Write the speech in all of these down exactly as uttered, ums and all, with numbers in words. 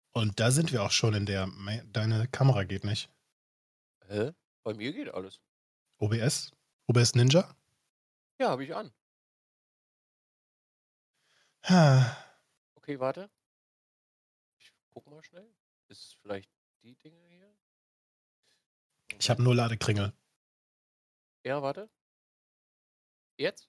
Und da sind wir auch schon in der. Me- Deine Kamera geht nicht. Hä? Bei mir geht alles. O B S? O B S Ninja? Ja, habe ich an. Ha, Okay, warte. Ich guck mal schnell. Ist es vielleicht die Dinge hier? Ich habe Moment. nur Ladekringel. Ja, warte. Jetzt?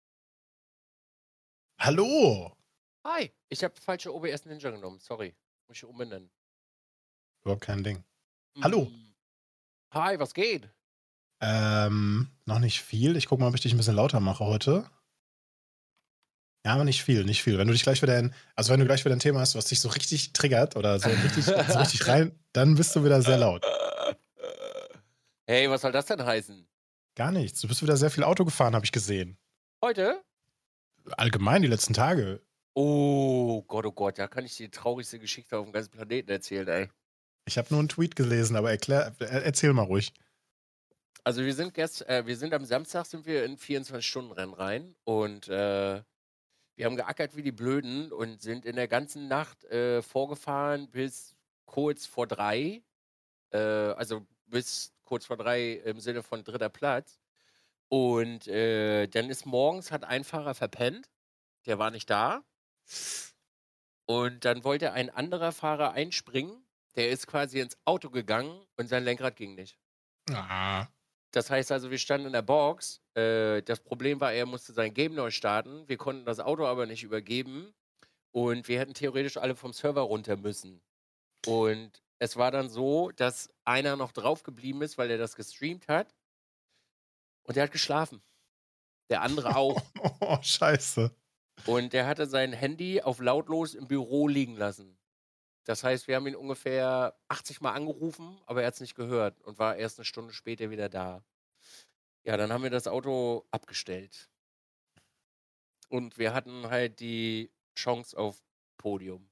Hallo! Hi! Ich habe falsche O B S Ninja genommen. Sorry. Muss ich umbenennen. Überhaupt kein Ding. Hallo! Hm. Hi, was geht? Ähm, noch nicht viel. Ich guck mal, ob ich dich ein bisschen lauter mache heute. Ja, aber nicht viel, nicht viel. Wenn du dich gleich wieder in, also wenn du gleich wieder ein Thema hast, was dich so richtig triggert oder so richtig, so richtig rein, dann bist du wieder sehr laut. Hey, was soll das denn heißen? Gar nichts. Du bist wieder sehr viel Auto gefahren, habe ich gesehen. Heute? Allgemein die letzten Tage. Oh Gott, oh Gott, da kann ich dir die traurigste Geschichte auf dem ganzen Planeten erzählen, ey. Ich habe nur einen Tweet gelesen, aber erklär, er, erzähl mal ruhig. Also wir sind gest, äh, wir sind am Samstag sind wir in vierundzwanzig-Stunden-Rennen rein und äh, wir haben geackert wie die Blöden und sind in der ganzen Nacht äh, vorgefahren bis kurz vor drei. Äh, also bis kurz vor drei im Sinne von dritter Platz. Und äh, dann ist morgens, hat ein Fahrer verpennt, der war nicht da. Und dann wollte ein anderer Fahrer einspringen, der ist quasi ins Auto gegangen und sein Lenkrad ging nicht. Ah. Das heißt also, wir standen in der Box. Äh, das Problem war, er musste sein Game neu starten. Wir konnten das Auto aber nicht übergeben. Und wir hätten theoretisch alle vom Server runter müssen. Und es war dann so, dass einer noch drauf geblieben ist, weil er das gestreamt hat. Und der hat geschlafen. Der andere auch. Oh, scheiße. Und der hatte sein Handy auf lautlos im Büro liegen lassen. Das heißt, wir haben ihn ungefähr achtzig Mal angerufen, aber er hat es nicht gehört und war erst eine Stunde später wieder da. Ja, dann haben wir das Auto abgestellt. Und wir hatten halt die Chance auf Podium.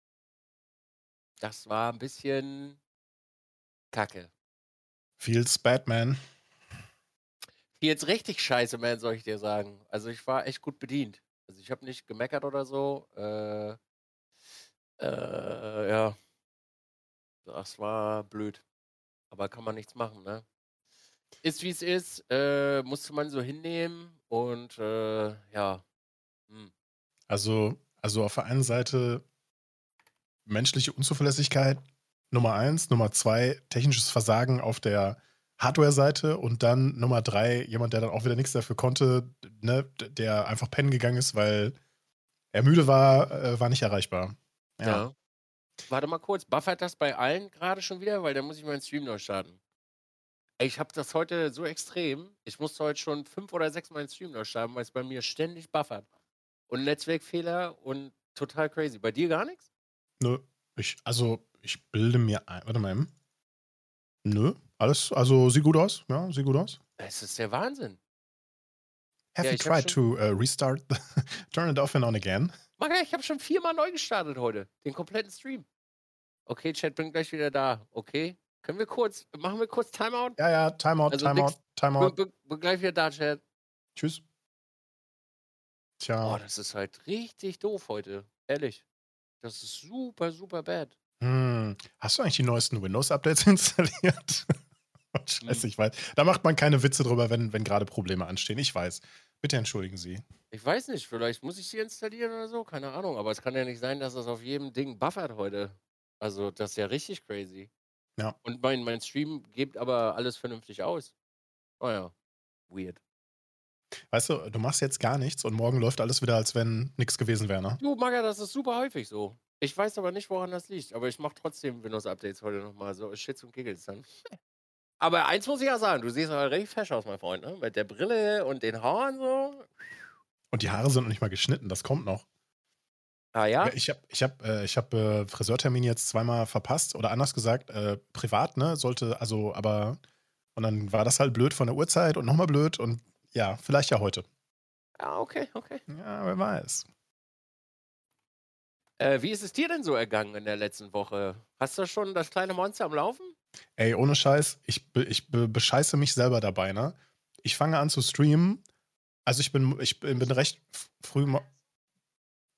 Das war ein bisschen kacke. Feels Batman. Jetzt richtig scheiße, man, soll ich dir sagen. Also ich war echt gut bedient. Also ich habe nicht gemeckert oder so. Äh, äh, ja, das war blöd. Aber kann man nichts machen, ne? Ist wie es ist, äh, musste man so hinnehmen und äh, ja. Hm. Also, also auf der einen Seite menschliche Unzuverlässigkeit, Nummer eins, Nummer zwei, technisches Versagen auf der Hardware-Seite und dann Nummer drei, jemand, der dann auch wieder nichts dafür konnte, ne, der einfach pennen gegangen ist, weil er müde war, äh, war nicht erreichbar. Ja. Ja. Warte mal kurz, buffert das bei allen gerade schon wieder? Weil dann muss ich meinen Stream neu starten. Ey, ich habe das heute so extrem. Ich musste heute schon fünf oder sechs Mal den Stream neu starten, weil es bei mir ständig buffert. Und Netzwerkfehler und total crazy. Bei dir gar nichts? Nö. Ich, also, ich bilde mir ein. Warte mal eben. Nö. Alles, also sieht gut aus. Ja, sieht gut aus. Es ist der Wahnsinn. Have Ja, you ich habe tried schon, to uh, restart? The turn it off and on again? Maga, ich habe schon viermal neu gestartet heute. Den kompletten Stream. Okay, Chat, bin gleich wieder da. Okay. Können wir kurz, machen wir kurz Timeout? Ja, ja, Timeout, Also Timeout, nix, bin, Timeout. bin, bin gleich wieder da, Chat. Tschüss. Oh, Tja. das ist halt richtig doof heute. Ehrlich. Das ist super, super bad. Hm. Hast du eigentlich die neuesten Windows-Updates installiert? Oh, Hm. scheiße, ich weiß. Da macht man keine Witze drüber, wenn, wenn gerade Probleme anstehen. Ich weiß. Bitte entschuldigen Sie. Ich weiß nicht, vielleicht muss ich sie installieren oder so, keine Ahnung. Aber es kann ja nicht sein, dass das auf jedem Ding buffert heute. Also, das ist ja richtig crazy. Ja. Und mein, mein Stream gibt aber alles vernünftig aus. Oh ja, weird. Weißt du, du machst jetzt gar nichts und morgen läuft alles wieder, als wenn nichts gewesen wäre, ne? Du, Maga, das ist super häufig so. Ich weiß aber nicht, woran das liegt. Aber ich mache trotzdem Windows-Updates heute nochmal. So Shits und Giggles dann. Aber eins muss ich ja sagen, du siehst aber richtig fesch aus, mein Freund, ne? Mit der Brille und den Haaren so. Und die Haare sind noch nicht mal geschnitten, das kommt noch. Ah Ja, ja? ich habe ich hab, äh, ich hab, äh, Friseurtermin jetzt zweimal verpasst oder anders gesagt, äh, privat, ne? Sollte, also, aber. Und dann war das halt blöd von der Uhrzeit und nochmal blöd und ja, vielleicht ja heute. Ja, okay, okay. Ja, wer weiß. Äh, wie ist es dir denn so ergangen in der letzten Woche? Hast du schon das kleine Monster am Laufen? Ey, ohne Scheiß, ich, be- ich be- bescheiße mich selber dabei, ne? Ich fange an zu streamen. Also ich bin, ich bin bin recht f- früh. mo-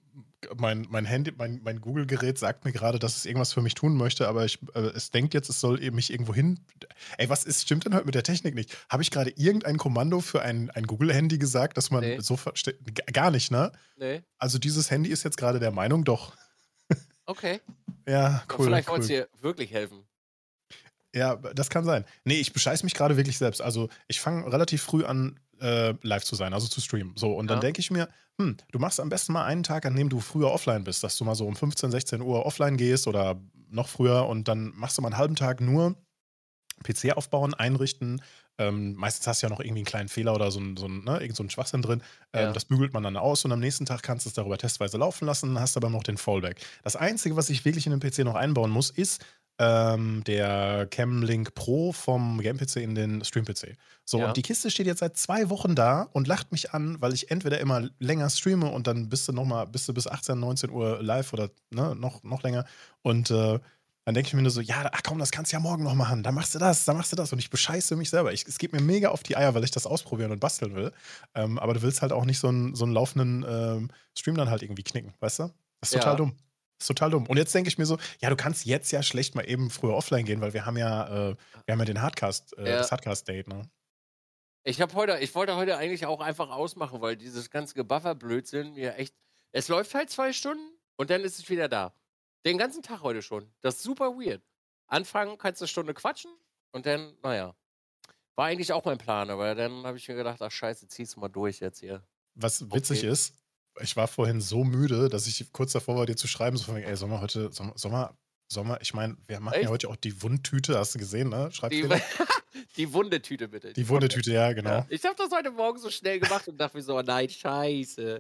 mein, mein Handy, mein, mein Google-Gerät sagt mir gerade, dass es irgendwas für mich tun möchte, aber ich, äh, es denkt jetzt, es soll eben mich irgendwo hin. Ey, was ist, stimmt denn heute mit der Technik nicht? Habe ich gerade irgendein Kommando für ein, ein Google-Handy gesagt, dass man Ne, so versteht? Gar nicht, ne? ne. Also dieses Handy ist jetzt gerade der Meinung, doch. Okay. Ja, Ja, cool, vielleicht wollt's cool. dir wirklich helfen. Ja, das kann sein. Ne, ich bescheiße mich gerade wirklich selbst. Also, ich fange relativ früh an, äh, live zu sein, also zu streamen. So, und dann Ja, denke ich mir: „Hm, du machst am besten mal einen Tag, an dem du früher offline bist, dass du mal so um fünfzehn, sechzehn Uhr offline gehst oder noch früher und dann machst du mal einen halben Tag nur P C aufbauen, einrichten. Ähm, meistens hast du ja noch irgendwie einen kleinen Fehler oder so 'n so 'n ne, irgend so 'n Schwachsinn drin. Ähm, ja, das bügelt man dann aus und am nächsten Tag kannst du es darüber testweise laufen lassen, hast aber noch den Fallback. Das Einzige, was ich wirklich in den P C noch einbauen muss, ist, ähm, der Camlink Pro vom Game-P C in den Stream-P C. So, und ja, die Kiste steht jetzt seit zwei Wochen da und lacht mich an, weil ich entweder immer länger streame und dann bist du noch mal bist du bis achtzehn, neunzehn Uhr live oder, ne, noch noch länger und, äh dann denke ich mir nur so: „Ja, ach komm, das kannst du ja morgen noch machen. Dann machst du das, dann machst du das.“ Und ich bescheiße mich selber. Ich es geht mir mega auf die Eier, weil ich das ausprobieren und basteln will. Ähm, aber du willst halt auch nicht so 'n so 'n laufenden, ähm, Stream dann halt irgendwie knicken, weißt du? Das ist total ja, dumm. Das ist total dumm. Und jetzt denke ich mir so: „Ja, du kannst jetzt ja schlecht mal eben früher offline gehen, weil wir haben ja äh, wir haben ja den Hardcast äh, das ja. Hardcast-Date, ne?“ Ich habe heute ich wollte heute eigentlich auch einfach ausmachen, weil dieses ganze Gebuffer-Blödsinn mir echt es läuft halt zwei Stunden und dann ist es wieder da. Den ganzen Tag heute schon. Das ist super weird. Anfangen kannst du 'ne Stunde quatschen und dann, na ja. War eigentlich auch mein Plan, aber dann habe ich mir gedacht: „Ach scheiße, ziehst du mal durch jetzt hier.“ Was witzig Okay. ist, ich war vorhin so müde, dass ich kurz davor war, dir zu schreiben, so von wegen: „Ey, sollen wir heute sollen sollen wir sollen wir“ ich meine, wir machen ja Echt? heute auch die Wundtüte, hast du gesehen, ne? Die Schreibfehler. die Wundetüte bitte, Die die Wunde. Wundetüte, ja, Ja. genau. Ich habe das heute Morgen so schnell gemacht und dachte mir so: „Oh nein, scheiße.“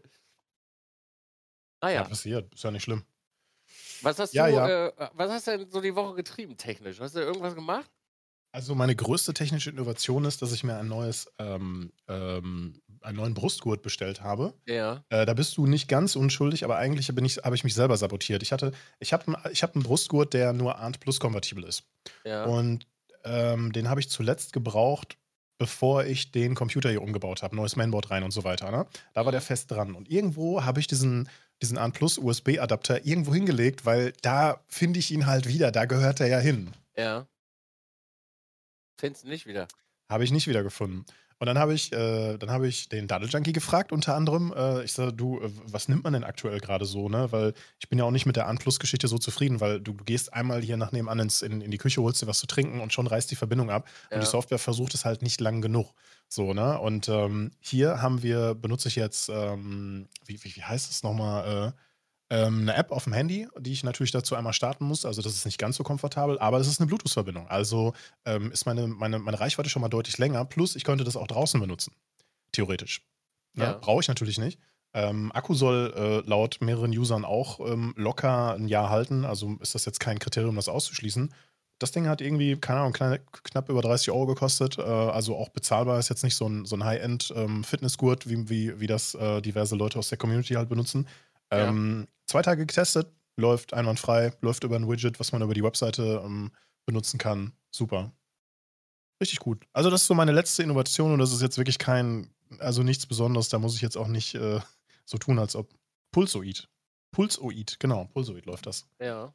Na Ja, ja. passiert, ist ja nicht schlimm. Was hast Ja, du, ja. äh äh, was hast du denn so die Woche getrieben technisch? Hast du irgendwas gemacht? Also, meine größte technische Innovation ist, dass ich mir ein neues, ähm, ähm einen neuen Brustgurt bestellt habe. Ja, Äh, da bist du nicht ganz unschuldig, aber eigentlich bin ich habe ich mich selber sabotiert. Ich hatte ich habe 'n ich habe 'n Brustgurt, der nur Arndt Plus kompatibel ist. ja, Und, ähm, den habe ich zuletzt gebraucht, bevor ich den Computer hier umgebaut habe, neues Mainboard rein und so weiter, ne? Da war der mhm, fest dran. Und irgendwo habe ich diesen diesen Arndt Plus U S B-Adapter irgendwo hingelegt, weil da finde ich ihn halt wieder, da gehört er ja hin. ja. Findest du nicht wieder? Habe ich nicht wiedergefunden. Und dann habe ich äh, dann habe ich den Daddle Junkie gefragt unter anderem. Äh, ich sage: „Du, äh, was nimmt man denn aktuell gerade so, ne?“ Weil ich bin ja auch nicht mit der Anplus-Geschichte so zufrieden, weil du du gehst einmal hier nach nebenan ins in in die Küche, holst dir was zu trinken und schon reißt die Verbindung ab. Und die Ja, Software versucht es halt nicht lang genug. So, ne? Und, ähm, hier haben wir benutze ich jetzt, ähm wie wie wie heißt es noch mal? Äh ähm, 'ne App auf dem Handy, die ich natürlich dazu einmal starten muss. Also, das ist nicht ganz so komfortabel, aber es ist eine Bluetooth-Verbindung. Also, ähm, ist meine meine meine Reichweite schon mal deutlich länger. Plus, ich könnte das auch draußen benutzen, theoretisch. Ne? ja, Brauche ich natürlich nicht. Ähm, Akku soll, äh, laut mehreren Usern auch, ähm, locker ein Jahr halten. Also, ist das jetzt kein Kriterium, das auszuschließen. Das Ding hat irgendwie, keine Ahnung, kleine knapp über dreißig Euro gekostet, äh, also auch bezahlbar. Ist jetzt nicht so ein so 'n High-End, ähm, Fitnessgurt, wie wie wie das, äh, diverse Leute aus der Community halt benutzen. ja. Ähm, zwei Tage getestet, läuft einwandfrei, läuft über ein Widget, was man über die Webseite, ähm, benutzen kann. Super. Richtig gut. Also, das ist so meine letzte Innovation und das ist jetzt wirklich kein also, nichts Besonderes. Da muss ich jetzt auch nicht, äh, so tun, als ob Pulsoid. Pulsoid, genau, Pulsoid läuft das. Ja.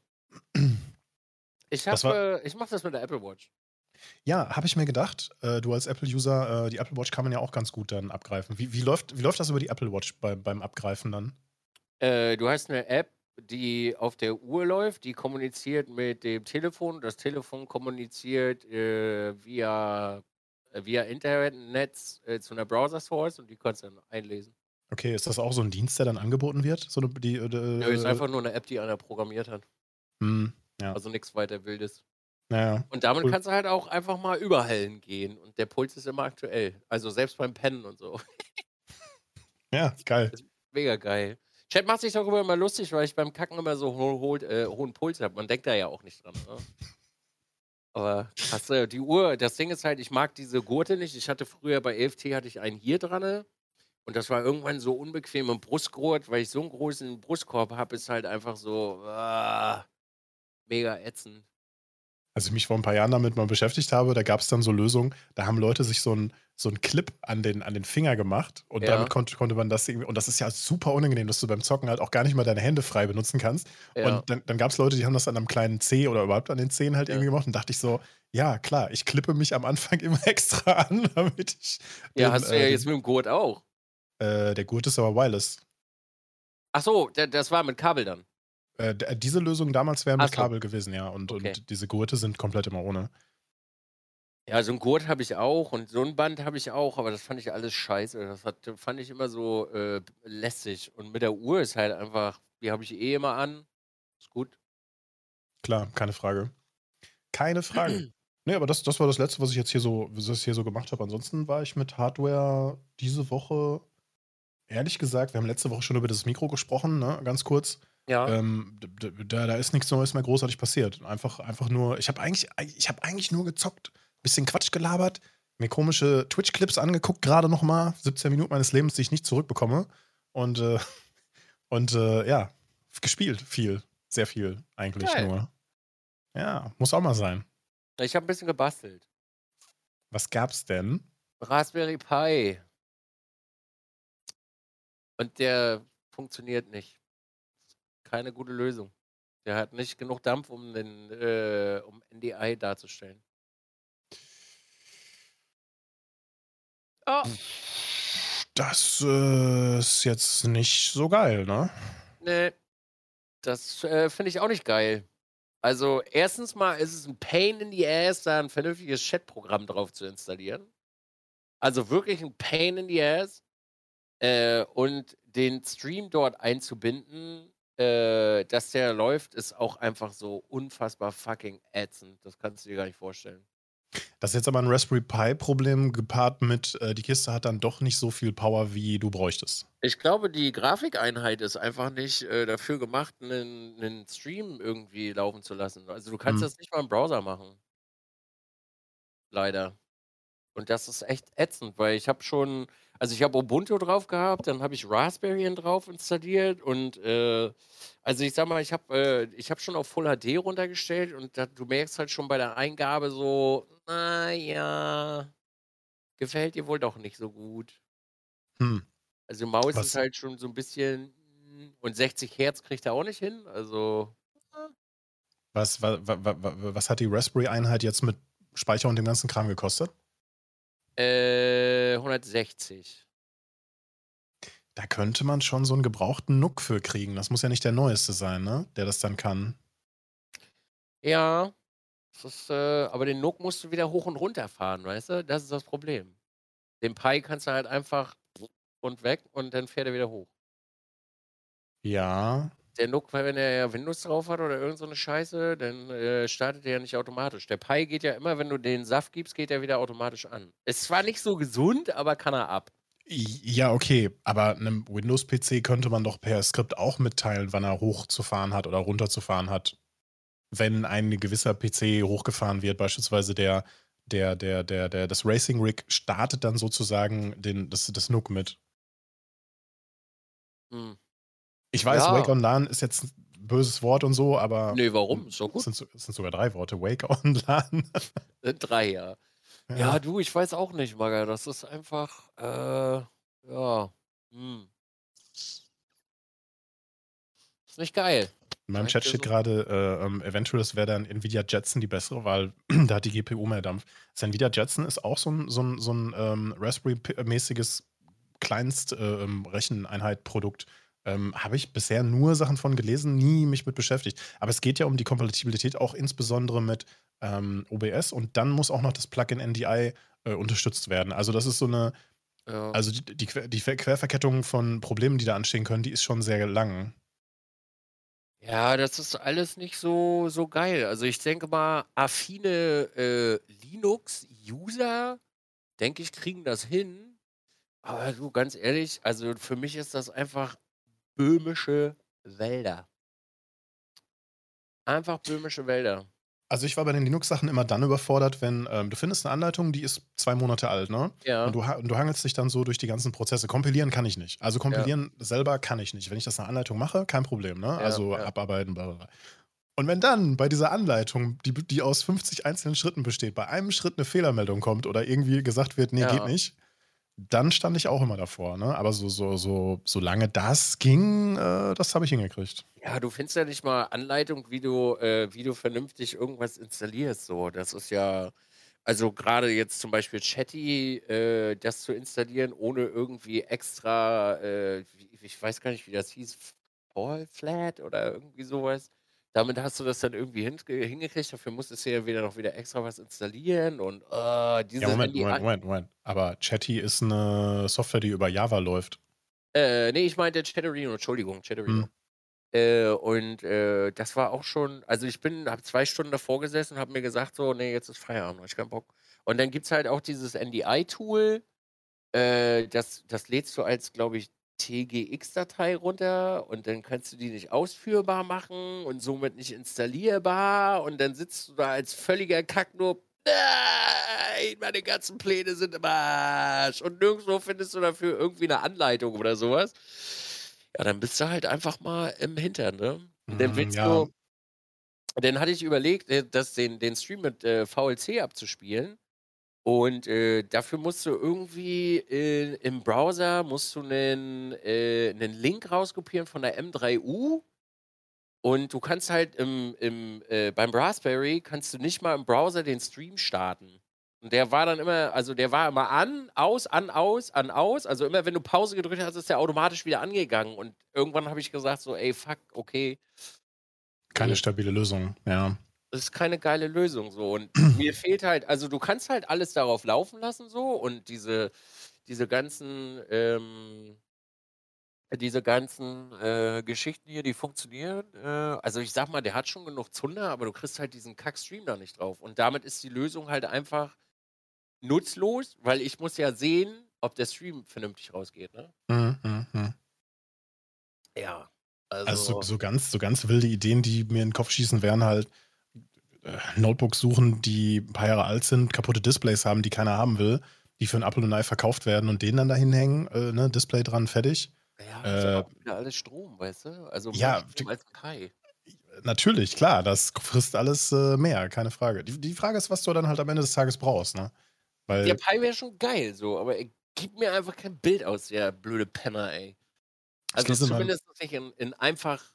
Ich Das war habe äh, ich mache das mit der Apple Watch. ja, habe ich mir gedacht. Äh, du als Apple-User, äh, die Apple Watch kann man ja auch ganz gut dann abgreifen. Wie wie läuft wie läuft das über die Apple Watch bei beim Abgreifen dann? Äh, du hast 'ne App, die auf der Uhr läuft, die kommuniziert mit dem Telefon. Das Telefon kommuniziert, äh, via äh, via Internetnetz, äh, zu 'ner Browser Source und die kannst du dann einlesen. Okay, ist das auch so 'n Dienst, der dann angeboten wird? So 'ne die, Nö, ist äh einfach nur 'ne App, die einer programmiert hat. mhm, ja. Also nix weiter Wildes. Ja, ja, Und damit cool. kannst du halt auch einfach mal überall hingehen und der Puls ist immer aktuell. Also selbst beim Pennen und so. Ja, geil. Ist mega geil. Chat macht sich darüber immer lustig, weil ich beim Kacken immer so ho holt äh, hohen Puls habe. Man denkt da ja auch nicht dran, ne? Aber krass, äh, die Uhr das Ding ist halt, ich mag diese Gurte nicht. Ich hatte früher bei E F T hatte ich einen hier dran und das war irgendwann so unbequem im Brustgurt, weil ich so 'n großen Brustkorb habe, ist halt einfach so, ah, mega ätzend. Als ich mich vor ein paar Jahren damit mal beschäftigt habe, da gab es dann so Lösungen, da haben Leute sich so 'n so 'n Clip an den an den Finger gemacht und damit Ja, konnte konnte man das irgendwie und das ist ja super unangenehm, dass du beim Zocken halt auch gar nicht mal deine Hände frei benutzen kannst. ja, Und dann dann gab's Leute, die haben das an 'nem kleinen Zeh oder überhaupt an den Zehen halt ja. irgendwie gemacht und dachte ich so: „Ja, klar, ich klippe mich am Anfang immer extra an, damit ich Ja, den, hast du ja äh jetzt den mit dem Gurt auch. äh, der Gurt ist aber wireless. Ach so, d das war mit Kabel dann? Äh, d diese Lösung damals wäre Ach mit so, Kabel gewesen, ja, und okay. und diese Gurte sind komplett immer ohne. Ja, so 'n Gurt habe ich auch und so 'n Band habe ich auch, aber das fand ich alles scheiße. Das hat fand ich immer so, äh, lästig. Und mit der Uhr ist halt einfach die habe ich eh immer an. Ist gut. Klar, keine Frage. Keine Frage. Ne, aber das das war das Letzte, was ich jetzt hier so was ich hier so gemacht habe. Ansonsten war ich mit Hardware diese Woche ehrlich gesagt, wir haben letzte Woche schon über das Mikro gesprochen, ne, ganz kurz. Ja. Ähm, d d da da ist nix Neues mehr großartig passiert. Einfach einfach nur ich habe eigentlich ei ich habe eigentlich nur gezockt, bisschen Quatsch gelabert, mir komische Twitch-Clips angeguckt, grade noch mal, siebzehn Minuten meines Lebens, die ich nicht zurückbekomme. Und, äh und, äh, ja, gespielt viel, sehr viel eigentlich Geil. nur. Ja, muss auch mal sein. Ich habe 'n bisschen gebastelt. Was gab's denn? Raspberry Pi. Und der funktioniert nicht. Keine gute Lösung. Der hat nicht genug Dampf, um den äh, um N D I darzustellen. Oh, Das, äh, ist jetzt nicht so geil, ne? ne, das, äh, finde ich auch nicht geil. Also, erstens mal ist es 'n Pain in the Ass, da 'n vernünftiges Chatprogramm drauf zu installieren. Also, wirklich 'n Pain in the Ass. Äh, und den Stream dort einzubinden, äh, dass der läuft, ist auch einfach so unfassbar fucking ätzend. Das kannst du dir gar nicht vorstellen. Das ist jetzt aber 'n Raspberry Pi-Problem gepaart mit, äh, die Kiste hat dann doch nicht so viel Power, wie du bräuchtest. Ich glaube, die Grafikeinheit ist einfach nicht, äh, dafür gemacht, 'nen 'nen Stream irgendwie laufen zu lassen. Also, du kannst Mhm. das nicht mal im Browser machen, leider. Und das ist echt ätzend, weil ich habe schon also, ich habe Ubuntu drauf gehabt, dann habe ich Raspberry drauf installiert und, äh also, ich sage mal, ich habe äh, ich habe schon auf Full H D runtergestellt und da du merkst halt schon bei der Eingabe so: „Na ja, gefällt dir wohl doch nicht so gut.“ Hm. Also, die Maus ist Was halt schon so 'n bisschen hm, und sechzig Hertz kriegt er auch nicht hin, also, was wa wa wa wa was hat die Raspberry-Einheit jetzt mit Speicher und dem ganzen Kram gekostet? äh, hundertsechzig. Da könnte man schon so 'n gebrauchten N U C für kriegen. Das muss ja nicht der neueste sein, ne, der das dann kann. Ja, das ist, äh aber den N U C musst du wieder hoch und runter fahren, weißt du? Das ist das Problem. Den Pi kannst du halt einfach und weg und dann fährt er wieder hoch. Ja. Der N U C, wenn er ja Windows drauf hat oder irgend so 'ne Scheiße, dann, äh, startet der ja nicht automatisch. Der Pi geht ja immer, wenn du den Saft gibst, geht er wieder automatisch an. Ist zwar nicht so gesund, aber kann er ab. I ja, okay, aber 'nem Windows-P C könnte man doch per Skript auch mitteilen, wann er hochzufahren hat oder runterzufahren hat. Wenn ein gewisser P C hochgefahren wird, beispielsweise der der der der der das Racing Rig startet dann sozusagen den das das N U C mit. Mhm. Ich weiß, Wake Ja, on LAN ist jetzt 'n böses Wort und so, aber, ne, warum? hm, Ist doch es gut. sind so es sind sogar drei Worte, Wake on LAN. Sind drei, ja. Ja, Ja. du, ich weiß auch nicht, Magga. Das ist einfach, äh, ja, hm, ist nicht geil, In meinem sage ich Chat dir steht so. gerade, äh, ähm, eventuell es wäre dann Nvidia Jetson die bessere Wahl. Da hat die G P U mehr Dampf. Das Nvidia Jetson ist auch so 'n so 'n so 'n, ähm, Raspberry Pi mäßiges Kleinst äh, ähm, Recheneinheit-Produkt. Ähm, habe ich bisher nur Sachen von gelesen, nie mich mit beschäftigt. Aber es geht ja um die Kompatibilität auch insbesondere mit, ähm, O B S und dann muss auch noch das Plugin N D I, äh, unterstützt werden. Also, das ist so 'ne Ja. also, die die Quer die Ver Querverkettung von Problemen, die da anstehen können, die ist schon sehr lang. Ja, das ist alles nicht so so geil. Also, ich denke mal, affine, äh, Linux-User, denke ich, kriegen das hin. Aber du, ganz ehrlich, also, für mich ist das einfach böhmische Wälder. Einfach böhmische Wälder. Also, ich war bei den Linux-Sachen immer dann überfordert, wenn, ähm du findest eine Anleitung, die ist zwei Monate alt, ne? Und Ja, du ha und du hangelst dich dann so durch die ganzen Prozesse. Kompilieren kann ich nicht. Also, ja, kompilieren selber kann ich nicht. Wenn ich das nach Anleitung mache, kein Problem, ne? ja, Also, ja. abarbeiten, bla bla bla. Und wenn dann bei dieser Anleitung, die die aus fünfzig einzelnen Schritten besteht, bei einem Schritt 'ne Fehlermeldung kommt oder irgendwie gesagt wird: „Ne, geht Ja. nicht“, dann stand ich auch immer davor, ne? Aber so so so solange das ging, äh, das habe ich hingekriegt. Ja, du findest ja nicht mal Anleitung, wie du äh, wie du vernünftig irgendwas installierst so. Das ist ja also, grade jetzt zum Beispiel Chatty, äh, das zu installieren, ohne irgendwie extra, äh, wie ich weiß gar nicht, wie das hieß, F Fall-Flat oder irgendwie so was. Damit hast du das dann irgendwie hintge hingekriegt. Dafür musstest du ja wieder noch wieder extra was installieren und, äh, Ja, dieses Moment, Moment, NDI Moment, Moment. Aber Chatty ist 'ne Software, die über Java läuft. Äh, ne, ich meinte Chatterino, Entschuldigung, Mhm. Chatterino. Äh, und, äh, das war auch schon also, ich bin habe zwei Stunden davor gesessen und habe mir gesagt so: „Ne, jetzt ist Feierabend, habe ich keinen Bock.“ Und dann gibt's halt auch dieses NDI-Tool, äh, das das lädst du als, glaube ich, TGX-Datei runter und dann kannst du die nicht ausführbar machen und somit nicht installierbar und dann sitzt du da als völliger Kacknoob: „Nein, meine ganzen Pläne sind im Arsch.“ Und nirgendswo findest du dafür irgendwie 'ne Anleitung oder so was. Ja, dann bist du halt einfach mal im Hintern, ne? Und dann Hm, willst ja. du dann hatte ich überlegt, äh, das den den Stream mit, äh, VLC abzuspielen und, äh, dafür musst du irgendwie, äh, im Browser musst du 'nen äh, 'nen Link rauskopieren von der M drei U und du kannst halt im im äh, beim Raspberry kannst du nicht mal im Browser den Stream starten. Und der war dann immer also, der war immer an, aus, an, aus, an, aus. Also, immer wenn du Pause gedrückt hast, ist der automatisch wieder angegangen und irgendwann habe ich gesagt so: „Ey, fuck, okay“ Keine „ne“ stabile Lösung, ja. ist keine geile Lösung so und mir fehlt halt also, du kannst halt alles darauf laufen lassen so und diese diese ganzen, ähm diese ganzen, äh, Geschichten hier, die funktionieren. Äh, also, ich sage mal, der hat schon genug Zunder, aber du kriegst halt diesen Kack-Stream da nicht drauf. Und damit ist die Lösung halt einfach nutzlos, weil ich muss ja sehen, ob der Stream vernünftig rausgeht, ne? Mhm, mhm, mhm. Ja, Also, so also so ganz so ganz wilde Ideen, die mir in 'n Kopf schießen, wären halt, äh, Notebooks suchen, die 'n paar Jahre alt sind, kaputte Displays haben, die keiner haben will, die für 'n Apfel und 'n Ei verkauft werden und den dann da hinhängen, äh, ne, Display dran, fertig. Ja, kostet Äh auch wieder alles Strom, weißt du? Also, mehr ja, Strom als 'n Kai. natürlich, klar, das k frisst alles, äh, mehr, keine Frage. Die die Frage ist, was du dann halt am Ende des Tages brauchst, ne? Der Weil Pi wäre schon geil so, aber er gibt mir einfach kein Bild aus, der blöde Penner, ey. ich Also, lese in meinem zumindest nicht in in einfach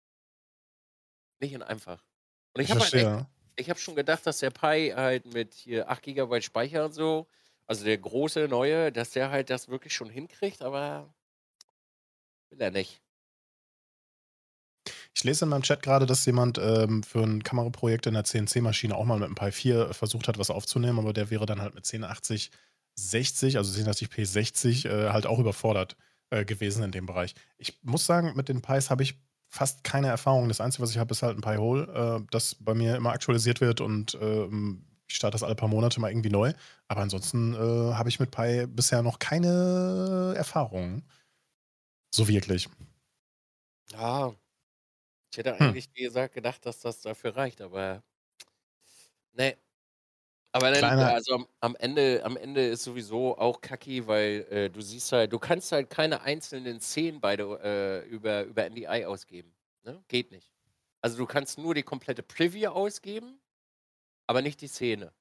nicht in einfach. Und ich ich habe halt echt verstehe. ich habe schon gedacht, dass der Pi halt mit hier acht Gigabyte Speicher und so also, der große neue, dass der halt das wirklich schon hinkriegt, aber will er nicht. Ich lese in meinem Chat grade, dass jemand, ähm, für 'n Kameraprojekt in 'ner CNC-Maschine auch mal mit 'm Pi vier versucht hat, was aufzunehmen, aber der wäre dann halt mit zehn achtzig sechzig, also zehn achtzig p sechzig, äh, halt auch überfordert, äh, gewesen in dem Bereich. Ich muss sagen, mit den Pis habe ich fast keine Erfahrung. Das Einzige, was ich habe, ist halt 'n Pi-hole, äh, das bei mir immer aktualisiert wird und, ähm, ich starte das alle paar Monate mal irgendwie neu. Aber ansonsten, äh, habe ich mit Pi bisher noch keine Erfahrung. So wirklich. Ja. Ich hätte Hm. eigentlich, wie gesagt, gedacht, dass das dafür reicht, aber ne. Aber dann Kleiner also, am am Ende am Ende ist sowieso auch kacki, weil, äh, du siehst halt du kannst halt keine einzelnen Szenen bei der äh, über über NDI ausgeben, ne? Geht nicht. Also, du kannst nur die komplette Preview ausgeben, aber nicht die Szene.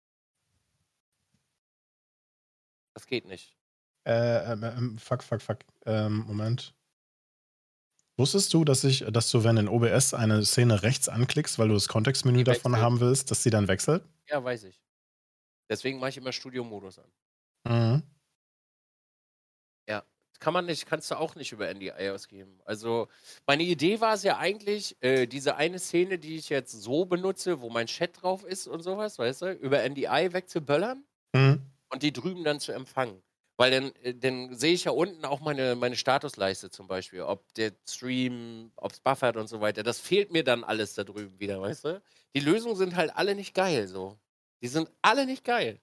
Das geht nicht. Äh, ähm, ähm, fuck, fuck, fuck. Ähm, Moment. Wusstest du, dass ich dass du, wenn in OBS eine Szene rechts anklickst, weil du das Kontextmenü Die davon wechselt. haben willst, dass sie dann wechselt? Ja, weiß ich. Deswegen mache ich immer Studio-Modus an. Mhm. Ja, kann man nicht kannst du auch nicht über NDI ausgeben. Also, meine Idee war es ja eigentlich, äh, diese eine Szene, die ich jetzt so benutze, wo mein Chat drauf ist und so was, weißt du, über NDI wegzuböllern Mhm. und die drüben dann zu empfangen. Weil dann äh, dann sehe ich ja unten auch meine meine Statusleiste zum Beispiel, ob der Stream ob's buffert und so weiter. Das fehlt mir dann alles da drüben wieder, weißt du? Die Lösungen sind halt alle nicht geil so. Die sind alle nicht geil.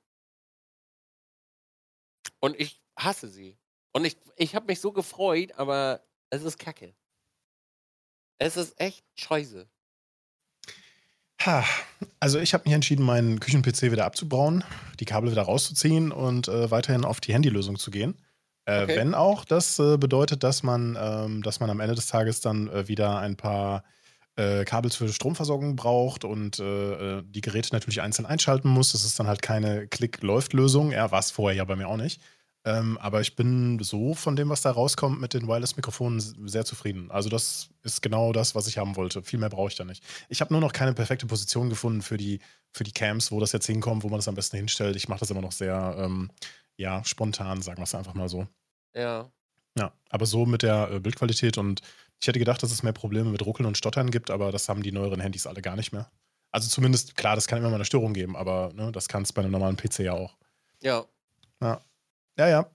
Und ich hasse sie. Und ich ich habe mich so gefreut, aber es ist Kacke. Es ist echt scheiße. Ha, also, ich habe mich entschieden, meinen Küchen-PC wieder abzubauen, die Kabel wieder rauszuziehen und, äh, weiterhin auf die Handylösung zu gehen. Äh, Okay. wenn auch das, äh, bedeutet, dass man ähm, dass man am Ende des Tages dann, äh, wieder ein paar, äh, Kabel für Stromversorgung braucht und äh, äh, die Geräte natürlich einzeln einschalten muss. Das ist dann halt keine Klick-Läuft-Lösung. Ja, war es vorher ja bei mir auch nicht. Ähm, aber ich bin so von dem, was da rauskommt mit den Wireless-Mikrofonen, s- sehr zufrieden. Also das ist genau das, was ich haben wollte. Viel mehr brauche ich da nicht. Ich habe nur noch keine perfekte Position gefunden für die, für die Cams, wo das jetzt hinkommt, wo man das am besten hinstellt. Ich mache das immer noch sehr, ähm, ja, spontan, sagen wir es einfach mal so. Ja. Ja, aber so mit der äh, Bildqualität und ich hätte gedacht, dass es mehr Probleme mit Ruckeln und Stottern gibt, aber das haben die neueren Handys alle gar nicht mehr. Also zumindest, klar, das kann immer mal eine Störung geben, aber ne, das kann es bei einem normalen P C ja auch. Ja. Ja, ja, ja.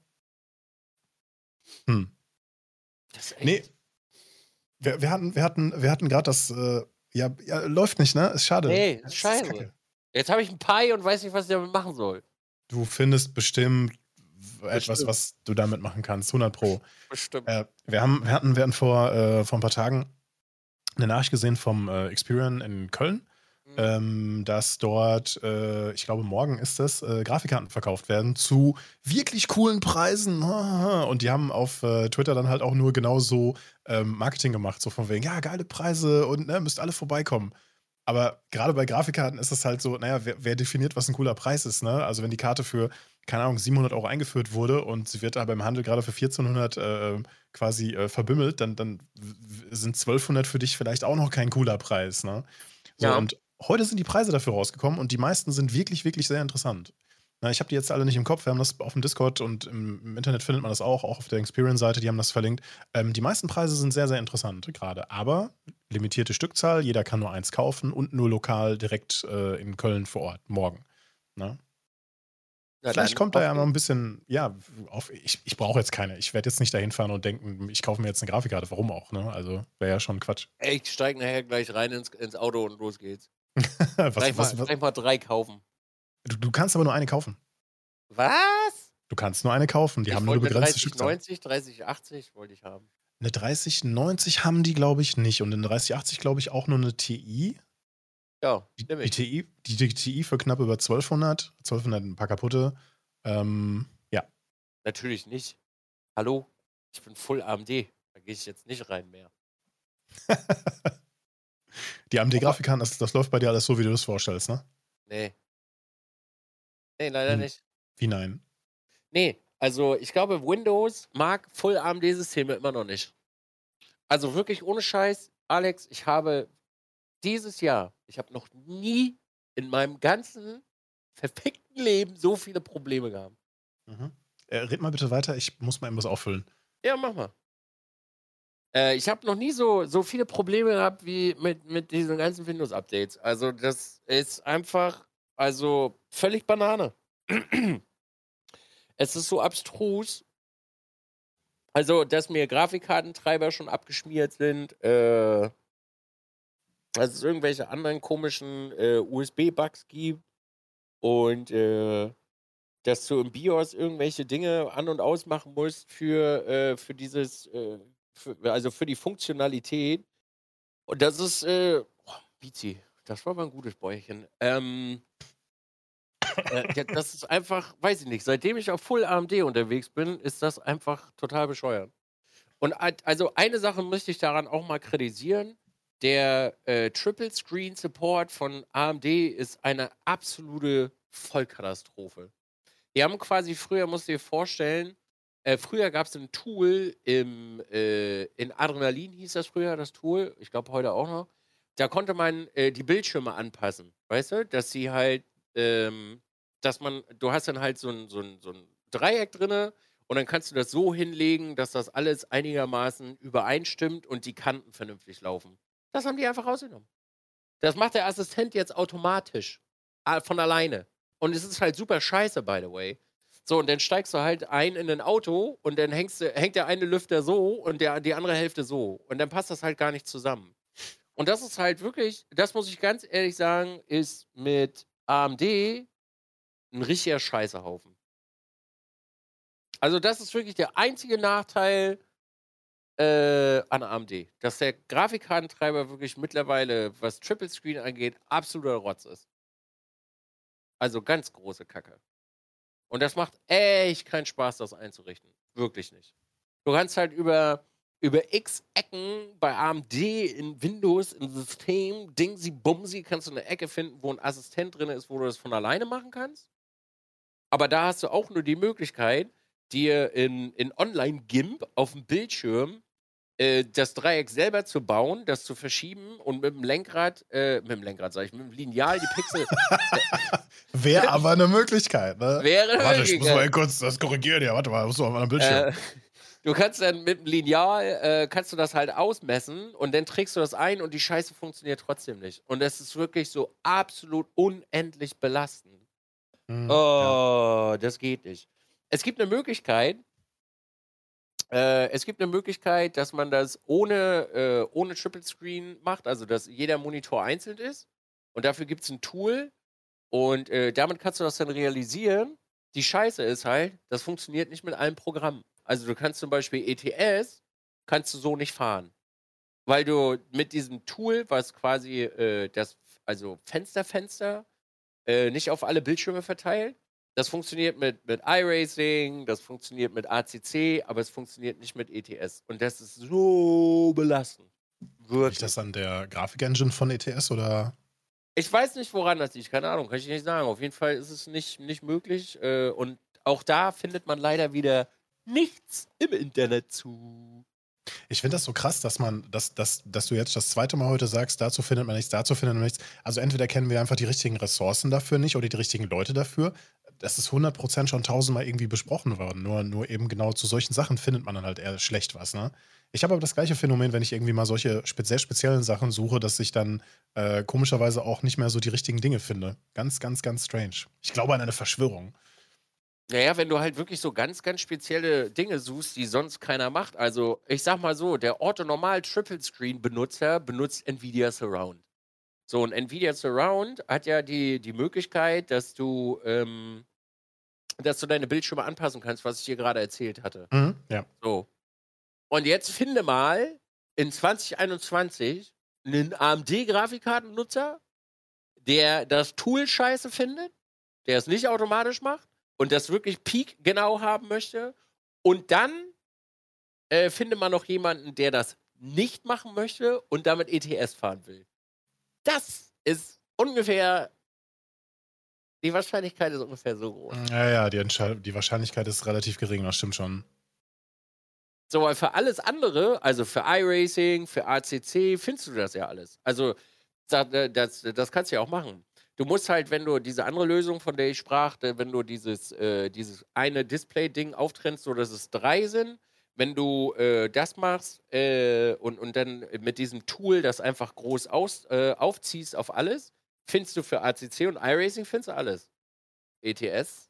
Hm. Das ist Nee, echt. wir, wir hatten, wir hatten, wir hatten gerade das, äh, ja, ja, läuft nicht, ne? Ist schade. Nee, ist Das ist scheiße. kacke. Jetzt habe ich ein Pi und weiß nicht, was ich damit machen soll. Du findest bestimmt w- etwas, Bestimmt, was du damit machen kannst, hundert Pro. bestimmt. Äh, wir, haben, wir hatten, wir hatten vor, äh, vor ein paar Tagen eine Nachricht gesehen vom äh, Experian in Köln, Mhm. ähm, dass dort, äh, ich glaube, morgen ist es, äh, Grafikkarten verkauft werden zu wirklich coolen Preisen. Und die haben auf äh, Twitter dann halt auch nur genauso ähm, Marketing gemacht, so von wegen, ja, geile Preise und ne, müsst alle vorbeikommen. Aber gerade bei Grafikkarten ist es halt so, naja, wer, wer definiert, was ein cooler Preis ist, ne? Also wenn die Karte für, keine Ahnung, siebenhundert Euro eingeführt wurde und sie wird da beim Handel gerade für vierzehnhundert äh, quasi äh, verbimmelt, dann, dann w- sind zwölfhundert für dich vielleicht auch noch kein cooler Preis, ne? So, Ja. und heute sind die Preise dafür rausgekommen und die meisten sind wirklich, wirklich sehr interessant. Na, ich habe die jetzt alle nicht im Kopf. Wir haben das auf dem Discord und im, im Internet findet man das auch, auch auf der Experience-Seite, die haben das verlinkt. Ähm, die meisten Preise sind sehr, sehr interessant gerade. Aber limitierte Stückzahl, jeder kann nur eins kaufen und nur lokal direkt äh, in Köln vor Ort, morgen. Ne? Na Vielleicht dann, kommt da auf ja noch ein geht's. bisschen, ja, auf, ich, ich brauche jetzt keine. Ich werde jetzt nicht dahin fahren und denken, ich kaufe mir jetzt eine Grafikkarte. Warum auch, ne? Also wäre ja schon Quatsch. Ey, ich steige nachher gleich rein ins, ins Auto und los geht's. was, Gleich was, mal, was, gleich mal drei kaufen. du, du kannst aber nur eine kaufen. Was? Du kannst nur eine kaufen. Die haben Ich nur eine wollte eine begrenzte Stückzahl. dreißig neunzig, dreißig achtzig wollte ich haben. Eine dreißig neunzig haben die, glaube ich, nicht. Und eine dreißig achtzig, glaube ich, auch nur eine T I. Ja, Die, nehme die, ich. T I die, die T I für knapp über zwölfhundert. zwölfhundert ein paar kaputte. Ähm, ja. Natürlich nicht. Hallo? Ich bin Full A M D. Da gehe ich jetzt nicht rein mehr. Die A M Aber, D-Grafikkarten, das, das läuft bei dir alles so, wie du das vorstellst, ne? nee. Nee, leider Wie, nicht. wie nein? Nee, also ich glaube, Windows mag Full A M D-Systeme immer noch nicht. Also wirklich ohne Scheiß, Alex, ich habe dieses Jahr, ich habe noch nie in meinem ganzen verfickten Leben so viele Probleme gehabt. Mhm. Äh, red mal bitte weiter, ich muss mal irgendwas auffüllen. Ja, mach mal. Äh, ich habe noch nie so, so viele Probleme gehabt wie mit, mit diesen ganzen Windows-Updates. Also, das ist einfach, also völlig Banane. Es ist so abstrus. Also, dass mir Grafikkartentreiber schon abgeschmiert sind, äh, dass es irgendwelche anderen komischen äh, U S B-Bugs gibt und äh, dass du im BIOS irgendwelche Dinge an- und ausmachen musst für, äh, für dieses, äh, für, also für die Funktionalität. Und das ist, äh, oh, Bizi, das war mal ein gutes Bäuerchen. Ähm, äh, ja, das ist einfach, weiß ich nicht, seitdem ich auf Full A M D unterwegs bin, ist das einfach total bescheuert. Und al- also eine Sache möchte ich daran auch mal kritisieren. Der äh, Triple Screen Support von A M D ist eine absolute Vollkatastrophe. Die haben quasi früher, musst du dir vorstellen, äh, früher gab es ein Tool im, äh, in Adrenalin hieß das früher, das Tool, ich glaube heute auch noch. Da konnte man äh, die Bildschirme anpassen, weißt du, dass sie halt, ähm, dass man, du hast dann halt so ein, so ein, so ein Dreieck drinne und dann kannst du das so hinlegen, dass das alles einigermaßen übereinstimmt und die Kanten vernünftig laufen. Das haben die einfach rausgenommen. Das macht der Assistent jetzt automatisch. Ah, von alleine. Und es ist halt super scheiße, by the way. So, und dann steigst du halt ein in ein Auto und dann hängst du, hängt der eine Lüfter so und der, die andere Hälfte so. Und dann passt das halt gar nicht zusammen. Und das ist halt wirklich, das muss ich ganz ehrlich sagen, ist mit A M D ein richtiger Scheißehaufen. Also, das ist wirklich der einzige Nachteil äh, an A M D. Dass der Grafikkartentreiber wirklich mittlerweile, was Triple Screen angeht, absoluter Rotz ist. Also ganz große Kacke. Und das macht echt keinen Spaß, das einzurichten. Wirklich nicht. Du kannst halt über, über x Ecken bei A M D in Windows im System, Dingsi Bumsi, kannst du eine Ecke finden, wo ein Assistent drin ist, wo du das von alleine machen kannst. Aber da hast du auch nur die Möglichkeit, dir in, in Online-GIMP auf dem Bildschirm äh, das Dreieck selber zu bauen, das zu verschieben und mit dem Lenkrad, äh, mit dem Lenkrad sag ich, mit dem Lineal die Pixel. Wäre aber eine Möglichkeit, ne? Wäre eine Warte, ich muss Möglichkeit. mal kurz das korrigieren hier. Warte mal, musst du auf meinem Bildschirm. Äh, du kannst dann mit dem Lineal, äh, kannst du das halt ausmessen und dann trägst du das ein und die Scheiße funktioniert trotzdem nicht. Und es ist wirklich so absolut unendlich belastend. Hm, ja. Oh, das geht nicht. Es gibt eine Möglichkeit, äh, es gibt eine Möglichkeit, dass man das ohne, äh, ohne Triple Screen macht, also dass jeder Monitor einzeln ist. Und dafür gibt es ein Tool und äh, damit kannst du das dann realisieren. Die Scheiße ist halt, das funktioniert nicht mit allen Programmen. Also du kannst zum Beispiel E T S, kannst du so nicht fahren. Weil du mit diesem Tool, was quasi äh, das, also Fenster-Fenster, äh, nicht auf alle Bildschirme verteilt. Das funktioniert mit, mit iRacing, das funktioniert mit A C C, aber es funktioniert nicht mit E T S. Und das ist so belastend. Liegt Wirklich. das an der Grafik-Engine von E T S oder? Ich weiß nicht, woran das liegt. Keine Ahnung, kann ich nicht sagen. Auf jeden Fall ist es nicht, nicht möglich. Äh, und auch da findet man leider wieder nichts im Internet zu. Ich finde das so krass, dass man, dass, dass, dass du jetzt das zweite Mal heute sagst, dazu findet man nichts, dazu findet man nichts. Also entweder kennen wir einfach die richtigen Ressourcen dafür nicht oder die richtigen Leute dafür. Das ist hundert Prozent schon tausendmal irgendwie besprochen worden. Nur, nur eben genau zu solchen Sachen findet man dann halt eher schlecht was, ne? Ich habe aber das gleiche Phänomen, wenn ich irgendwie mal solche spe sehr speziellen Sachen suche, dass ich dann äh, komischerweise auch nicht mehr so die richtigen Dinge finde. Ganz, ganz, ganz strange. Ich glaube an eine Verschwörung. Naja, wenn du halt wirklich so ganz, ganz spezielle Dinge suchst, die sonst keiner macht. Also, ich sag mal so, der Orthonormal-Triple-Screen-Benutzer benutzt NVIDIA Surround. So, und NVIDIA Surround hat ja die, die Möglichkeit, dass du, ähm, dass du deine Bildschirme anpassen kannst, was ich dir gerade erzählt hatte. Mhm, ja. So. Und jetzt finde mal in zwanzig einundzwanzig einen A M D-Grafikkartennutzer, der das Tool scheiße findet, der es nicht automatisch macht und das wirklich peak genau haben möchte. Und dann äh, finde man noch jemanden, der das nicht machen möchte und damit E T S fahren will. Das ist ungefähr, die Wahrscheinlichkeit ist ungefähr so groß. Ja, ja, die, Entscheid- die Wahrscheinlichkeit ist relativ gering, das stimmt schon. So, weil für alles andere, also für iRacing, für A C C, findest du das ja alles. Also, das, das, das kannst du ja auch machen. Du musst halt, wenn du diese andere Lösung, von der ich sprach, äh, wenn du dieses, äh, dieses eine Display-Ding auftrennst, so dass es drei sind, wenn du äh, das machst äh, und, und dann mit diesem Tool das einfach groß aus, äh, aufziehst auf alles, findest du für A C C und iRacing findest du alles. E T S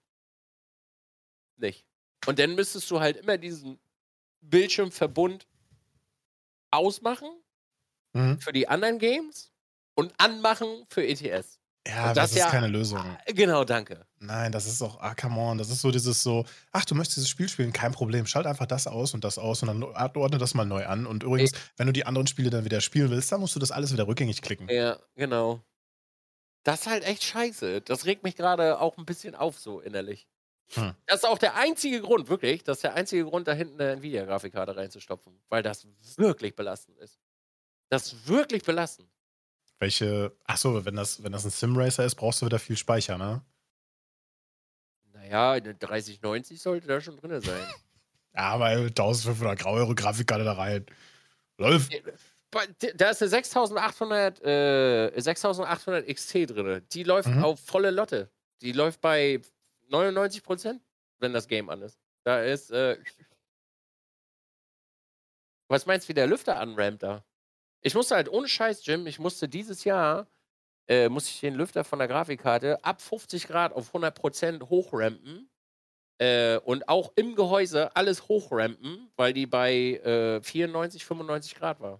nicht. Und dann müsstest du halt immer diesen Bildschirmverbund ausmachen Mhm. für die anderen Games und anmachen für E T S. Ja, Und das das ist ja- keine Lösung. Genau, danke. Nein, das ist auch, ah, come on, das ist so dieses so, ach, du möchtest dieses Spiel spielen, kein Problem, schalt einfach das aus und das aus und dann ordne das mal neu an. Und übrigens, wenn du die anderen Spiele dann wieder spielen willst, dann musst du das alles wieder rückgängig klicken. Ja, genau. Das ist halt echt scheiße. Das regt mich gerade auch ein bisschen auf, so innerlich. Hm. Das ist auch der einzige Grund, wirklich, das ist der einzige Grund, da hinten eine Nvidia-Grafikkarte reinzustopfen. Weil das wirklich belastend ist. Das ist wirklich belastend. Welche, ach so, wenn das, wenn das ein Sim-Racer ist, brauchst du wieder viel Speicher, ne? Naja, eine dreißig neunzig sollte da schon drin sein. Ja, aber eintausendfünfhundert Grau Euro Grafikkarte da rein. Läuft. Da ist eine sechstausendachthundert, äh, sechstausendachthundert X T drin. Die läuft Mhm. auf volle Lotte. Die läuft bei neunundneunzig Prozent, wenn das Game an ist. Da ist, äh, was meinst du, wie der Lüfter anrampt da? Ich musste halt ohne Scheiß, Jim, ich musste dieses Jahr, äh, musste ich den Lüfter von der Grafikkarte ab fünfzig Grad auf hundert Prozent hochrampen. Äh, und auch im Gehäuse alles hochrampen, weil die bei äh, vierundneunzig, fünfundneunzig Grad war.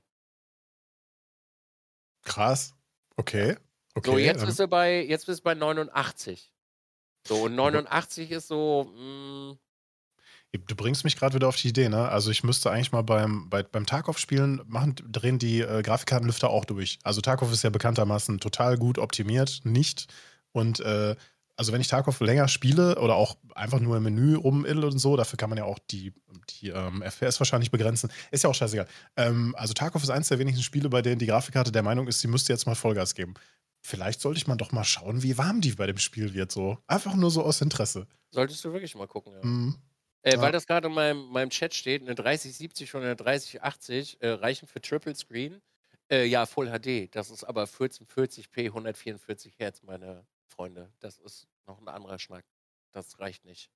Krass. Okay. Okay. So, jetzt ähm, bist du bei, jetzt bist du bei neunundachtzig. So, und neunundachtzig ist so, mh, Du bringst mich gerade wieder auf die Idee, ne? Also ich müsste eigentlich mal beim, bei, beim Tarkov-Spielen machen, drehen die äh, Grafikkartenlüfter auch durch. Also Tarkov ist ja bekanntermaßen total gut optimiert, nicht. Und äh, also wenn ich Tarkov länger spiele oder auch einfach nur im Menü rumill und so, dafür kann man ja auch die, die ähm, F P S wahrscheinlich begrenzen. Ist ja auch scheißegal. Ähm, also Tarkov ist eins der wenigen Spiele, bei denen die Grafikkarte der Meinung ist, sie müsste jetzt mal Vollgas geben. Vielleicht sollte ich mal doch mal schauen, wie warm die bei dem Spiel wird, so. Einfach nur so aus Interesse. Solltest du wirklich mal gucken, ja. Mhm. Äh, weil Ja. das gerade in meinem, meinem Chat steht, eine dreißig siebzig und eine dreißig achtzig äh, reichen für Triple Screen. Äh, ja, Full H D. Das ist aber vierzehnhundertvierzig p, hundertvierundvierzig Hertz, meine Freunde. Das ist noch ein anderer Schnack. Das reicht nicht.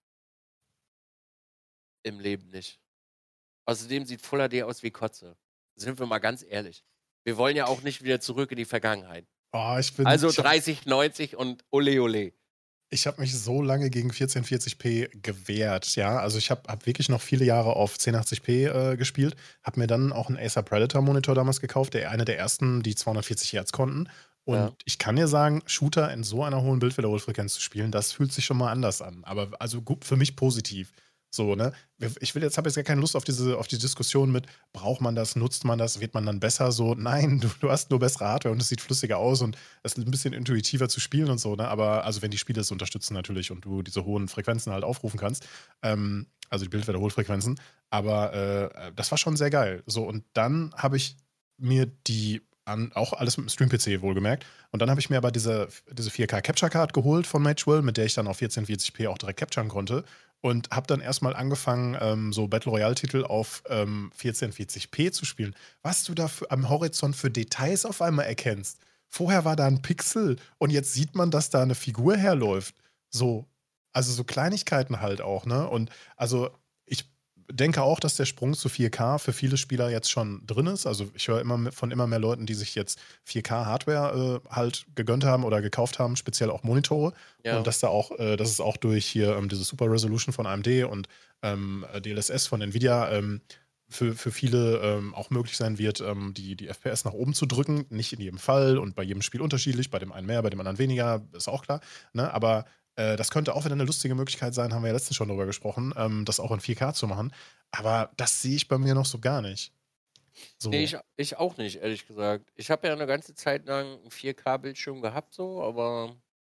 Im Leben nicht. Außerdem sieht Full H D aus wie Kotze. Sind wir mal ganz ehrlich. Wir wollen ja auch nicht wieder zurück in die Vergangenheit. Oh, ich bin. Also ich hab, dreißig neunzig und ole ole. Ich habe mich so lange gegen vierzehn vierzig p gewehrt, ja. Also ich habe hab wirklich noch viele Jahre auf zehn achtzig p äh, gespielt, habe mir dann auch einen Acer Predator Monitor damals gekauft, der einer der ersten, die zweihundertvierzig Hertz konnten. Und Ja. ich kann dir sagen, Shooter in so einer hohen Bildwiederholfrequenz zu spielen, das fühlt sich schon mal anders an. Aber also gut, für mich positiv. So, ne? Ich will jetzt, habe jetzt gar keine Lust auf diese, auf die Diskussion mit, braucht man das, nutzt man das, wird man dann besser? So, nein, du, du hast nur bessere Hardware und es sieht flüssiger aus und es ist ein bisschen intuitiver zu spielen und so, ne? Aber also wenn die Spiele es unterstützen natürlich und du diese hohen Frequenzen halt aufrufen kannst, ähm, also die Bildwiederholfrequenzen, aber äh, das war schon sehr geil. So, und dann habe ich mir die an, auch alles mit dem Stream-P C wohlgemerkt. Und dann habe ich mir aber diese, diese vier K Capture Card geholt von Magewell, mit der ich dann auf vierzehn vierzig p auch direkt capturen konnte. Und habe dann erstmal angefangen, ähm, so Battle Royale-Titel auf ähm, vierzehn vierzig p zu spielen. Was du da für, am Horizont für Details auf einmal erkennst. Vorher war da ein Pixel und jetzt sieht man, dass da eine Figur herläuft. So, also so Kleinigkeiten halt auch, ne? Und also ich denke auch, dass der Sprung zu vier K für viele Spieler jetzt schon drin ist. Also ich höre immer me- von immer mehr Leuten, die sich jetzt vier K Hardware äh, halt gegönnt haben oder gekauft haben, speziell auch Monitore. Und Ja. dass da auch, äh, dass es auch durch hier ähm, diese Super Resolution von A M D und ähm, D L S S von Nvidia ähm, für, für viele ähm, auch möglich sein wird, ähm, die, die F P S nach oben zu drücken. Nicht in jedem Fall und bei jedem Spiel unterschiedlich, bei dem einen mehr, bei dem anderen weniger, ist auch klar. Ne? Aber äh, das könnte auch wieder eine lustige Möglichkeit sein, haben wir ja letztens schon drüber gesprochen, ähm, das auch in vier K zu machen. Aber das sehe ich bei mir noch so gar nicht. Nee, So, ich, ich auch nicht, ehrlich gesagt. Ich habe ja eine ganze Zeit lang einen vier K Bildschirm gehabt, so, aber.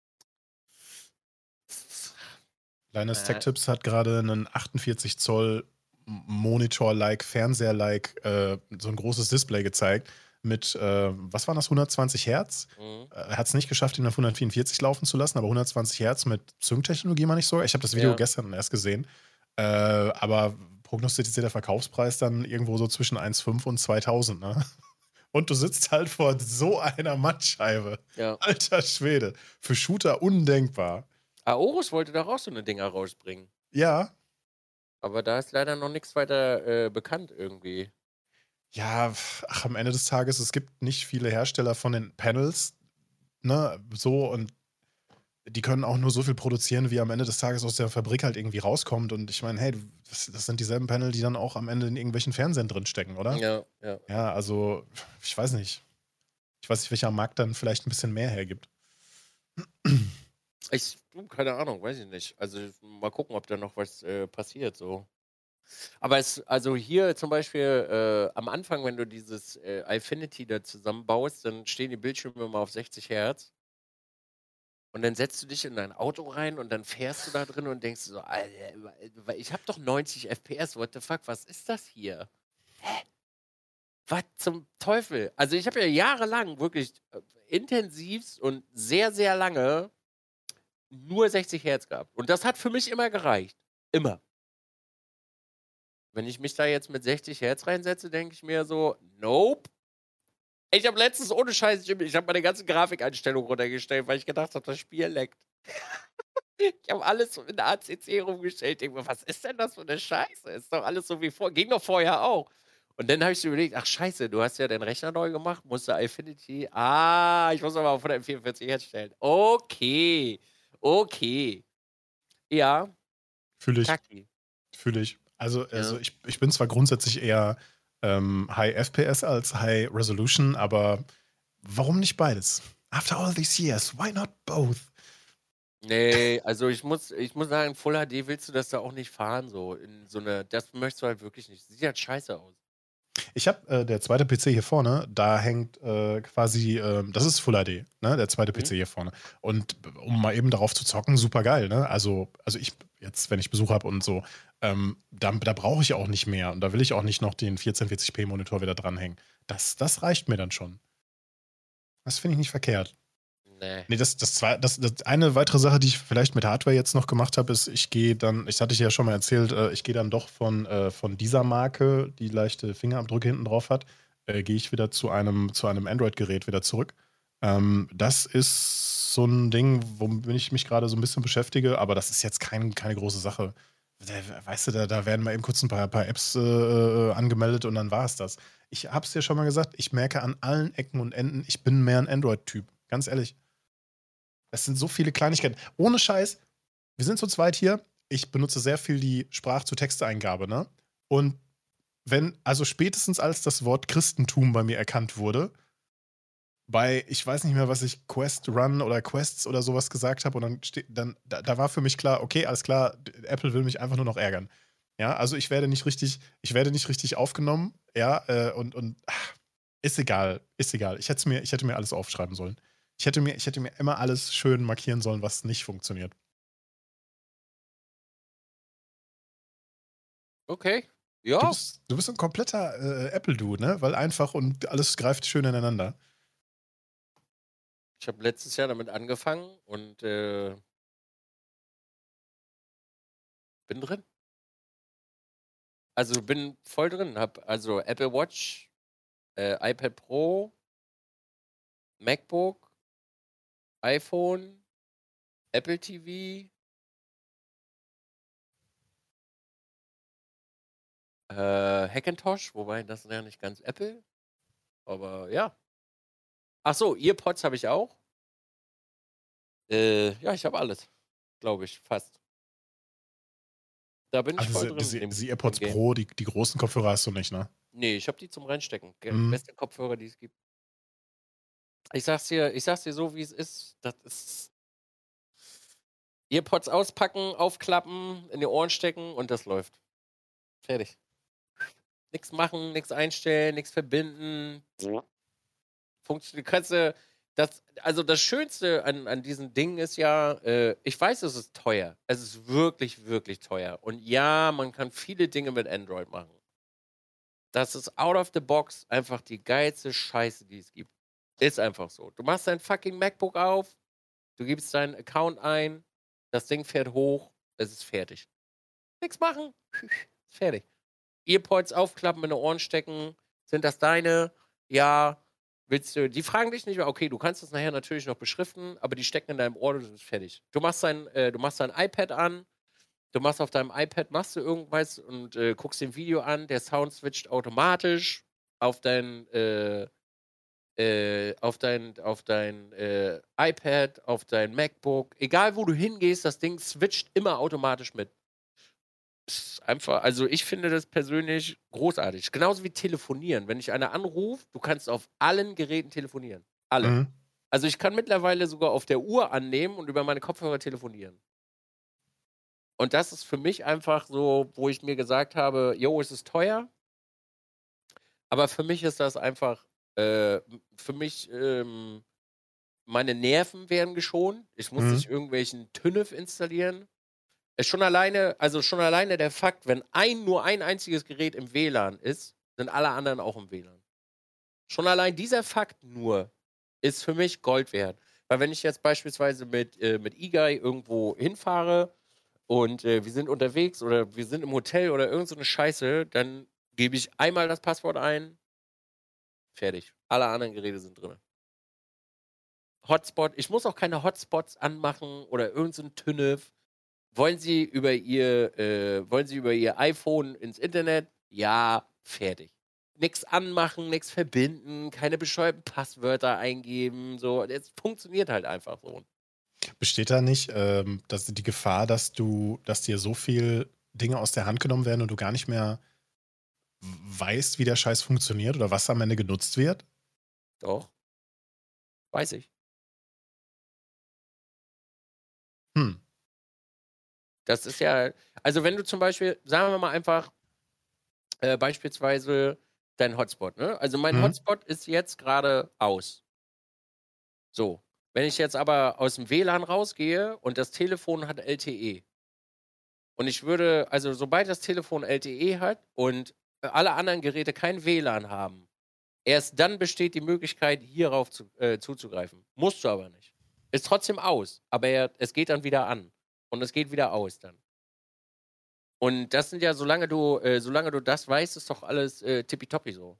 Linus Tech Äh, Tips hat gerade einen achtundvierzig Zoll Monitor-like, Fernseher-like, äh, so ein großes Display gezeigt mit, äh, was waren das, hundertzwanzig Hertz? mhm. Äh, Er hat es nicht geschafft, ihn auf hundertvierundvierzig laufen zu lassen, aber hundertzwanzig Hertz mit Sync-Technologie, meine ich sogar. Ich habe das Video Ja. gestern erst gesehen. Äh, aber prognostiziert der Verkaufspreis dann irgendwo so zwischen eins Komma fünf und zweitausend, ne? Und du sitzt halt vor so einer Mattscheibe. Ja. Alter Schwede. Für Shooter undenkbar. Aorus wollte doch auch so eine Dinger rausbringen. Ja, Aber da ist leider noch nichts weiter äh, bekannt irgendwie. ja, ach, am Ende des Tages, es gibt nicht viele Hersteller von den Panels, ne, so und die können auch nur so viel produzieren, wie am Ende des Tages aus der Fabrik halt irgendwie rauskommt. Und ich meine, hey, du- das, das sind dieselben Panel, die dann auch am Ende in irgendwelchen Fernsehern drinstecken, oder? Ja, ja. Ja, also, ich weiß nicht. Ich weiß nicht, welcher Markt dann vielleicht ein bisschen mehr hergibt. Ich, du, keine Ahnung, weiß ich nicht. Also mal gucken, ob da noch was äh, passiert so. Aber es, also hier zum Beispiel äh, am Anfang, wenn du dieses äh, Infinity da zusammenbaust, dann stehen die Bildschirme immer auf sechzig Hertz. Und dann setzt du dich in dein Auto rein und dann fährst du da drin und denkst so, Alter, ich habe doch neunzig F P S, what the fuck, was ist das hier? Hä? Was zum Teufel? Also ich habe ja jahrelang wirklich äh, intensivst und sehr, sehr lange nur sechzig Hertz gehabt. Und das hat für mich immer gereicht. Immer. Wenn ich mich da jetzt mit sechzig Hertz reinsetze, denke ich mir so, nope. Ich habe letztens ohne Scheiß, Jimmy, ich habe meine ganze Grafikeinstellung runtergestellt, weil ich gedacht habe, das Spiel leckt. Ich habe alles in A C C rumgestellt. Denke mir, was ist denn das für eine Scheiße? Ist doch alles so wie vor. Ging doch vorher auch. Und dann habe ich überlegt, ach scheiße, du hast ja den Rechner neu gemacht, musste Infinity. Ah, ich muss aber auf hundertvierundvierzig Hertz stellen. Okay. Okay. Ja, Fühle ich. kacki. Fühle ich. Also, also Ja. ich, ich bin zwar grundsätzlich eher ähm, High F P S als High Resolution, aber warum nicht beides? After all these years, why not both? Nee, also ich muss, ich muss sagen, Full H D willst du das da auch nicht fahren, so. In so eine, das möchtest du halt wirklich nicht. Sieht halt scheiße aus. Ich habe äh, der zweite P C hier vorne, da hängt äh, quasi, ähm, das ist Full H D, ne, der zweite Mhm. P C hier vorne. Und b um mal eben darauf zu zocken, super geil, ne? Also also ich jetzt, wenn ich Besuch habe und so, ähm, da da brauche ich auch nicht mehr und da will ich auch nicht noch den vierzehn vierzig p Monitor wieder dranhängen. Das das reicht mir dann schon. Das finde ich nicht verkehrt. Ne. Ne, das das zwei das das eine weitere Sache, die ich vielleicht mit Hardware jetzt noch gemacht habe, ist, ich gehe dann ich hatte ich ja schon mal erzählt, äh, ich gehe dann doch von äh, von dieser Marke, die leichte Fingerabdrücke hinten drauf hat, äh, gehe ich wieder zu einem zu einem Android-Gerät wieder zurück. Ähm, das ist so 'n Ding, womit ich mich grade so 'n bisschen beschäftige, aber das ist jetzt kein keine große Sache. Da weißt du, da da werden mal eben kurz 'n paar paar Apps, äh, äh, angemeldet und dann war's das. Ich habe es dir schon mal gesagt, ich merke an allen Ecken und Enden, ich bin mehr 'n Android-Typ, ganz ehrlich. Es sind so viele Kleinigkeiten. Ohne Scheiß, wir sind zu zweit hier. Ich benutze sehr viel die Sprach-zu-Text-Eingabe, ne? Und wenn also spätestens als das Wort Christentum bei mir erkannt wurde bei ich weiß nicht mehr, was ich Quest Run oder Quests oder so was gesagt habe und dann ste dann da da war für mich klar: „Okay, alles klar, d Apple will mich einfach nur noch ärgern.“ Ja, also ich werde nicht richtig ich werde nicht richtig aufgenommen, ja, äh, und und ist egal, ist egal. Ich hätte es mir ich hätte mir alles aufschreiben sollen. Ich hätte mir ich hätte mir immer alles schön markieren sollen, was nicht funktioniert. Okay, Du ja. bist du bist so 'n kompletter, äh, Apple-Dude, ne? Weil einfach und alles greift schön ineinander. Ich habe letztes Jahr damit angefangen und, äh bin drin. Also, bin voll drin, habe also Apple Watch, äh, iPad Pro MacBook iPhone, Apple TV äh, Hackintosh, wobei das ist ja nicht ganz Apple, aber ja. Ach so, EarPods habe ich auch. Äh, ja, ich habe alles, glaube ich, fast. Da bin ich Also, voll diese drin in diese dem diese in dem AirPods Game. Pro, die die großen Kopfhörer hast du nicht, ne? Ne, ich habe die zum Reinstecken. Ge Mhm. beste Kopfhörer, die es gibt. Ich sage es dir ich sage es dir so, wie es ist. Das ist EarPods auspacken, aufklappen, in die Ohren stecken und das läuft. Fertig. Nix machen, nix einstellen, nix verbinden. Funktio kannst du das also, das Schönste an an diesen Dingen ist ja, äh ich weiß, es ist teuer. Es ist wirklich, wirklich teuer. Und ja, man kann viele Dinge mit Android machen. Das ist out of the box einfach die geilste Scheiße, die es gibt. Ist einfach so. Du machst dein fucking MacBook auf, du gibst deinen Account ein, das Ding fährt hoch, es ist fertig. Nix machen, ist fertig. EarPods aufklappen, in die Ohren stecken. Sind das deine? Ja. Willst du die fragen dich nicht mehr okay, du kannst das nachher natürlich noch beschriften, aber die stecken in deinem Ohr, du bist fertig. Du machst dein äh, du machst dein iPad an, du machst auf deinem iPad machst du irgendwas und, äh, guckst dir 'n Video an, der Sound switcht automatisch auf dein, äh äh, auf dein auf dein, äh, iPad, auf dein MacBook. Egal, wo du hingehst, das Ding switcht immer automatisch mit. Ist einfach also, ich finde das persönlich großartig. Genauso wie telefonieren. Wenn dich einer anruft, du kannst auf allen Geräten telefonieren. Alle. Mhm. Also, ich kann mittlerweile sogar auf der Uhr annehmen und über meine Kopfhörer telefonieren. Und das ist für mich einfach so, wo ich mir gesagt habe: „Jo, es ist teuer“ aber für mich ist das einfach, äh m für mich, ähm meine Nerven werden geschont. Ich muss Mhm. nicht irgendwelchen TÜNEF installieren. Äh, schon alleine also, schon alleine der Fakt, wenn ein nur ein einziges Gerät im WLAN ist, sind alle anderen auch im WLAN. Schon allein dieser Fakt nur ist für mich Gold wert. Weil wenn ich jetzt beispielsweise mit äh, mit eGuy irgendwo hinfahre und, äh, wir sind unterwegs oder wir sind im Hotel oder irgend so 'ne Scheiße, dann gebe ich einmal das Passwort ein fertig. Alle anderen Geräte sind drinnen. Hotspot ich muss auch keine Hotspots anmachen oder irgend so 'n TÜNEF. Wollen Sie über Ihr äh, wollen Sie über Ihr iPhone ins Internet? Ja, fertig. Nix anmachen, nix verbinden, keine bescheuerten Passwörter eingeben, so. Es funktioniert halt einfach so. Besteht da nicht, ähm, dass die Gefahr, dass du dass dir so viel Dinge aus der Hand genommen werden und du gar nicht mehr w weißt, wie der Scheiß funktioniert oder was am Ende genutzt wird? Doch. Weiß ich. Hm. Das ist ja also, wenn du zum Beispiel sagen wir mal einfach äh, beispielsweise dein Hotspot, ne? Also, mein Mhm. Hotspot ist jetzt gerade aus. So. Wenn ich jetzt aber aus'm W L A N rausgehe und das Telefon hat L T E und ich würde also, sobald das Telefon L T E hat und, äh, alle anderen Geräte kein W L A N haben, erst dann besteht die Möglichkeit, hierauf zu äh, zuzugreifen. Musst du aber nicht. Ist trotzdem aus, aber er es geht dann wieder an und es geht wieder aus dann. Und das sind ja solange du äh, solange du das weißt, ist doch alles, äh, tippitoppi so.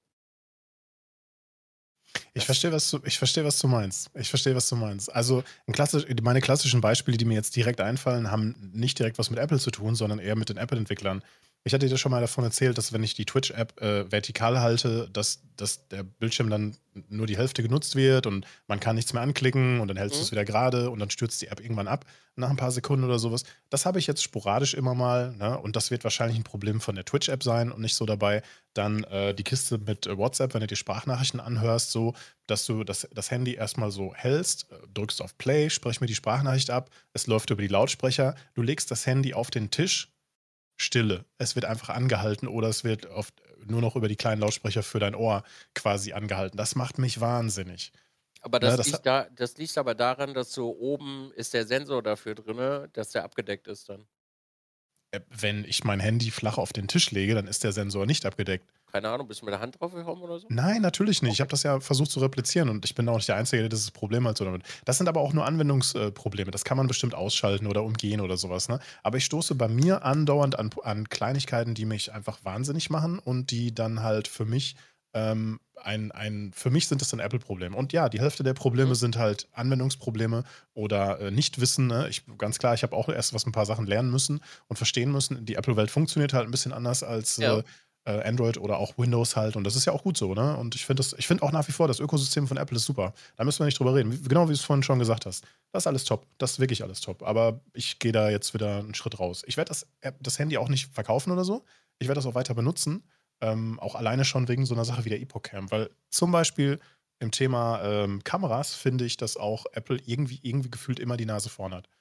Ich Das verstehe, was du ich verstehe, was du meinst. Ich verstehe, was du meinst. Also, 'n klassisch meine klassischen Beispiele, die mir jetzt direkt einfallen, haben nicht direkt was mit Apple zu tun, sondern eher mit den Apple-Entwicklern. Ich hatte dir schon mal davon erzählt, dass wenn ich die Twitch-App, äh, vertikal halte, dass dass der Bildschirm dann n nur die Hälfte genutzt wird und man kann nichts mehr anklicken und dann hältst Mhm. du's wieder gerade und dann stürzt die App irgendwann ab nach 'n paar Sekunden oder so was. Das habe ich jetzt sporadisch immer mal, ne, und das wird wahrscheinlich 'n Problem von der Twitch-App sein und nicht so dabei. Dann, äh, die Kiste mit, äh, WhatsApp, wenn du dir Sprachnachrichten anhörst, so, dass du das das Handy erst mal so hältst, äh, drückst auf Play, sprich mir die Sprachnachricht ab, es läuft über die Lautsprecher. Du legst das Handy auf den Tisch, Stille. Es wird einfach angehalten oder es wird oft nur noch über die kleinen Lautsprecher für dein Ohr quasi angehalten. Das macht mich wahnsinnig. Aber Ne, das das ha liegt da das liegt aber daran, dass so oben ist der Sensor dafür drinne, dass der abgedeckt ist dann. Äh, wenn ich mein Handy flach auf den Tisch lege, dann ist der Sensor nicht abgedeckt. Keine Ahnung, bist du mit der Hand drauf gekommen oder so? Nein, natürlich nicht. Ich Okay. habe das ja versucht zu replizieren und ich bin auch nicht der Einzige, der dieses Problem hat so damit. Das sind aber auch nur Anwendungs äh, Probleme. Das kann man bestimmt ausschalten oder umgehen oder so was, ne? Aber ich stoße bei mir andauernd an P an Kleinigkeiten, die mich einfach wahnsinnig machen und die dann halt für mich, ähm, ein ein für mich sind das dann Apple-Probleme. Und ja, die Hälfte der Probleme Mhm. sind halt Anwendungsprobleme oder, äh, Nichtwissen, ne? Ich ganz klar, ich habe auch erst was 'n paar Sachen lernen müssen und verstehen müssen. Die Apple-Welt funktioniert halt 'n bisschen anders als, Ja. äh, äh, Android oder auch Windows halt und das ist ja auch gut so, ne? Und ich finde das ich finde auch nach wie vor, das Ökosystem von Apple ist super. Da müssen wir nicht drüber reden. W genau wie du's vorhin schon gesagt hast. Das ist alles top. Das ist wirklich alles top. Aber ich gehe da jetzt wieder 'n Schritt raus. Ich werde das App das Handy auch nicht verkaufen oder so. Ich werde das auch weiter benutzen, ähm, auch alleine schon wegen so 'ner Sache wie der EpocCam, weil zum Beispiel im Thema, ähm, Kameras finde ich, dass auch Apple irgendwie irgendwie gefühlt immer die Nase vorn hat.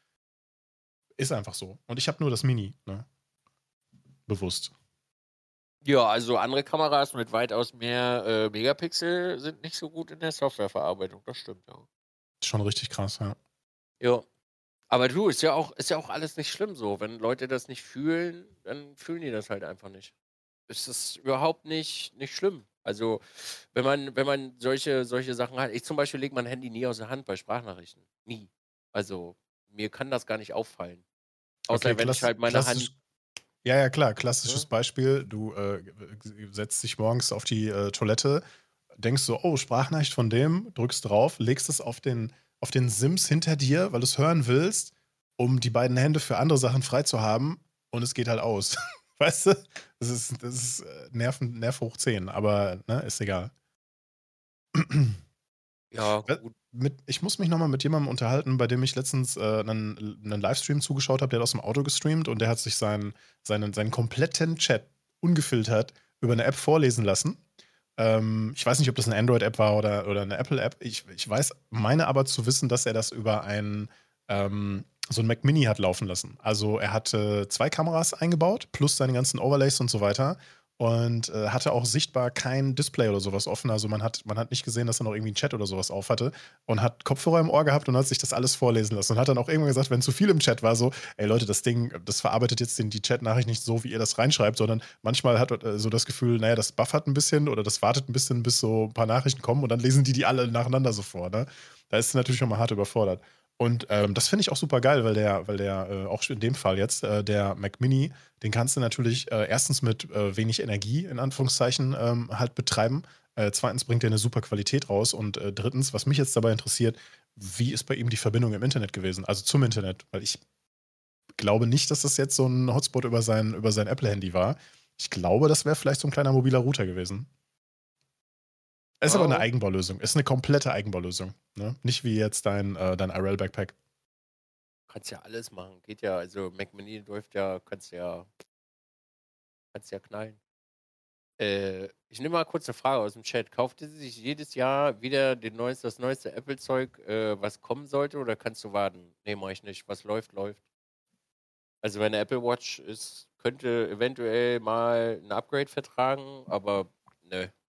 Ist einfach so. Und ich habe nur das Mini, ne? Bewusst. Ja, also, andere Kameras mit weitaus mehr, äh, Megapixel sind nicht so gut in der Softwareverarbeitung. Das stimmt, ja. Schon richtig krass, ja. Ja. Aber du, ist ja auch ist ja auch alles nicht schlimm so. Wenn Leute das nicht fühlen, dann fühlen die das halt einfach nicht. Es ist überhaupt nicht nicht schlimm. Also, wenn man wenn man solche solche Sachen hat ich zum Beispiel lege mein Handy nie aus der Hand bei Sprachnachrichten. Nie. Also, mir kann das gar nicht auffallen. Okay, Außer wenn ich klass halt meine klassisch Hand ja, ja, klar, klassisches ne? Beispiel. Du, äh, g setzt dich morgens auf die, äh, Toilette, denkst so: „Oh, Sprachnachricht von dem“, drückst drauf, legst es auf den auf den Sims hinter dir, weil du's hören willst, um die beiden Hände für andere Sachen frei zu haben und es geht halt aus. Weißt du? Das ist das ist, äh, Nerven Nerv hoch zehn, aber, ne, ist egal. Ja, Äh, gut. mit ich muss mich noch mal mit jemandem unterhalten, bei dem ich letztens, äh, 'nen L 'nen Livestream zugeschaut habe, der hat aus'm Auto gestreamt und der hat sich seinen seinen seinen kompletten Chat ungefiltert über 'ne App vorlesen lassen. Ähm, ich weiß nicht, ob das 'ne Android-App war oder oder 'ne Apple-App. Ich ich weiß meine aber zu wissen, dass er das über ein, ähm so 'n Mac Mini hat laufen lassen. Also, er hatte zwei Kameras eingebaut plus seine ganzen Overlays und so weiter und, äh, hatte auch sichtbar kein Display oder so was offen. Also, man hat man hat nicht gesehen, dass er noch irgendwie 'n Chat oder so was auf hatte und hat Kopfhörer im Ohr gehabt und hat sich das alles vorlesen lassen und hat dann auch irgendwann gesagt, wenn zu viel im Chat war, so: „Ey Leute, das Ding, das verarbeitet jetzt den die Chatnachricht nicht so, wie ihr das reinschreibt, sondern manchmal hat er so das Gefühl, na ja, das buffert 'n bisschen oder das wartet 'n bisschen, bis so 'n paar Nachrichten kommen und dann lesen die die alle nacheinander so vor“, ne? Da ist er natürlich schon mal hart überfordert. Und, ähm, das finde ich auch supergeil, weil der weil der, äh, auch sch in dem Fall jetzt, äh, der Mac Mini, den kannst du natürlich, äh, erstens mit, äh, wenig Energie in Anführungszeichen, ähm, halt betreiben. Äh, zweitens bringt der 'ne super Qualität raus und, äh, drittens, was mich jetzt dabei interessiert, wie ist bei ihm die Verbindung im Internet gewesen, also, zum Internet? Weil ich glaube nicht, dass das jetzt so 'n Hotspot über sein über sein Apple-Handy war. Ich glaube, das wäre vielleicht so 'n kleiner mobiler Router gewesen. Ist aber 'ne Oh. Eigenbaulösung. Ist 'ne komplette Eigenbaulösung, ne? Nicht wie jetzt dein, äh dein Irel-Backpack. Kannst ja alles machen. Geht ja. Also, Mac Mini läuft ja kannst ja kannst ja knallen. Äh, ich nehme mal kurz 'ne Frage aus'm Chat. Kauft ihr sich jedes Jahr wieder den neues das neueste Apple-Zeug, äh, was kommen sollte, oder kannst du warten? Ne, mache ich nicht. Was läuft, läuft. Also, meine Apple Watch ist könnte eventuell mal 'n Upgrade vertragen, aber ne.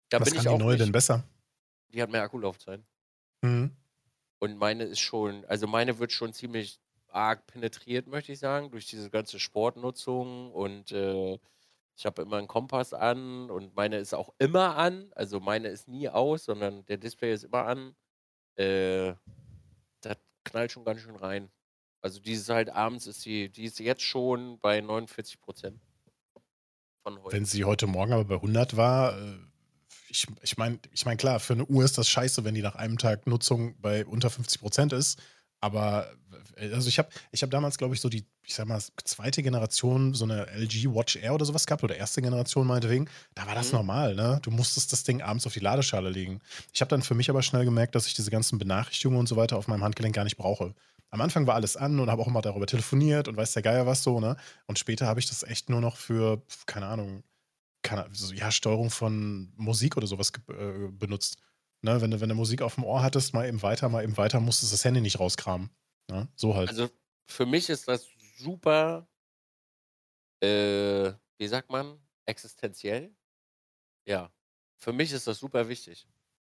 Da Was bin kann ich die auch neue denn nicht besser? die hat mehr Akkulaufzeit. Mhm. Und meine ist schon also meine wird schon ziemlich arg penetriert, möchte ich sagen, durch diese ganze Sportnutzung und, äh, ich habe immer 'n Kompass an und meine ist auch immer an. Also, meine ist nie aus, sondern der Display ist immer an. Äh, das knallt schon ganz schön rein. Also, die ist halt abends ist die die ist jetzt schon bei neunundvierzig Prozent von heute. Wenn sie heute Morgen aber bei hundert war, äh, ich ich meine ich meine, klar, für 'ne Uhr ist das scheiße, wenn die nach einem Tag Nutzung bei unter fünfzig Prozent ist, aber w also, ich habe ich habe damals, glaube ich, so die, ich sage mal, zweite Generation, so 'ne L G Watch Air oder so was gehabt oder erste Generation meinetwegen. Da war das Mhm. normal, ne? Du musstest das Ding abends auf die Ladeschale legen. Ich habe dann für mich aber schnell gemerkt, dass ich diese ganzen Benachrichtigungen und so weiter auf meinem Handgelenk gar nicht brauche. Am Anfang war alles an und habe auch immer darüber telefoniert und weiß der Geier was so, ne? Und später habe ich das echt nur noch für, keine Ahnung, keine so, ja, Steuerung von Musik oder so was geb äh, benutzt. Ne, wenn du wenn du Musik aufm Ohr hattest, mal eben weiter, mal eben weiter, musstest das Handy nicht rauskramen, ne? So halt. Also, für mich ist das super äh, wie sagt man, existenziell? Ja. Für mich ist das super wichtig.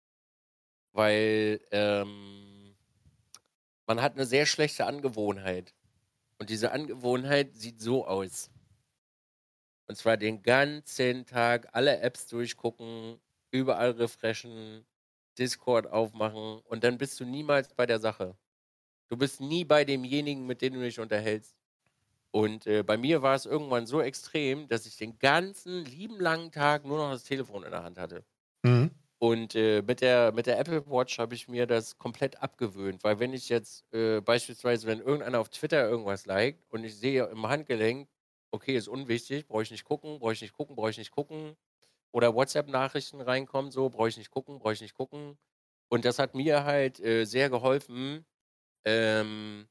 Weil, ähm man hat 'ne sehr schlechte Angewohnheit. Und diese Angewohnheit sieht so aus. Und zwar den ganzen Tag alle Apps durchgucken, überall refreshen, Discord aufmachen und dann bist du niemals bei der Sache. Du bist nie bei demjenigen, mit dem du dich unterhältst. Und, äh, bei mir war es irgendwann so extrem, dass ich den ganzen lieben langen Tag nur noch das Telefon in der Hand hatte. Mhm. Und, äh, mit der mit der Apple Watch habe ich mir das komplett abgewöhnt, weil wenn ich jetzt, äh, beispielsweise wenn irgendeiner auf Twitter irgendwas liked und ich sehe im Handgelenk, okay, ist unwichtig, brauche ich nicht gucken, brauche ich nicht gucken, brauche ich nicht gucken. Oder WhatsApp-Nachrichten reinkommen so, brauche ich nicht gucken, brauche ich nicht gucken. Und das hat mir halt, äh, sehr geholfen, ähm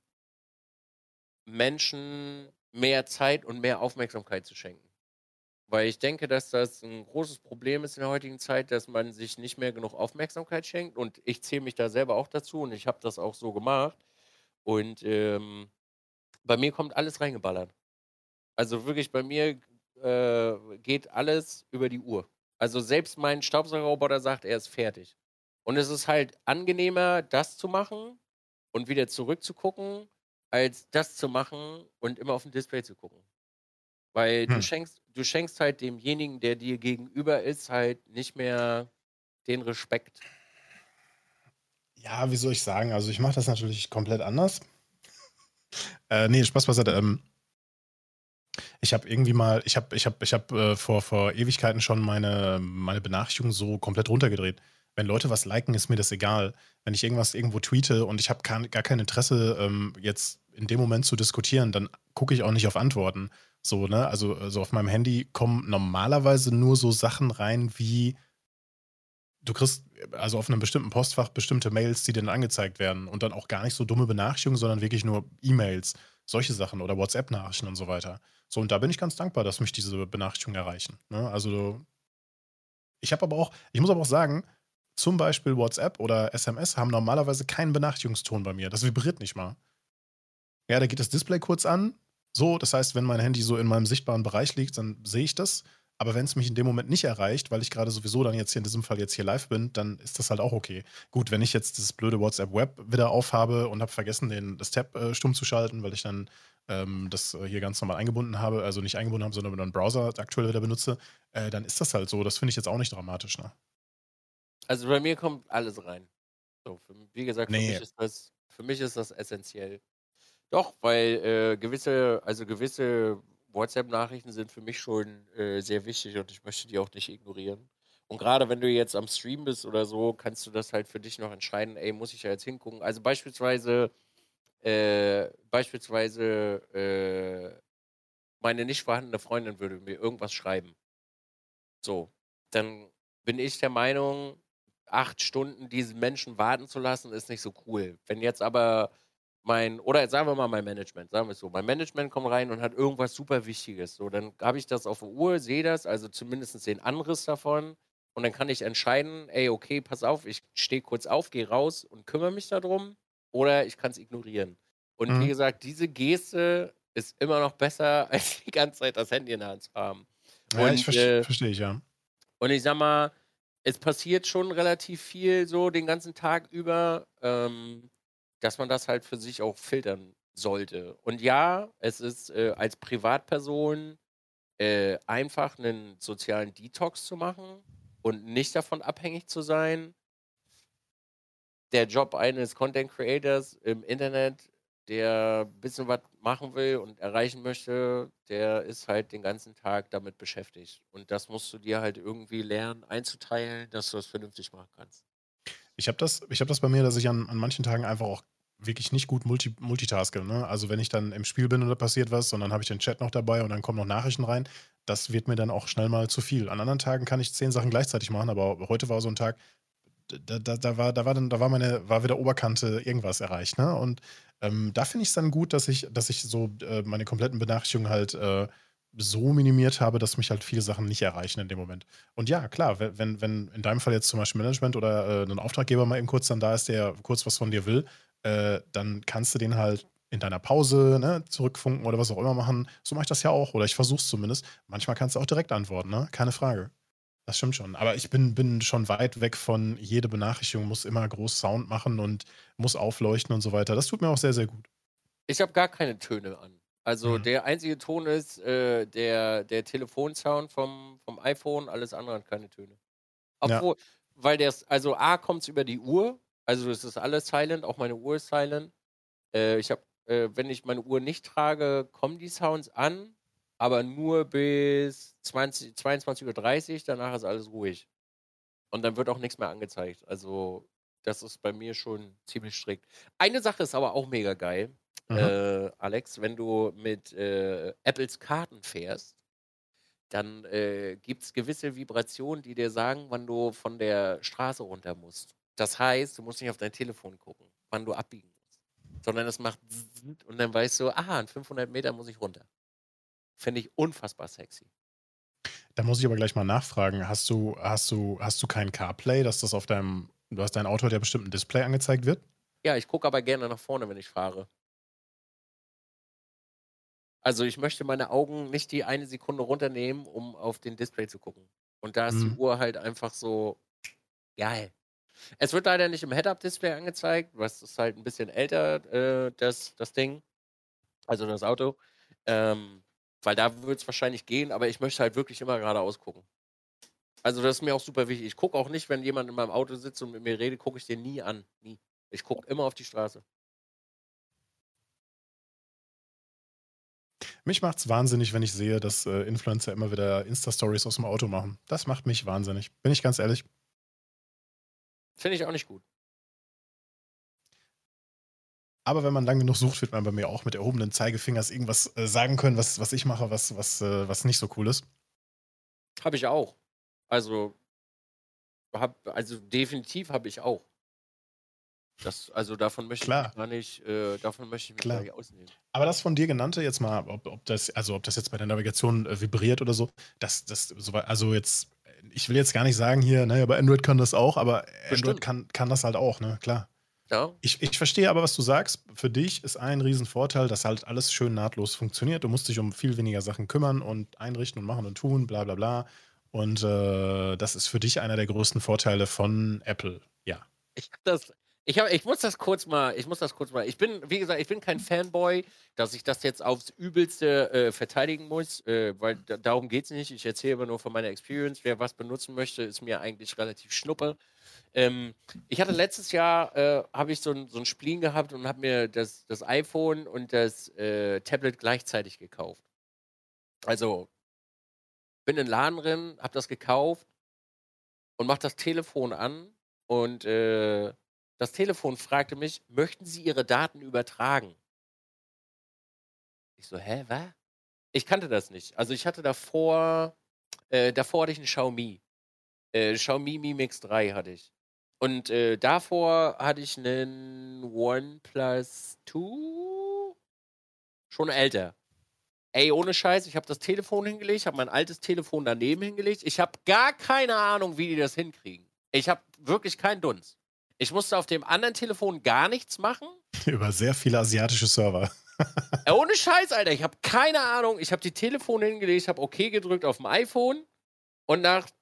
Menschen mehr Zeit und mehr Aufmerksamkeit zu schenken. Weil ich denke, dass das 'n großes Problem ist in der heutigen Zeit, dass man sich nicht mehr genug Aufmerksamkeit schenkt und ich zähle mich da selber auch dazu und ich habe das auch so gemacht. Und, ähm, bei mir kommt alles reingeballert. Also, wirklich bei mir, äh, geht alles über die Uhr. Also, selbst mein Staubsaugerroboter sagt, er ist fertig. Und es ist halt angenehmer, das zu machen und wieder zurückzugucken, als das zu machen und immer aufm Display zu gucken. Weil du Hm. schenkst du schenkst halt demjenigen, der dir gegenüber ist, halt nicht mehr den Respekt. Ja, wie soll ich sagen? Also, ich mache das natürlich komplett anders. Äh, ne, Spaß beiseite, ähm ich habe irgendwie mal ich habe ich habe ich habe, äh, vor vor Ewigkeiten schon meine meine Benachrichtigungen so komplett runtergedreht. Wenn Leute was liken, ist mir das egal. Wenn ich irgendwas irgendwo tweete und ich habe kann gar kein Interesse, ähm, jetzt in dem Moment zu diskutieren, dann gucke ich auch nicht auf Antworten. So, ne? Also also, auf meinem Handy kommen normalerweise nur so Sachen rein wie du kriegst, also, auf 'nem bestimmten Postfach bestimmte Mails, die dir dann angezeigt werden und dann auch gar nicht so dumme Benachrichtigungen, sondern wirklich nur E-Mails, solche Sachen oder WhatsApp-Nachrichten und so weiter. So, und da bin ich ganz dankbar, dass mich diese Benachrichtigungen erreichen, ne? Also ich habe aber auch ich muss aber auch sagen, zum Beispiel WhatsApp oder S M S haben normalerweise keinen Benachrichtigungston bei mir. Das vibriert nicht mal. Ja, da geht das Display kurz an, so. Das heißt, wenn mein Handy so in meinem sichtbaren Bereich liegt, dann sehe ich das. Aber wenn's mich in dem Moment nicht erreicht, weil ich grade sowieso dann jetzt hier in diesem Fall jetzt hier live bin, dann ist das halt auch okay. Gut, wenn ich jetzt dieses blöde WhatsApp Web wieder aufhabe und habe vergessen, den das Tab, äh, stumm zu schalten, weil ich dann, ähm, das, äh, hier ganz normal eingebunden habe also, nicht eingebunden habe, sondern über 'nen Browser aktuell wieder benutze, äh, dann ist das halt so. Das finde ich jetzt auch nicht dramatisch, ne? Also, bei mir kommt alles rein. So, für wie gesagt, für mich Ne. ist das für mich ist das essenziell. Doch, weil, äh, gewisse also, gewisse WhatsApp-Nachrichten sind für mich schon, äh, sehr wichtig und ich möchte die auch nicht ignorieren. Und grade wenn du jetzt am Stream bist oder so, kannst du das halt für dich noch entscheiden: „Ey, muss ich da jetzt hingucken?“ Also, beispielsweise äh, beispielsweise, äh, meine nicht vorhandene Freundin würde mir irgendwas schreiben. So, dann bin ich der Meinung, acht Stunden diesen Menschen warten zu lassen, ist nicht so cool. Wenn jetzt aber mein oder sagen wir mal mein Management, sagen wir's so. Mein Management kommt rein und hat irgendwas super Wichtiges, so, dann habe ich das auf der Uhr, sehe das, also, zumindest den Anriss davon und dann kann ich entscheiden: „Ey, okay, pass auf, ich stehe kurz auf, gehe raus und kümmere mich da drum“, oder ich kann's ignorieren. Und wie Mhm. gesagt, diese Geste ist immer noch besser, als die ganze Zeit das Handy in der Hand zu haben. Ja, ich Und, verst äh verstehe ich, ja. und ich sage mal es passiert schon relativ viel so den ganzen Tag über, ähm, dass man das halt für sich auch filtern sollte. Und ja, es ist, äh, als Privatperson, äh, einfach 'nen sozialen Detox zu machen und nicht davon abhängig zu sein. Der Job eines Content Creators im Internet, der bisschen was machen will und erreichen möchte, der ist halt den ganzen Tag damit beschäftigt. Und das musst du dir halt irgendwie lernen einzuteilen, dass du das vernünftig machen kannst. Ich habe das ich habe das bei mir, dass ich an an manchen Tagen einfach auch wirklich nicht gut multi multitaske, ne? Also, wenn ich dann im Spiel bin und da passiert was und dann habe ich den Chat noch dabei und dann kommen noch Nachrichten rein, das wird mir dann auch schnell mal zu viel. An anderen Tagen kann ich zehn Sachen gleichzeitig machen, aber heute war so 'n Tag, da da da war da war dann da war meine war wieder Oberkante irgendwas erreicht, ne? Und, ähm, da finde ich's dann gut, dass ich dass ich so, äh, meine kompletten Benachrichtigungen halt, äh, so minimiert habe, dass mich halt viele Sachen nicht erreichen in dem Moment. Und ja, klar, we wenn wenn in deinem Fall jetzt zum Beispiel Management oder, äh, 'nen Auftraggeber mal eben kurz dann da ist, der kurz was von dir will, äh, dann kannst du den halt in deiner Pause, ne, zurückfunken oder was auch immer machen. So mache ich das ja auch oder ich versuche es zumindest. Manchmal kannst du auch direkt antworten, ne? Keine Frage. Das stimmt schon. Aber ich bin bin schon weit weg von jede Benachrichtigung muss immer groß Sound machen und muss aufleuchten und so weiter. Das tut mir auch sehr, sehr gut. Ich habe gar keine Töne an. Also, Mhm. der einzige Ton ist, äh, der der Telefonsound vom vom iPhone, alles andere hat keine Töne. Ja. Obwohl weil der's also, A, kommt's über die Uhr, also, es ist alles silent, auch meine Uhr ist silent. Äh, ich habe äh, wenn ich meine Uhr nicht trage, kommen die Sounds an, aber nur bis zwanzig zweiundzwanzig Uhr dreißig, danach ist alles ruhig. Und dann wird auch nix mehr angezeigt. Also, das ist bei mir schon ziemlich strikt. Eine Sache ist aber auch mega geil, Mhm. äh, Alex, wenn du mit, äh, Apples Karten fährst, dann, äh, gibt's gewisse Vibrationen, die dir sagen, wann du von der Straße runter musst. Das heißt, du musst nicht auf dein Telefon gucken, wann du abbiegen musst, sondern es macht und dann weißt du: „Aha, in fünfhundert Meter muss ich runter.“ Finde ich unfassbar sexy. Da muss ich aber gleich mal nachfragen. Hast du hast du hast du kein CarPlay, dass das auf deinem du hast dein Auto hat ja bestimmt 'n Display angezeigt wird? Ja, ich gucke aber gerne nach vorne, wenn ich fahre. Also, ich möchte meine Augen nicht die eine Sekunde runternehmen, um auf den Display zu gucken. Und da ist die Mhm. Uhr halt einfach so geil. Es wird leider nicht im Head-Up-Display angezeigt, was ist halt 'n bisschen älter, äh, das das Ding, also, das Auto. Ähm, weil da würde es wahrscheinlich gehen, aber ich möchte halt wirklich immer geradeaus gucken. Also, das ist mir auch super wichtig. Ich gucke auch nicht, wenn jemand in meinem Auto sitzt und mit mir redet, gucke ich den nie an, nie. Ich gucke immer auf die Straße. Mich macht's wahnsinnig, wenn ich sehe, dass, äh, Influencer immer wieder Insta-Stories aus'm Auto machen. Das macht mich wahnsinnig, bin ich ganz ehrlich. Finde ich auch nicht gut. Aber wenn man lang genug sucht, wird man bei mir auch mit erhobenen Zeigefingers irgendwas, äh, sagen können, was was ich mache, was was, äh was nicht so cool ist. Habe ich auch. Also habe also, definitiv habe ich auch. Das also, davon möchte ich mich Klar. gar nicht äh, davon möchte ich mich gar Klar. nicht ausnehmen. Aber das von dir genannte jetzt mal, ob ob das also, ob das jetzt bei der Navigation, äh, vibriert oder so, das das so wei also, jetzt ich will jetzt gar nicht sagen hier, ne, aber Android kann das auch, aber Android Bestimmt. kann kann das halt auch, ne, klar. Ja. Ich ich verstehe aber, was du sagst. Für dich ist ein Riesenvorteil, dass halt alles schön nahtlos funktioniert. Du musst dich um viel weniger Sachen kümmern und einrichten und machen und tun, bla bla bla. Und, äh, das ist für dich einer der größten Vorteile von Apple, ja. Ich habe das ich habe ich muss das kurz mal ich muss das kurz mal ich bin wie gesagt, ich bin kein Fanboy, dass ich das jetzt aufs Übelste, äh, verteidigen muss, äh, weil da darum geht's nicht. Ich erzähle immer nur von meiner Experience. Wer was benutzen möchte, ist mir eigentlich relativ schnuppe. Ähm, ich hatte letztes Jahr, äh habe ich so 'n so 'n Spleen gehabt und habe mir das das iPhone und das, äh, Tablet gleichzeitig gekauft. Also bin in 'n Laden drin, habe das gekauft und mache das Telefon an und, äh, das Telefon fragte mich: „Möchten Sie Ihre Daten übertragen?“ Ich so: „Hä, wa?“ Ich kannte das nicht. Also, ich hatte davor äh, davor hatte ich 'n Xiaomi. Äh, Xiaomi Mi Mix drei hatte ich. Und, äh, davor hatte ich 'nen OnePlus Two? Schon älter. Ey, ohne Scheiß, ich habe das Telefon hingelegt, habe mein altes Telefon daneben hingelegt. Ich habe gar keine Ahnung, wie die das hinkriegen. Ich habe wirklich keinen Dunst. Ich musste auf dem anderen Telefon gar nichts machen. Über sehr viele asiatische Server. Ey, ohne Scheiß, Alter, ich habe keine Ahnung. Ich habe die Telefone hingelegt, habe okay gedrückt auf'm iPhone und nach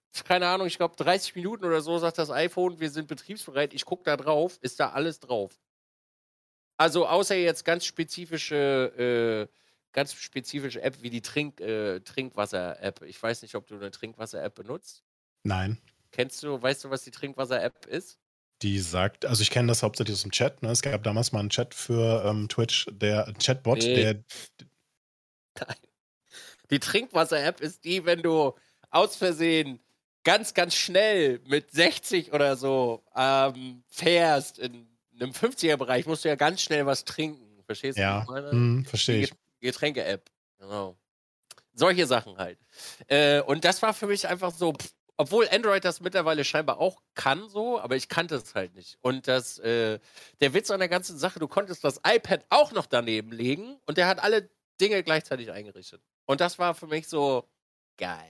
keine Ahnung, ich glaube dreißig Minuten oder so, sagt das iPhone, wir sind betriebsbereit. Ich gucke da drauf, ist da alles drauf. Also außer jetzt ganz spezifische, äh, ganz spezifische App wie die Trink, äh, Trinkwasser-App. Ich weiß nicht, ob du eine Trinkwasser-App benutzt. Nein. Kennst du, weißt du, was die Trinkwasser-App ist? Die sagt, also ich kenne das hauptsächlich aus dem Chat. Ne? Es gab damals mal einen Chat für ähm, Twitch, der ein Chatbot, Nee. der. Nein. Die Trinkwasser-App ist die, wenn du aus Versehen ganz, ganz schnell mit sechzig oder so ähm, fährst, in einem fünfziger-Bereich, musst du ja ganz schnell was trinken. Verstehst du, wie Ja, ich meine? hm, verstehe Die ich. Get- Getränke-App. Genau. Solche Sachen halt. Äh, und das war für mich einfach so, pff, obwohl Android das mittlerweile scheinbar auch kann, so, aber ich kannte es halt nicht. Und das, äh, der Witz an der ganzen Sache, du konntest das iPad auch noch daneben legen und der hat alle Dinge gleichzeitig eingerichtet. Und das war für mich so geil.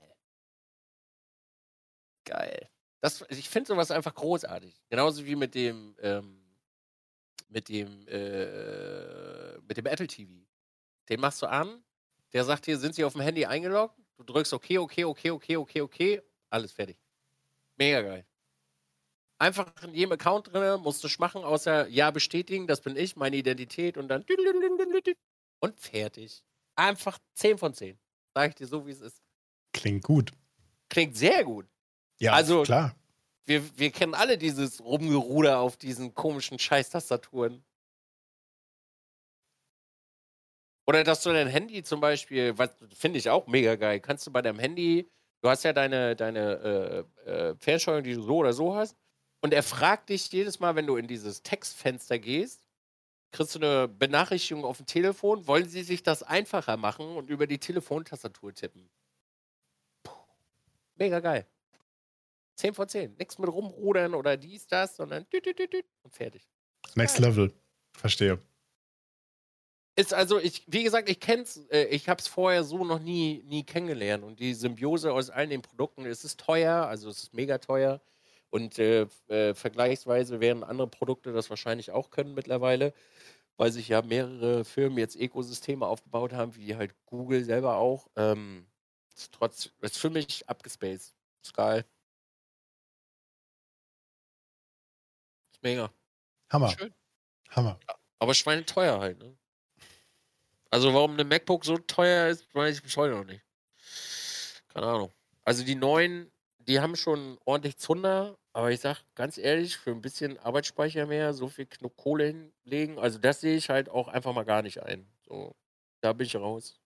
Geil. Das, ich finde sowas einfach großartig. Genauso wie mit dem, ähm, mit dem, äh, mit dem Apple T V. Den machst du an, der sagt dir, sind sie auf dem Handy eingeloggt? Du drückst okay, okay, okay, okay, okay, okay, alles fertig. Mega geil. Einfach in jedem Account drin, musst du machen, außer ja bestätigen, das bin ich, meine Identität und dann und fertig. Einfach zehn von zehn. Sag ich dir so, wie es ist. Klingt gut. Klingt sehr gut. Ja, Also, klar. wir, wir kennen alle dieses Rumgeruder auf diesen komischen Scheiß-Tastaturen. Oder dass du dein Handy zum Beispiel, was finde ich auch mega geil, kannst du bei deinem Handy, du hast ja deine, deine äh, äh, Fernsteuerung, die du so oder so hast, und er fragt dich jedes Mal, wenn du in dieses Textfenster gehst, kriegst du eine Benachrichtigung auf dem Telefon, wollen sie sich das einfacher machen und über die Telefontastatur tippen. Puh, mega geil. zehn von zehn. Nichts mit rumrudern oder dies, das, sondern tüt, tüt, tüt, tüt und fertig. Next Geil. Level. Verstehe. Ist also, ich, wie gesagt, ich kenn's, äh, ich habe es vorher so noch nie, nie kennengelernt. Und die Symbiose aus allen den Produkten, es ist teuer, also es ist mega teuer. Und äh, f- äh, vergleichsweise werden andere Produkte das wahrscheinlich auch können mittlerweile, weil sich ja mehrere Firmen jetzt Ökosysteme aufgebaut haben, wie halt Google selber auch. Ähm, ist trotz, ist für mich abgespaced. Ist geil. Ist mega. Hammer. Schön. Hammer. Aber schweineteuer halt, ne? Also warum eine MacBook so teuer ist, weiß ich bis heute noch nicht. Keine Ahnung. Also die neuen, die haben schon ordentlich Zunder, aber ich sag ganz ehrlich, für ein bisschen Arbeitsspeicher mehr, so viel Kno- Kohle hinlegen, also das sehe ich halt auch einfach mal gar nicht ein. So, da bin ich raus.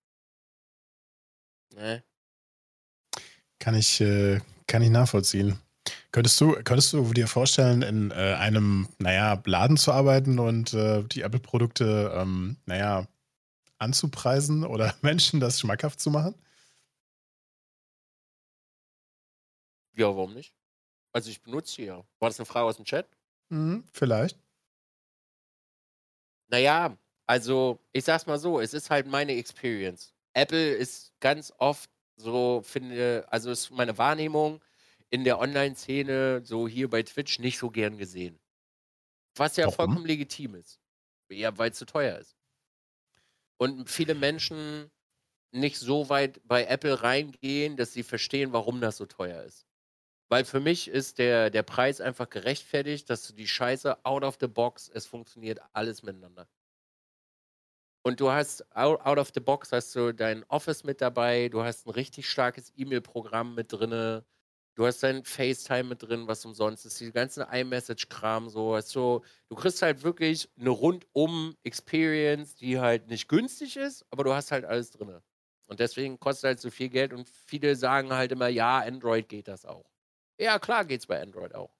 Ne? Kann ich, äh, kann ich nachvollziehen. Könntest du, könntest du dir vorstellen, in äh, einem, naja, Laden zu arbeiten und äh, die Apple-Produkte, ähm, naja, anzupreisen oder Menschen das schmackhaft zu machen? Ja, warum nicht? Also ich benutze die ja. War das eine Frage aus dem Chat? Mhm, vielleicht. Naja, also ich sag's mal so, es ist halt meine Experience. Apple ist ganz oft so, finde, also ist meine Wahrnehmung in der Online-Szene, so hier bei Twitch, nicht so gern gesehen. Was ja Warum? vollkommen legitim ist. Ja, weil es zu teuer ist. Und viele Menschen nicht so weit bei Apple reingehen, dass sie verstehen, warum das so teuer ist. Weil für mich ist der, der Preis einfach gerechtfertigt, dass du die Scheiße out of the box, es funktioniert alles miteinander. Und du hast out, out of the box hast du dein Office mit dabei, du hast ein richtig starkes E-Mail-Programm mit drinne, du hast dein FaceTime mit drin, was umsonst ist, die ganzen iMessage-Kram so, hast du, du kriegst halt wirklich eine rundum Experience, die halt nicht günstig ist, aber du hast halt alles drinne. Und deswegen kostet halt so viel Geld und viele sagen halt immer, ja, Android geht das auch. Ja, klar geht's bei Android auch.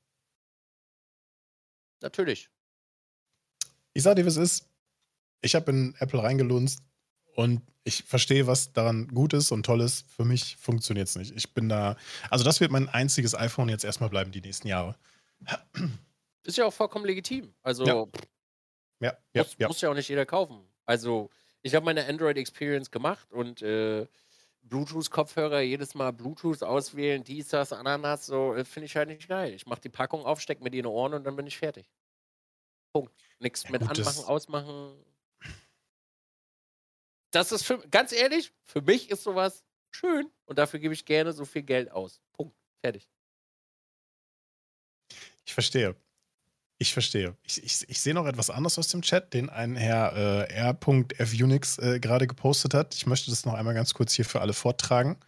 Natürlich. Ich sag dir, wie es ist. Ich habe in Apple reingelunzt und ich verstehe, was daran gut ist und toll ist. Für mich funktioniert es nicht. Ich bin da, also das wird mein einziges iPhone jetzt erstmal bleiben die nächsten Jahre. Ist ja auch vollkommen legitim. Ja, Also, ja, ja, Muss, ja. muss ja auch nicht jeder kaufen. Also, ich habe meine Android-Experience gemacht und äh, Bluetooth-Kopfhörer, jedes Mal Bluetooth auswählen, dies, das, Ananas, so äh, finde ich halt nicht geil. Ich mache die Packung auf, stecke mir die in die Ohren und dann bin ich fertig. Punkt. Nichts Ja, mit gut, anmachen, das, ausmachen. Das ist für, ganz ehrlich, für mich ist sowas schön und dafür gebe ich gerne so viel Geld aus. Punkt. Fertig. Ich verstehe. Ich verstehe. Ich, ich, ich sehe noch etwas anderes aus dem Chat, den ein Herr äh, R.Funix äh, gerade gepostet hat. Ich möchte das noch einmal ganz kurz hier für alle vortragen.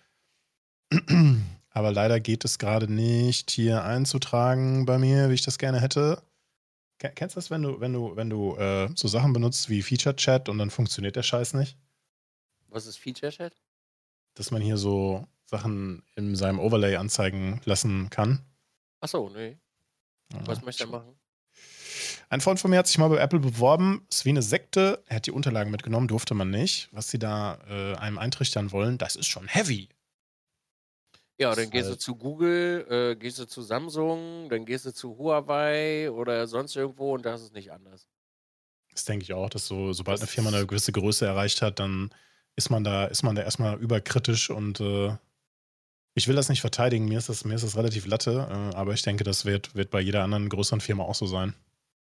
Aber leider geht es gerade nicht hier einzutragen bei mir, wie ich das gerne hätte. Ken- Kennst du das, wenn du, wenn du, wenn du äh, so Sachen benutzt wie Feature Chat und dann funktioniert der Scheiß nicht? Was ist Feature Chat? Dass man hier so Sachen in seinem Overlay anzeigen lassen kann. Achso, nee. Was Ja, möchte er ich, machen? ein Freund von mir hat sich mal bei Apple beworben. Ist wie eine Sekte. Er hat die Unterlagen mitgenommen, durfte man nicht. Was sie da äh, einem eintrichtern wollen, das ist schon heavy. Ja, Das dann ist gehst du halt, zu Google, äh, gehst du zu Samsung, dann gehst du zu Huawei oder sonst irgendwo und das ist nicht anders. das denke ich auch, dass so, sobald Das eine Firma eine ist gewisse Größe erreicht hat, dann ist man da, ist man da erstmal überkritisch und äh, ich will das nicht verteidigen, mir ist das, mir ist das relativ Latte, äh, aber ich denke, das wird, wird bei jeder anderen größeren Firma auch so sein.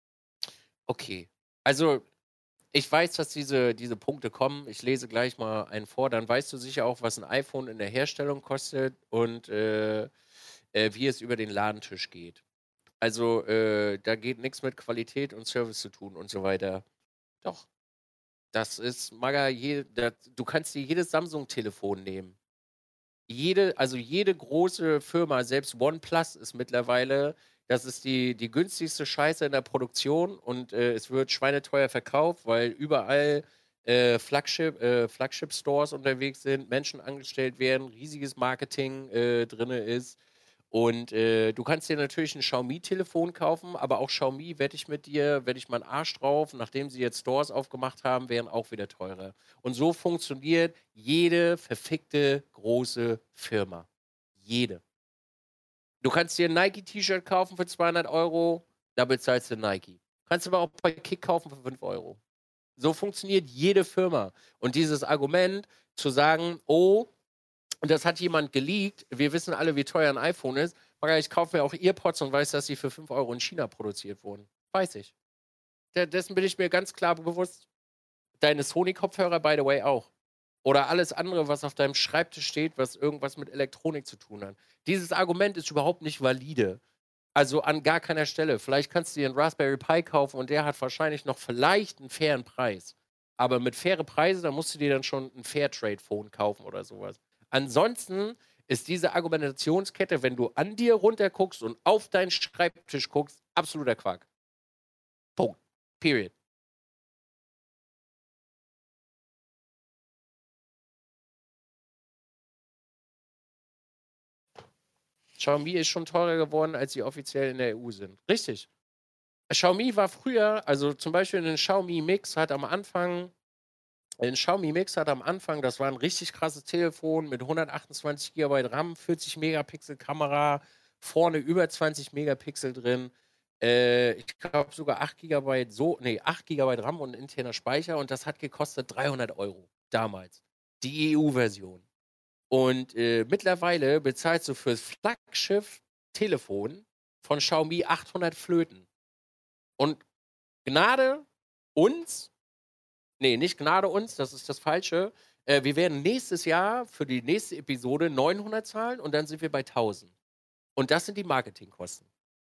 okay. Also, ich weiß, dass diese, diese Punkte kommen. Ich lese gleich mal einen vor. Dann weißt du sicher auch, was ein iPhone in der Herstellung kostet und äh, äh, wie es über den Ladentisch geht. Also, äh, da geht nichts mit Qualität und Service zu tun und so weiter. Doch, das ist, Maga, je, das, du kannst dir jedes Samsung-Telefon nehmen. Jede, also jede große Firma, selbst OnePlus ist mittlerweile, das ist die, die günstigste Scheiße in der Produktion und äh, es wird schweineteuer verkauft, weil überall äh, Flagship, äh, Flagship-Stores unterwegs sind, Menschen angestellt werden, riesiges Marketing äh, drin ist. Und äh, du kannst dir natürlich ein Xiaomi-Telefon kaufen, aber auch Xiaomi, wette ich mit dir, wette ich meinen Arsch drauf, nachdem sie jetzt Stores aufgemacht haben, wären auch wieder teurer. Und so funktioniert jede verfickte große Firma. Jede. Du kannst dir ein Nike-T-Shirt kaufen für zweihundert Euro, da bezahlst du Nike. Kannst du aber auch bei Kick kaufen für fünf Euro. So funktioniert jede Firma. Und dieses Argument zu sagen, oh, und das hat jemand geleakt. Wir wissen alle, wie teuer ein iPhone ist. Ich kaufe mir auch Earpods und weiß, dass sie für fünf Euro in China produziert wurden. Weiß ich. Dessen bin ich mir ganz klar bewusst. Deine Sony-Kopfhörer, by the way, auch. Oder alles andere, was auf deinem Schreibtisch steht, was irgendwas mit Elektronik zu tun hat. Dieses Argument ist überhaupt nicht valide. Also an gar keiner Stelle. Vielleicht kannst du dir einen Raspberry Pi kaufen und der hat wahrscheinlich noch vielleicht einen fairen Preis. Aber mit faire Preise, da musst du dir dann schon ein Fairtrade-Phone kaufen oder sowas. Ansonsten ist diese Argumentationskette, wenn du an dir runterguckst und auf deinen Schreibtisch guckst, absoluter Quark. Punkt. Period. Xiaomi ist schon teurer geworden, als sie offiziell in der E U sind. Richtig. Xiaomi war früher, also zum Beispiel ein Xiaomi Mix hat am Anfang, ein Xiaomi Mix hat am Anfang, das war ein richtig krasses Telefon mit hundertachtundzwanzig Gigabyte RAM, vierzig Megapixel Kamera, vorne über zwanzig Megapixel drin. Äh, ich glaube sogar acht Gigabyte, so, nee, acht Gigabyte RAM und interner Speicher und das hat gekostet dreihundert Euro damals. Die E U-Version. Und äh, mittlerweile bezahlst du fürs Flaggschiff-Telefon von Xiaomi achthundert Flöten. Und Gnade uns, nee, nicht Gnade uns, das ist das Falsche. Äh, wir werden nächstes Jahr für die nächste Episode neunhundert zahlen und dann sind wir bei tausend. Und das sind die Marketingkosten.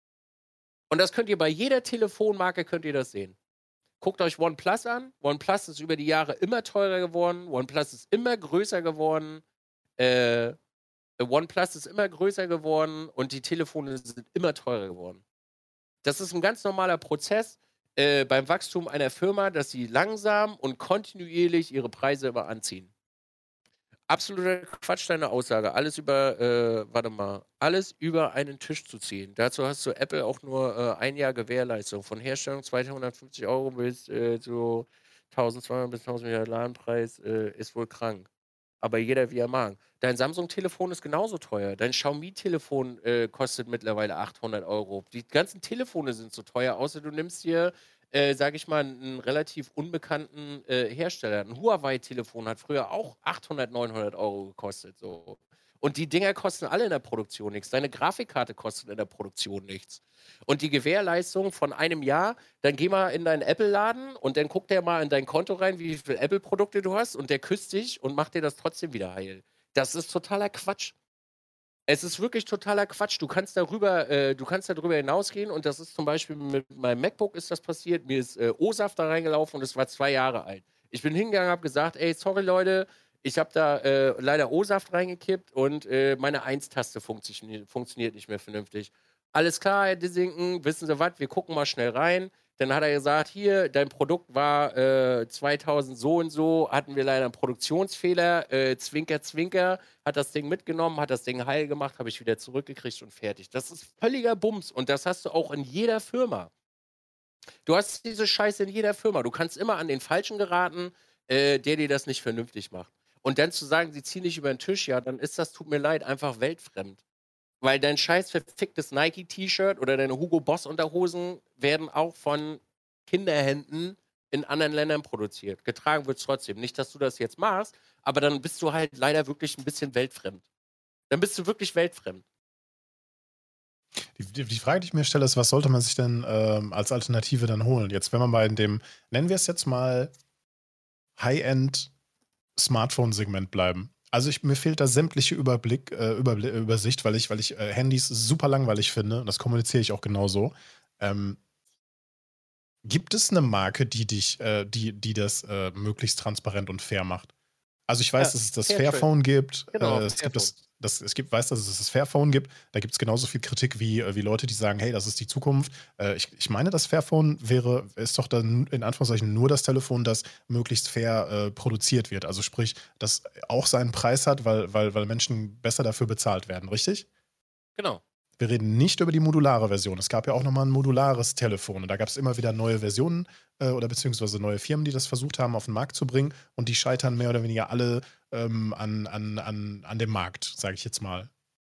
Und das könnt ihr bei jeder Telefonmarke, könnt ihr das sehen. Guckt euch OnePlus an. OnePlus ist über die Jahre immer teurer geworden. OnePlus ist immer größer geworden. Äh, OnePlus ist immer größer geworden und die Telefone sind immer teurer geworden. Das ist ein ganz normaler Prozess äh, beim Wachstum einer Firma, dass sie langsam und kontinuierlich ihre Preise immer anziehen. Absoluter Quatsch, deine Aussage. Alles über, äh, warte mal, alles über einen Tisch zu ziehen. Dazu hast du Apple auch nur äh, ein Jahr Gewährleistung. Von Herstellung zweihundertfünfzig Euro bis äh, so eintausendzweihundert bis tausend Milliarden Ladenpreis äh, ist wohl krank. Aber jeder wie er mag. Dein Samsung-Telefon ist genauso teuer. Dein Xiaomi-Telefon äh, kostet mittlerweile achthundert Euro. Die ganzen Telefone sind so teuer, außer du nimmst dir, äh, sage ich mal, einen relativ unbekannten äh, Hersteller. Ein Huawei-Telefon hat früher auch achthundert, neunhundert Euro gekostet. So. Und die Dinger kosten alle in der Produktion nichts. Deine Grafikkarte kostet in der Produktion nichts. Und die Gewährleistung von einem Jahr, dann geh mal in deinen Apple-Laden und dann guckt der mal in dein Konto rein, wie viele Apple-Produkte du hast und der küsst dich und macht dir das trotzdem wieder heil. Das ist totaler Quatsch. Es ist wirklich totaler Quatsch. Du kannst darüber, äh, du kannst darüber hinausgehen und das ist zum Beispiel mit meinem MacBook ist das passiert. Mir ist äh, O-Saft da reingelaufen und es war zwei Jahre alt. Ich bin hingegangen, habe gesagt, ey, sorry Leute, ich habe da äh, leider O-Saft reingekippt und äh, meine eins-Taste funktio- funktioniert nicht mehr vernünftig. Alles klar, Herr Dissinken, wissen Sie was, wir gucken mal schnell rein. Dann hat er gesagt, hier, dein Produkt war äh, zweitausend so und so, hatten wir leider einen Produktionsfehler, äh, Zwinker, Zwinker, hat das Ding mitgenommen, hat das Ding heil gemacht, habe ich wieder zurückgekriegt und fertig. Das ist völliger Bums und das hast du auch in jeder Firma. Du hast diese Scheiße in jeder Firma. Du kannst immer an den Falschen geraten, äh, der dir das nicht vernünftig macht. Und dann zu sagen, sie ziehen dich über den Tisch, ja, dann ist das, tut mir leid, einfach weltfremd. Weil dein scheiß verficktes Nike-T-Shirt oder deine Hugo Boss-Unterhosen werden auch von Kinderhänden in anderen Ländern produziert. Getragen wird es trotzdem. Nicht, dass du das jetzt machst, aber dann bist du halt leider wirklich ein bisschen weltfremd. Dann bist du wirklich weltfremd. Die, die, die Frage, die ich mir stelle, ist, was sollte man sich denn ähm, als Alternative dann holen? Jetzt, wenn man bei dem, nennen wir es jetzt mal High-End-Smartphone-Segment bleiben. Also ich, mir fehlt da sämtliche Überblick, äh, Überbli- Übersicht, weil ich, weil ich äh, Handys super langweilig finde und das kommuniziere ich auch genauso. Ähm, gibt es eine Marke, die dich, äh, die, die das äh, möglichst transparent und fair macht? Also ich weiß, Ja, dass es das Fairtrade. Fairphone gibt. Genau, Äh, es gibt Fairphone. das, das, es gibt, weiß, dass es das Fairphone gibt. Da gibt es genauso viel Kritik wie, äh, wie Leute, die sagen, hey, das ist die Zukunft. Äh, ich, ich meine, das Fairphone wäre, ist doch dann in Anführungszeichen nur das Telefon, das möglichst fair äh, produziert wird. Also sprich, das auch seinen Preis hat, weil, weil, weil Menschen besser dafür bezahlt werden, richtig? Genau. Wir reden nicht über die modulare Version. Es gab ja auch nochmal ein modulares Telefon. Und da gab es immer wieder neue Versionen äh, oder beziehungsweise neue Firmen, die das versucht haben, auf den Markt zu bringen. Und die scheitern mehr oder weniger alle ähm, an, an, an, an dem Markt, sage ich jetzt mal.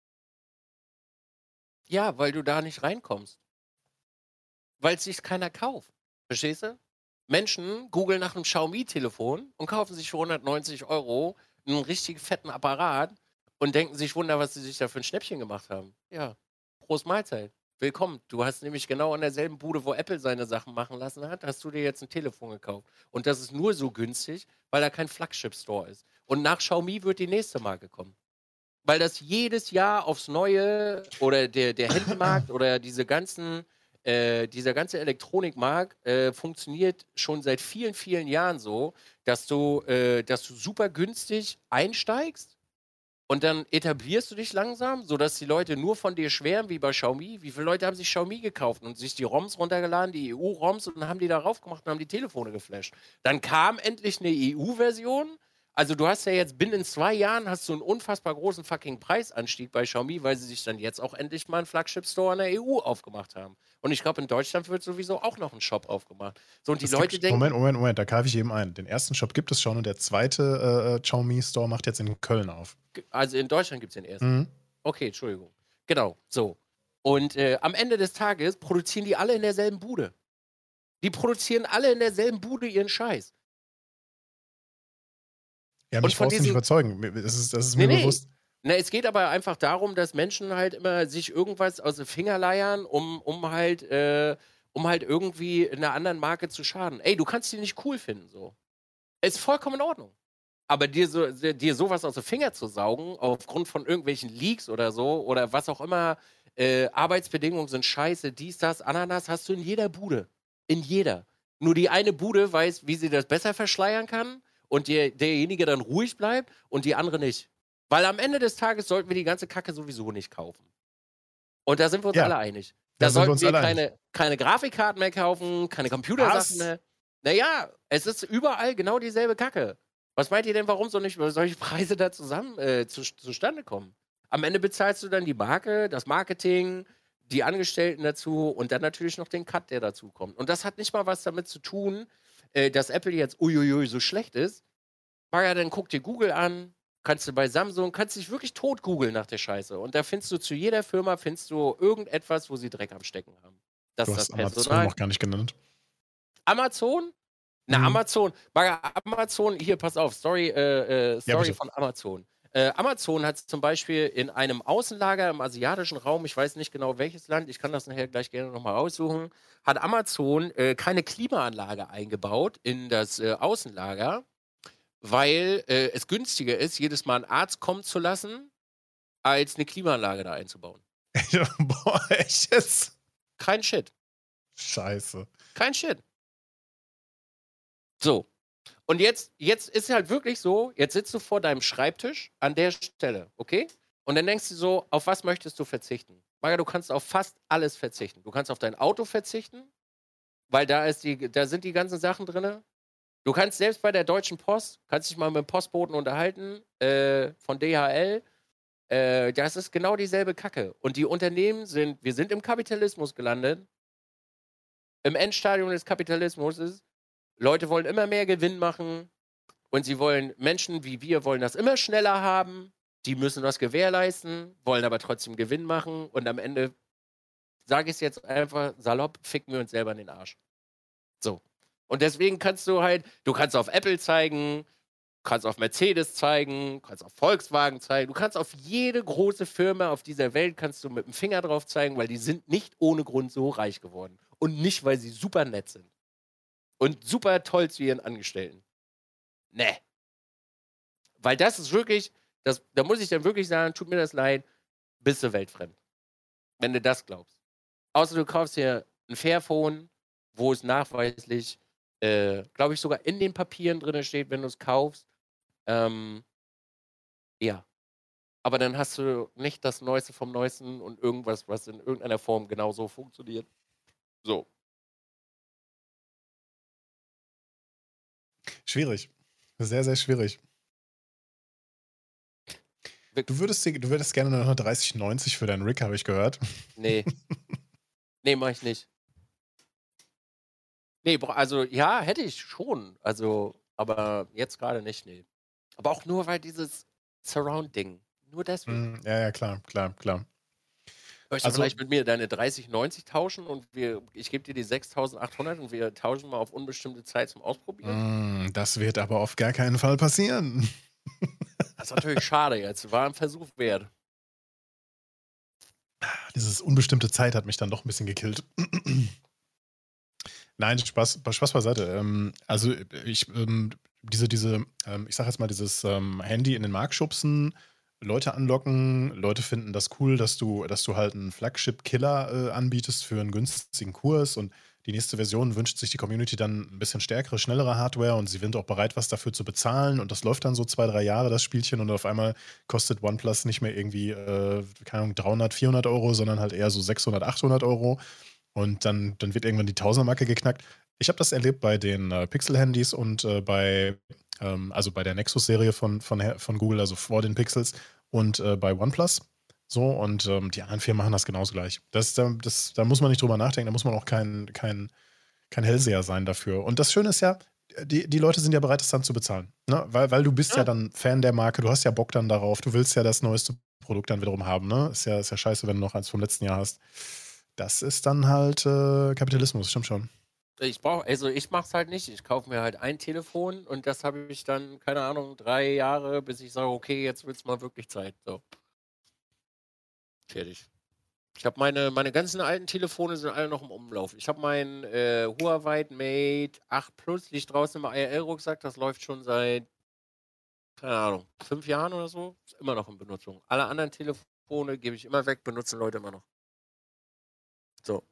Ja, weil du da nicht reinkommst. Weil es sich keiner kauft. Verstehst du? Menschen googeln nach einem Xiaomi-Telefon und kaufen sich für hundertneunzig Euro einen richtig fetten Apparat und denken sich, Wunder, was sie sich da für ein Schnäppchen gemacht haben. Ja, Prost Mahlzeit. Willkommen. Du hast nämlich genau an derselben Bude, wo Apple seine Sachen machen lassen hat, hast du dir jetzt ein Telefon gekauft. Und das ist nur so günstig, weil da kein Flagship-Store ist. Und nach Xiaomi wird die nächste Marke kommen. Weil das jedes Jahr aufs Neue oder der, der Handymarkt oder diese ganzen, äh, dieser ganze Elektronikmarkt äh, funktioniert schon seit vielen, vielen Jahren so, dass du, äh, dass du super günstig einsteigst und dann etablierst du dich langsam, sodass die Leute nur von dir schwärmen, wie bei Xiaomi. Wie viele Leute haben sich Xiaomi gekauft und sich die ROMs runtergeladen, die E U-ROMs, und dann haben die darauf gemacht und haben die Telefone geflasht. Dann kam endlich eine E U-Version. Also du hast ja jetzt binnen zwei Jahren hast du einen unfassbar großen fucking Preisanstieg bei Xiaomi, weil sie sich dann jetzt auch endlich mal einen Flagship-Store in der E U aufgemacht haben. Und ich glaube, in Deutschland wird sowieso auch noch ein Shop aufgemacht. So, und die Es Leute gibt, denken, Moment, Moment, Moment, da greife ich eben ein. Den ersten Shop gibt es schon und der zweite äh, Xiaomi-Store macht jetzt in Köln auf. also in Deutschland gibt es den ersten. Mhm. Okay, Entschuldigung. Genau, so. Und äh, am Ende des Tages produzieren die alle in derselben Bude. Die produzieren alle in derselben Bude ihren Scheiß. Ja, Und mich von brauchst du nicht diesen. überzeugen. Das ist, das ist Nee, mir nee. bewusst. Na, es geht aber einfach darum, dass Menschen halt immer sich irgendwas aus den Finger leiern, um, um halt, äh, um halt irgendwie einer anderen Marke zu schaden. Ey, du kannst die nicht cool finden, so. Ist vollkommen in Ordnung. Aber dir, so, dir sowas aus den Finger zu saugen, aufgrund von irgendwelchen Leaks oder so, oder was auch immer, äh, Arbeitsbedingungen sind scheiße, dies, das, Ananas, hast du in jeder Bude. In jeder. Nur die eine Bude weiß, wie sie das besser verschleiern kann und der, derjenige dann ruhig bleibt und die andere nicht. Weil am Ende des Tages sollten wir die ganze Kacke sowieso nicht kaufen. Und da sind wir uns Ja, alle einig. da Da sind wir sollten uns wir alle einig. keine, keine Grafikkarten mehr kaufen, keine Computersachen Was? mehr. Naja, es ist überall genau dieselbe Kacke. Was meint ihr denn, warum so nicht solche Preise da zusammen äh, zu, zustande kommen? Am Ende bezahlst du dann die Marke, das Marketing, die Angestellten dazu und dann natürlich noch den Cut, der dazu kommt. Und das hat nicht mal was damit zu tun, äh, dass Apple jetzt uiuiui so schlecht ist. Maja, dann guck dir Google an, kannst du bei Samsung, kannst dich wirklich tot googeln nach der Scheiße. Und da findest du zu jeder Firma, findest du irgendetwas, wo sie Dreck am Stecken haben. Das Du ist hast das Amazon Personal. noch gar nicht genannt. Amazon? Na, Mhm. Amazon. Maja, Amazon, hier, pass auf, Story, äh, äh, Ja, Story bitte. von Amazon. Äh, Amazon hat zum Beispiel in einem Außenlager im asiatischen Raum, ich weiß nicht genau welches Land, ich kann das nachher gleich gerne nochmal raussuchen, hat Amazon äh, keine Klimaanlage eingebaut in das äh, Außenlager, weil äh, es günstiger ist, jedes Mal einen Arzt kommen zu lassen, als eine Klimaanlage da einzubauen. Boah, echt jetzt? Kein Shit. Scheiße. Kein Shit. So. Und jetzt, jetzt ist halt wirklich so, jetzt sitzt du vor deinem Schreibtisch an der Stelle, okay? Und dann denkst du so, auf was möchtest du verzichten? Maga, du kannst auf fast alles verzichten. Du kannst auf dein Auto verzichten, weil da, ist die, da sind die ganzen Sachen drin. Du kannst selbst bei der Deutschen Post, kannst dich mal mit dem Postboten unterhalten, äh, von D H L. Äh, das ist genau dieselbe Kacke. Und die Unternehmen sind, wir sind im Kapitalismus gelandet. Im Endstadium des Kapitalismus ist, Leute wollen immer mehr Gewinn machen und sie wollen, Menschen wie wir wollen das immer schneller haben. Die müssen das gewährleisten, wollen aber trotzdem Gewinn machen und am Ende, sage ich es jetzt einfach salopp, ficken wir uns selber in den Arsch. So. Und deswegen kannst du halt, du kannst auf Apple zeigen, kannst auf Mercedes zeigen, kannst auf Volkswagen zeigen, du kannst auf jede große Firma auf dieser Welt kannst du mit dem Finger drauf zeigen, weil die sind nicht ohne Grund so reich geworden. Und nicht, weil sie super nett sind. Und super toll zu ihren Angestellten. Nee. Weil das ist wirklich, das, da muss ich dann wirklich sagen, tut mir das leid, bist du weltfremd. Wenn du das glaubst. Außer du kaufst dir ein Fairphone, wo es nachweislich, äh, glaube ich, sogar in den Papieren drin steht, wenn du es kaufst. Ähm, ja. Aber dann hast du nicht das Neueste vom Neuesten und irgendwas, was in irgendeiner Form genauso funktioniert. So. Schwierig. Sehr, sehr schwierig. Du würdest, dir, du würdest gerne eine dreißig neunzig für deinen Rig, habe ich gehört. Nee. Nee, mach ich nicht. Nee, also ja, hätte ich schon. Also, aber jetzt gerade nicht, nee. Aber auch nur, weil dieses Surround-Ding. Nur deswegen. Mm, ja, ja, klar, klar, klar. Möchtest Also- du vielleicht mit mir deine dreißig neunzig tauschen und wir, ich gebe dir die sechstausendachthundert und wir tauschen mal auf unbestimmte Zeit zum Ausprobieren? Mm, das wird aber auf gar keinen Fall passieren. Das ist natürlich schade jetzt. War ein Versuch wert. Dieses unbestimmte Zeit hat mich dann doch ein bisschen gekillt. Nein, Spaß, Spaß beiseite. Ähm, also ich, ähm, diese, diese, ähm, ich sag jetzt mal, dieses ähm, Handy in den Markt schubsen, Leute anlocken, Leute finden das cool, dass du, dass du halt einen Flagship-Killer äh, anbietest für einen günstigen Kurs und die nächste Version wünscht sich die Community dann ein bisschen stärkere, schnellere Hardware und sie sind auch bereit, was dafür zu bezahlen und das läuft dann so zwei, drei Jahre, das Spielchen und auf einmal kostet OnePlus nicht mehr irgendwie, äh, keine Ahnung, dreihundert, vierhundert Euro, sondern halt eher so sechshundert, achthundert Euro. Und dann, dann wird irgendwann die Tausender-Marke geknackt. Ich habe das erlebt bei den äh, Pixel-Handys und äh, bei, ähm, also bei der Nexus-Serie von, von, von Google, also vor den Pixels und äh, bei OnePlus. So, und ähm, die anderen Firmen machen das genauso gleich. Das, da, das, da muss man nicht drüber nachdenken, da muss man auch kein, kein, kein Hellseher sein dafür. Und das Schöne ist ja, die, die Leute sind ja bereit, das dann zu bezahlen. Ne? Weil, weil du bist ja. Ja. dann Fan der Marke, du hast ja Bock dann darauf, du willst ja das neueste Produkt dann wiederum haben. Ne? Ist ja, ist ja scheiße, wenn du noch eins vom letzten Jahr hast. Das ist dann halt äh, Kapitalismus, stimmt schon. Ich brauche, also ich mach's halt nicht. Ich kaufe mir halt ein Telefon und das habe ich dann, keine Ahnung, drei Jahre, bis ich sage, okay, jetzt wird's mal wirklich Zeit. So. Fertig. Ich habe meine, meine ganzen alten Telefone sind alle noch im Umlauf. Ich habe mein äh, Huawei Mate acht Plus, liegt draußen im I R L-Rucksack, das läuft schon seit, keine Ahnung, fünf Jahren oder so. Ist immer noch in Benutzung. Alle anderen Telefone gebe ich immer weg, benutzen Leute immer noch. So.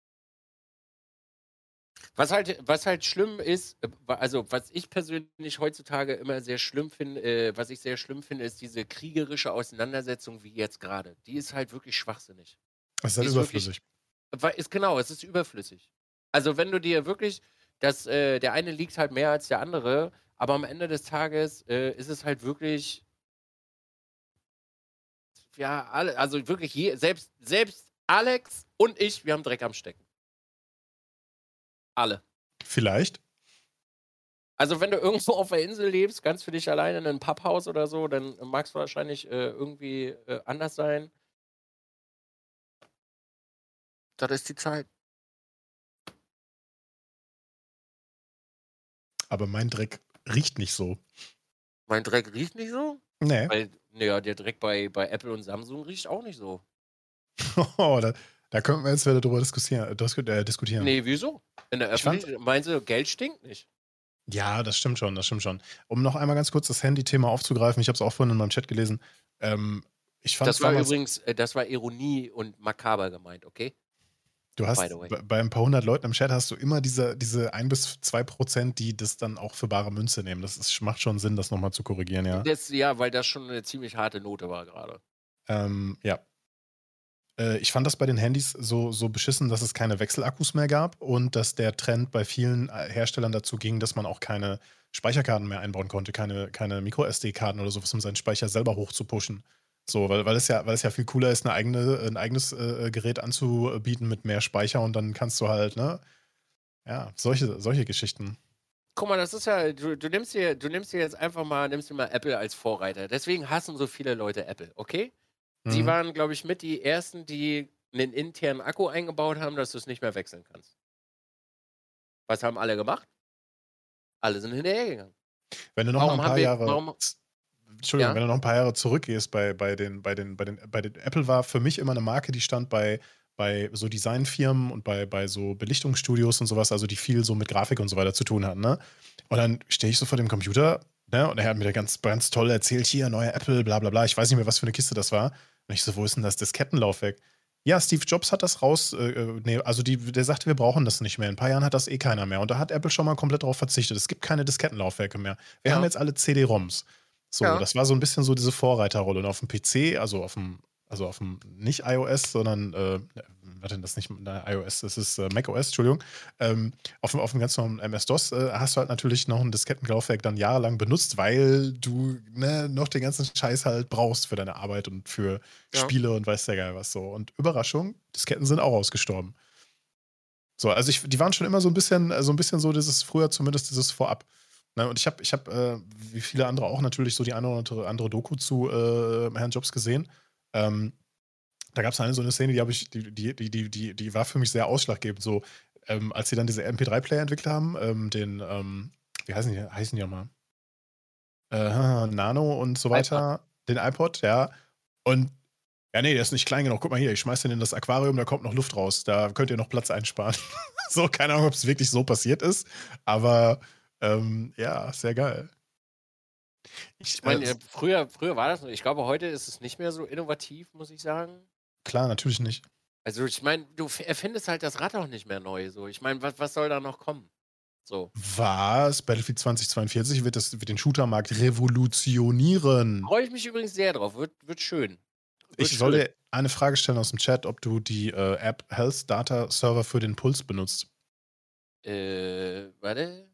Was halt, was halt schlimm ist, äh, also was ich persönlich heutzutage immer sehr schlimm finde, äh, was ich sehr schlimm finde, ist diese kriegerische Auseinandersetzung wie jetzt gerade. Die ist halt wirklich schwachsinnig. Das ist halt Die ist wirklich- überflüssig. Weil, ist genau, es ist überflüssig. Also wenn du dir wirklich, das, äh, der eine liegt halt mehr als der andere, aber am Ende des Tages äh, ist es halt wirklich, ja, alle, also wirklich je, selbst, selbst Alex und ich, wir haben Dreck am Stecken. Alle. Vielleicht. Also wenn du irgendwo auf der Insel lebst, ganz für dich alleine in einem Papphaus oder so, dann magst du wahrscheinlich äh, irgendwie äh, anders sein. Das ist die Zeit. Aber mein Dreck riecht nicht so. Mein Dreck riecht nicht so? Nee. Weil, naja, der Dreck bei, bei Apple und Samsung riecht auch nicht so. Oh, da, da könnten wir jetzt wieder drüber diskutieren. Äh, diskutieren. Nee, wieso? In der Ich fand- Öffentlichkeit, meinst du, Geld stinkt nicht? Ja, das stimmt schon, das stimmt schon. Um noch einmal ganz kurz das Handy-Thema aufzugreifen, ich habe es auch vorhin in meinem Chat gelesen. Ähm, Ich fand es Das war damals übrigens äh, das war Ironie und makaber gemeint, okay? Du By the hast way. bei bei ein paar hundert Leuten im Chat hast du immer diese diese ein bis zwei Prozent, die das dann auch für bare Münze nehmen. Das ist macht schon Sinn, das noch mal zu korrigieren, ja. Das ja, weil das schon 'ne ziemlich harte Note war grade. Ähm, ja. Äh, ich fand das bei den Handys so so beschissen, dass es keine Wechselakkus mehr gab und dass der Trend bei vielen, äh, Herstellern dazu ging, dass man auch keine Speicherkarten mehr einbauen konnte, keine keine Micro-SD-Karten oder so was, um seinen Speicher selber hochzupushen. So, weil weil es ja weil es ja viel cooler ist, 'ne eigene 'n eigenes, äh, äh, Gerät anzubieten mit mehr Speicher und dann kannst du halt, ne ja, solche solche Geschichten. Guck mal, das ist ja du du nimmst dir du nimmst dir jetzt einfach mal nimmst dir mal Apple als Vorreiter. Deswegen hassen so viele Leute Apple, okay? Sie Mhm. waren, glaube ich, mit die Ersten, die 'nen internen Akku eingebaut haben, dass du's nicht mehr wechseln kannst. Was haben alle gemacht? Alle sind hinterhergegangen. Wenn du noch mal 'n Warum haben paar wir Jahre warum z Entschuldigung, Ja? wenn du noch 'n paar Jahre zurückgehst bei bei den bei den bei den bei den Apple war für mich immer 'ne Marke, die stand bei bei so Designfirmen und bei bei so Belichtungsstudios und so was, also die viel so mit Grafik und so weiter zu tun hatten, ne? Und dann stehe ich so vor dem Computer, ne, und er hat mir da ganz ganz toll erzählt: „Hier, neuer Apple, bla bla bla.“ Ich weiß nicht mehr, was für 'ne Kiste das war. Und ich so: „Wo ist 'n das Diskettenlaufwerk?“ Ja, Steve Jobs hat das raus äh, äh, ne, also die der sagte: „Wir brauchen das nicht mehr. In 'n paar Jahren hat das eh keiner mehr.“ Und da hat Apple schon mal komplett drauf verzichtet. Es gibt keine Diskettenlaufwerke mehr. Wir haben Ja. jetzt alle CD-ROMs. So, Ja. das war so 'n bisschen so diese Vorreiterrolle. Und auf'm PC, also auf'm also auf'm nicht iOS, sondern, äh, warte, das ist nicht, ne, iOS, das ist, äh, macOS, Entschuldigung. Ähm, auf'm auf'm ganz normalen MS-DOS, äh, hast du halt natürlich noch 'n Diskettenlaufwerk dann jahrelang benutzt, weil du, ne, noch den ganzen Scheiß halt brauchst für deine Arbeit und für Ja. Spiele und weiß der Geier was so. Und Überraschung, Disketten sind auch ausgestorben. So, also ich die waren schon immer so 'n bisschen äh, so 'n bisschen so dieses früher zumindest dieses Vorab. Ne, und ich habe ich habe, äh, wie viele andere auch natürlich so die eine oder andere andere Doku zu, äh, Herrn Jobs gesehen. Ähm, da gab's eine so 'ne Szene, die habe ich die die die die die die war für mich sehr ausschlaggebend so, ähm, als sie dann diese MP drei Player entwickelt haben, ähm, den, ähm wie heißen die heißen die noch mal? Äh, Nano und so iPod. weiter, den iPod, ja. Und „Ja, ne, der ist nicht klein genug. Guck mal hier, ich schmeiße den in das Aquarium, da kommt noch Luft raus. Da könnt ihr noch Platz einsparen.“ So, keine Ahnung, ob's wirklich so passiert ist, aber, ähm, ja, sehr geil. Ich, Ich äh, meine, äh, s früher früher war das so. Ich glaube, heute ist es nicht mehr so innovativ, muss ich sagen. Klar, natürlich nicht. Also, ich meine, du f erfindest halt das Rad auch nicht mehr neu so. Ich meine, was was soll da noch kommen? So. Was? Battlefield zwanzig zweiundvierzig wird das wird den Shootermarkt revolutionieren. Freue ich mich übrigens sehr drauf. Wird wird schön. Wird Ich soll schön. dir eine Frage stellen aus'm Chat, ob du die, äh, App Health Data Server für den Puls benutzt. Äh, warte.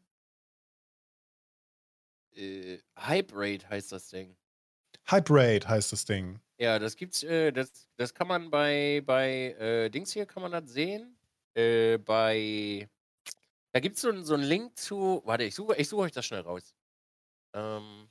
Äh, Hyperate heißt das Ding. Hyperate heißt das Ding. Ja, das gibt's äh, das das kann man bei bei, äh, Dings hier kann man das sehen. Äh, bei da gibt's so 'n so 'n Link zu warte, ich suche ich suche euch das schnell raus. Ähm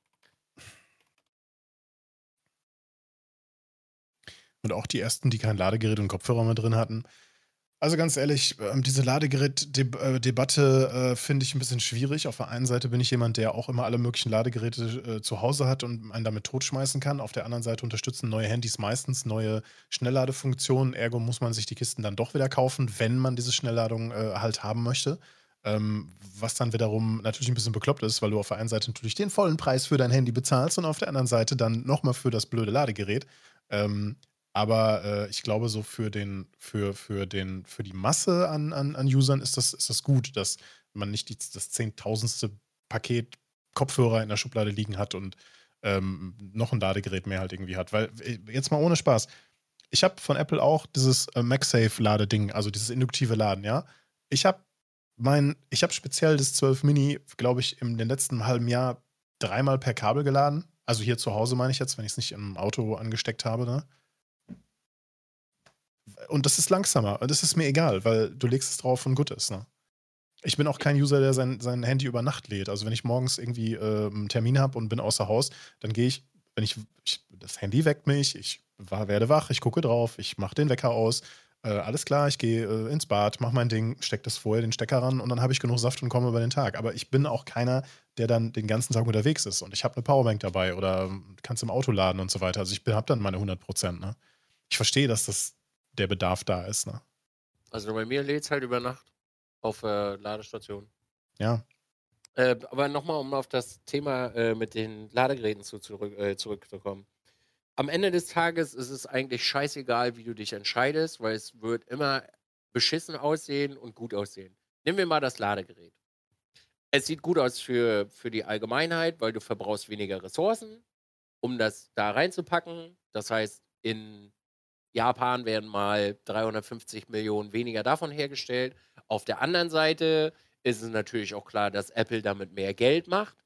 Und auch die ersten, die kein Ladegerät und Kopfhörer mehr drin hatten. Also, ganz ehrlich, ähm, diese Ladegerät-Deb äh, Debatte, äh, finde ich 'n bisschen schwierig. Auf der einen Seite bin ich jemand, der auch immer alle möglichen Ladegeräte, äh, zu Hause hat und einen damit totschmeißen kann. Auf der anderen Seite unterstützen neue Handys meistens neue Schnellladefunktionen. Ergo muss man sich die Kisten dann doch wieder kaufen, wenn man diese Schnellladung, äh, halt haben möchte. Ähm, was dann wiederum natürlich 'n bisschen bekloppt ist, weil du auf der einen Seite natürlich den vollen Preis für dein Handy bezahlst und auf der anderen Seite dann noch mal für das blöde Ladegerät. Ähm, aber, äh, ich glaube, so für den für für den für die Masse an an an Usern ist das ist das gut, dass man nicht die das zehntausendste Paket Kopfhörer in der Schublade liegen hat und, ähm, noch 'n Ladegerät mehr halt irgendwie hat. Weil, äh, jetzt mal ohne Spaß. Ich habe von Apple auch dieses, äh, MagSafe-Ladeding, also dieses induktive Laden, ja? Ich habe mein ich habe speziell das zwölf Mini, glaube ich, in den letzten halben Jahr dreimal per Kabel geladen. Also hier zu Hause meine ich jetzt, wenn ich's nicht im Auto angesteckt habe, ne? Und das ist langsamer. Und das ist mir egal, weil du legst es drauf und gut ist, ne? Ich bin auch kein User, der sein sein Handy über Nacht lädt. Also, wenn ich morgens irgendwie, äh, 'n Termin habe und bin außer Haus, dann gehe ich wenn ich ich das Handy weckt mich, ich wa werde wach, ich gucke drauf, ich mache den Wecker aus. Äh, alles klar, ich gehe, äh, ins Bad, mache mein Ding, stecke das vorher den Stecker ran und dann habe ich genug Saft und komme über den Tag. Aber ich bin auch keiner, der dann den ganzen Tag unterwegs ist und ich habe 'ne Powerbank dabei oder kann's im Auto laden und so weiter. Also, ich bin habe dann meine hundert Prozent, ne? Ich verstehe, dass das der Bedarf da ist, ne? Also, bei mir lädt's halt über Nacht auf der Ladestation. Ja. Äh, aber noch mal, um auf das Thema, äh, mit den Ladegeräten zu zurück äh, zurückzukommen. Am Ende des Tages ist es eigentlich scheißegal, wie du dich entscheidest, weil es wird immer beschissen aussehen und gut aussehen. Nehmen wir mal das Ladegerät. Es sieht gut aus für für die Allgemeinheit, weil du verbrauchst weniger Ressourcen, um das da reinzupacken. Das heißt, in Japan werden mal dreihundertfünfzig Millionen weniger davon hergestellt. Auf der anderen Seite ist es natürlich auch klar, dass Apple damit mehr Geld macht.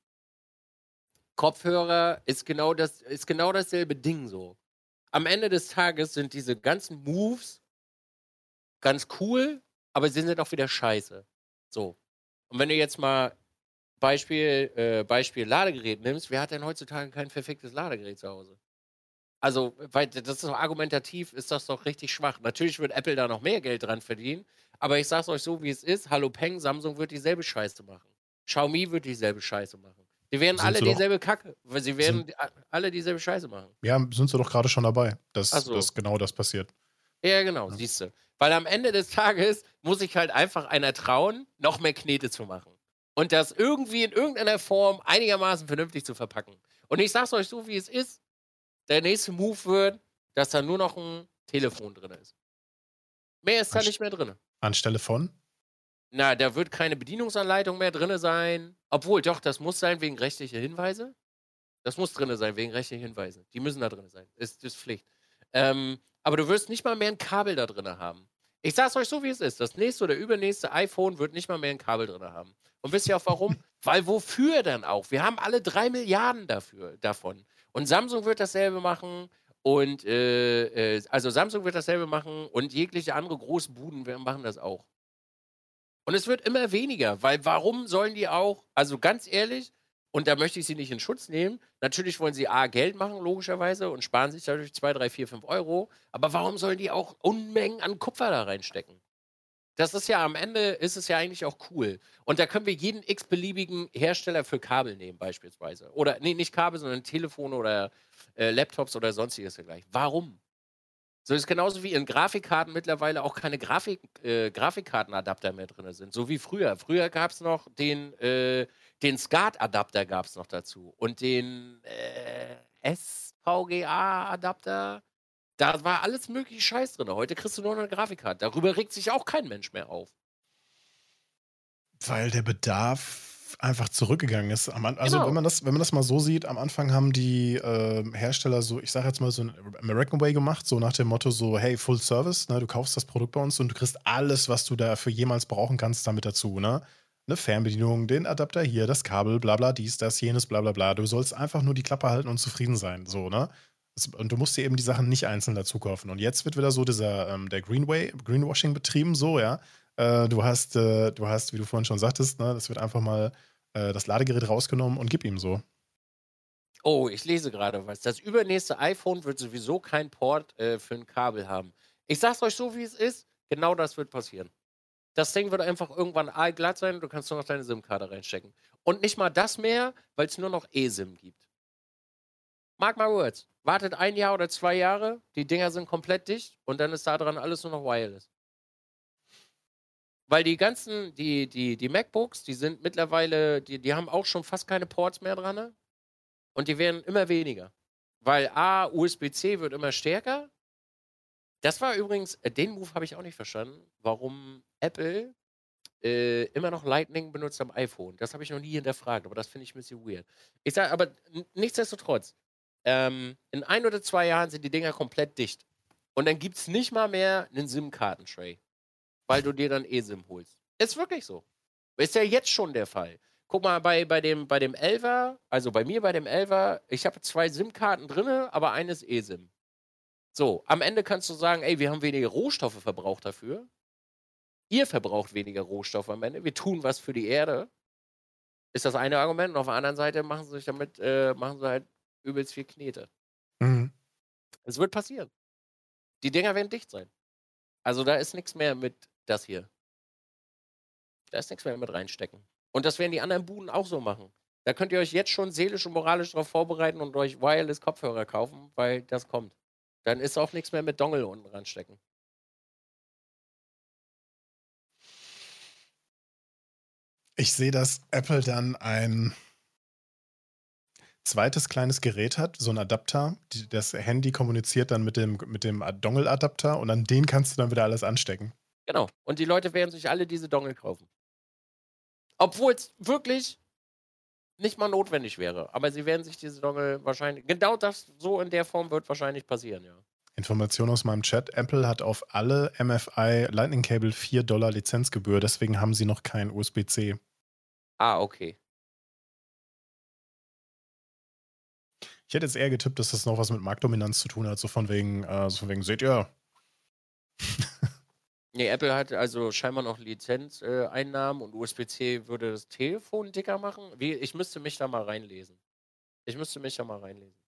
Kopfhörer ist genau das ist genau dasselbe Ding so. Am Ende des Tages sind diese ganzen Moves ganz cool, aber sie sind auch wieder scheiße. So. Und wenn du jetzt mal Beispiel, äh, Beispiel Ladegerät nimmst, wer hat denn heutzutage kein perfektes Ladegerät zu Hause? Also, weil das ist doch argumentativ, ist das doch richtig schwach. Natürlich wird Apple da noch mehr Geld dran verdienen, aber ich sag's euch so, wie es ist. Hallo Peng, Samsung wird dieselbe Scheiße machen. Xiaomi wird dieselbe Scheiße machen. Die werden Sind alle sie doch, dieselbe Kacke, weil sie werden sind, a- alle dieselbe Scheiße machen. ja, sind sie doch gerade schon dabei, Ach dass, so. dass genau das passiert. Ja, genau, Ja. siehst du. Weil am Ende des Tages muss sich halt einfach einer trauen, noch mehr Knete zu machen. Und das irgendwie in irgendeiner Form einigermaßen vernünftig zu verpacken. Und ich sag's euch so, wie es ist. Der nächste Move wird, dass da nur noch ein Telefon drin ist. Mehr ist da Anst nicht mehr drin. Anstelle von? Na, da wird keine Bedienungsanleitung mehr drin sein. Obwohl, doch, das muss sein wegen rechtlicher Hinweise. Das muss drin sein wegen rechtlicher Hinweise. Die müssen da drin sein. Ist, ist Pflicht. Ähm, aber du wirst nicht mal mehr ein Kabel da drin haben. Ich sag's euch so, wie es ist. Das nächste oder übernächste iPhone wird nicht mal mehr ein Kabel drin haben. Und wisst ihr auch warum? Weil wofür dann auch? Wir haben alle drei Milliarden dafür, davon. Und Samsung wird dasselbe machen. Und äh, äh, also Samsung wird dasselbe machen und jegliche andere große Buden werden- machen das auch. Und es wird immer weniger, weil warum sollen die auch, also ganz ehrlich, und da möchte ich sie nicht in Schutz nehmen, natürlich wollen sie A, Geld machen, logischerweise, und sparen sich dadurch zwei, drei, vier, fünf Euro, aber warum sollen die auch Unmengen an Kupfer da reinstecken? Das ist ja am Ende, ist es ja eigentlich auch cool. Und da können wir jeden x-beliebigen Hersteller für Kabel nehmen, beispielsweise. Oder, nee, nicht Kabel, sondern Telefone oder äh, Laptops oder sonstiges dergleichen. Warum? So ist genauso wie in Grafikkarten mittlerweile auch keine Grafik, äh, Grafikkartenadapter mehr drin sind. So wie früher. Früher gab es noch den, äh, den SCART-Adapter gab es noch dazu. Und den äh, S V G A-Adapter. Da war alles mögliche Scheiß drin. Heute kriegst du nur noch eine Grafikkarte. Darüber regt sich auch kein Mensch mehr auf. Weil der Bedarf einfach zurückgegangen ist. Am An also, wenn Genau. man das wenn man das mal so sieht, am Anfang haben die, ähm, Hersteller so, ich sage jetzt mal, so 'n American Way gemacht, so nach dem Motto so: „Hey, Full Service, ne? Du kaufst das Produkt bei uns und du kriegst alles, was du dafür jemals brauchen kannst, damit dazu, ne? 'Ne Fernbedienung, den Adapter hier, das Kabel, bla bla, dies, das, jenes, bla bla bla. Du sollst einfach nur die Klappe halten und zufrieden sein“, so, ne? Es und du musst dir eben die Sachen nicht einzeln dazu kaufen. Und jetzt wird wieder so dieser, ähm, der Greenway Greenwashing betrieben, so, ja? Äh, du hast, äh, du hast, wie du vorhin schon sagtest, ne, das wird einfach mal äh, das Ladegerät rausgenommen und gib ihm so. Oh, ich lese gerade was. Das übernächste iPhone wird sowieso kein Port äh, für ein Kabel haben. Ich sag's euch so, wie es ist. Genau das wird passieren. Das Ding wird einfach irgendwann aalglatt sein und du kannst nur noch deine SIM-Karte reinstecken. Und nicht mal das mehr, weil es nur noch eSIM gibt. Mark my words. Wartet ein Jahr oder zwei Jahre, die Dinger sind komplett dicht und dann ist da dran alles nur noch wireless. Weil die ganzen, die, die, die MacBooks, die sind mittlerweile, die, die haben auch schon fast keine Ports mehr dran, ne? Und die werden immer weniger. Weil A, U S B-C wird immer stärker. Das war übrigens, äh, den Move habe ich auch nicht verstanden, warum Apple äh, immer noch Lightning benutzt am iPhone. Das habe ich noch nie hinterfragt, aber das finde ich ein bisschen weird. Ich sage aber, n- nichtsdestotrotz, ähm, in ein oder zwei Jahren sind die Dinger komplett dicht. Und dann gibt es nicht mal mehr einen SIM-Karten-Tray, weil du dir dann eSIM holst. Ist wirklich so. Ist ja jetzt schon der Fall. Guck mal, bei, bei dem, bei dem Elfer, also bei mir bei dem Elfer, ich habe zwei SIM-Karten drin, aber eines eSIM. So, am Ende kannst du sagen, ey, wir haben weniger Rohstoffe verbraucht dafür. Ihr verbraucht weniger Rohstoffe am Ende. Wir tun was für die Erde. Ist das eine Argument. Und auf der anderen Seite machen sie sich damit, äh, machen sie halt übelst viel Knete. Mhm. Es wird passieren. Die Dinger werden dicht sein. Also da ist nichts mehr mit das hier. Da ist nichts mehr mit reinstecken. Und das werden die anderen Buden auch so machen. Da könnt ihr euch jetzt schon seelisch und moralisch darauf vorbereiten und euch Wireless-Kopfhörer kaufen, weil das kommt. Dann ist auch nichts mehr mit Dongle unten ranstecken. Ich sehe, dass Apple dann ein zweites kleines Gerät hat, so 'n Adapter. Die das Handy kommuniziert dann mit dem mit dem A Dongle-Adapter und an den kannst du dann wieder alles anstecken. Genau. Und die Leute werden sich alle diese Dongle kaufen. Obwohl's wirklich nicht mal notwendig wäre. Aber sie werden sich diese Dongle wahrscheinlich genau das so in der Form wird wahrscheinlich passieren, ja. Information aus meinem Chat: Apple hat auf alle M F I Lightning Cable vier Dollar Lizenzgebühr, deswegen haben sie noch kein U S B-C. Ah, okay. Ich hätte jetzt eher getippt, dass das noch was mit Marktdominanz zu tun hat, so von wegen äh, so von wegen: „Seht ihr?“ Ne, Apple hat also scheinbar noch Lizenz äh, Einnahmen und U S B-C würde das Telefon dicker machen. Wie ich müsste mich da mal reinlesen. Ich müsste mich da mal reinlesen.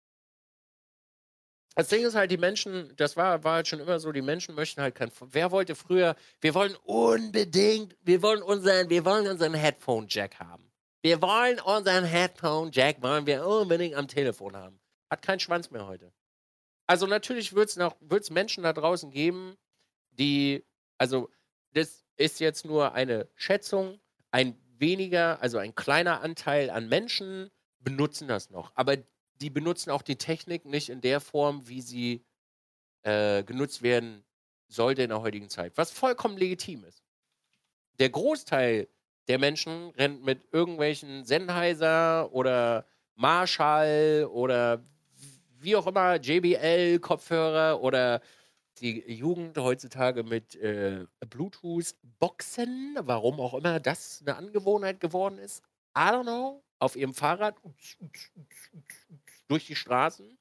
Das Ding ist halt, die Menschen das war war halt schon immer so, die Menschen möchten halt kein v wer wollte früher wir wollen unbedingt wir wollen unseren wir wollen unseren Headphone-Jack haben. Wir wollen unseren Headphone-Jack wollen wir unbedingt am Telefon haben. Hat keinen Schwanz mehr heute. Also, natürlich wird's noch wird's Menschen da draußen geben, die also, das ist jetzt nur eine Schätzung. Ein weniger also, ein kleiner Anteil an Menschen benutzen das noch. Aber die benutzen auch die Technik nicht in der Form, wie sie, äh, genutzt werden sollte in der heutigen Zeit, was vollkommen legitim ist. Der Großteil der Menschen rennt mit irgendwelchen Sennheiser oder Marshall oder w wie auch immer, J B L-Kopfhörer oder die Jugend heutzutage mit, äh, Bluetooth-Boxen, warum auch immer das 'ne Angewohnheit geworden ist. I don't know, auf ihrem Fahrrad durch die Straßen.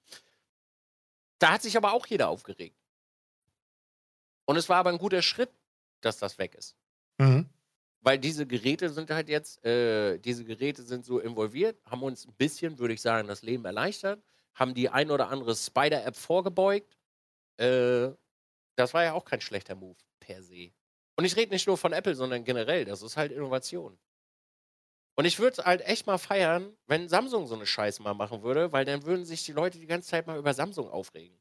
Da hat sich aber auch jeder aufgeregt. Und es war aber 'n guter Schritt, dass das weg ist. Mhm. Weil diese Geräte sind halt jetzt äh, diese Geräte sind so involviert, haben uns 'n bisschen, würde ich sagen, das Leben erleichtert, haben die ein oder andere Spider-App vorgebeugt. Äh, das war ja auch kein schlechter Move per se. Und ich rede nicht nur von Apple, sondern generell, das ist halt Innovation. Und ich würde es halt echt mal feiern, wenn Samsung so 'ne Scheiße mal machen würde, weil dann würden sich die Leute die ganze Zeit mal über Samsung aufregen.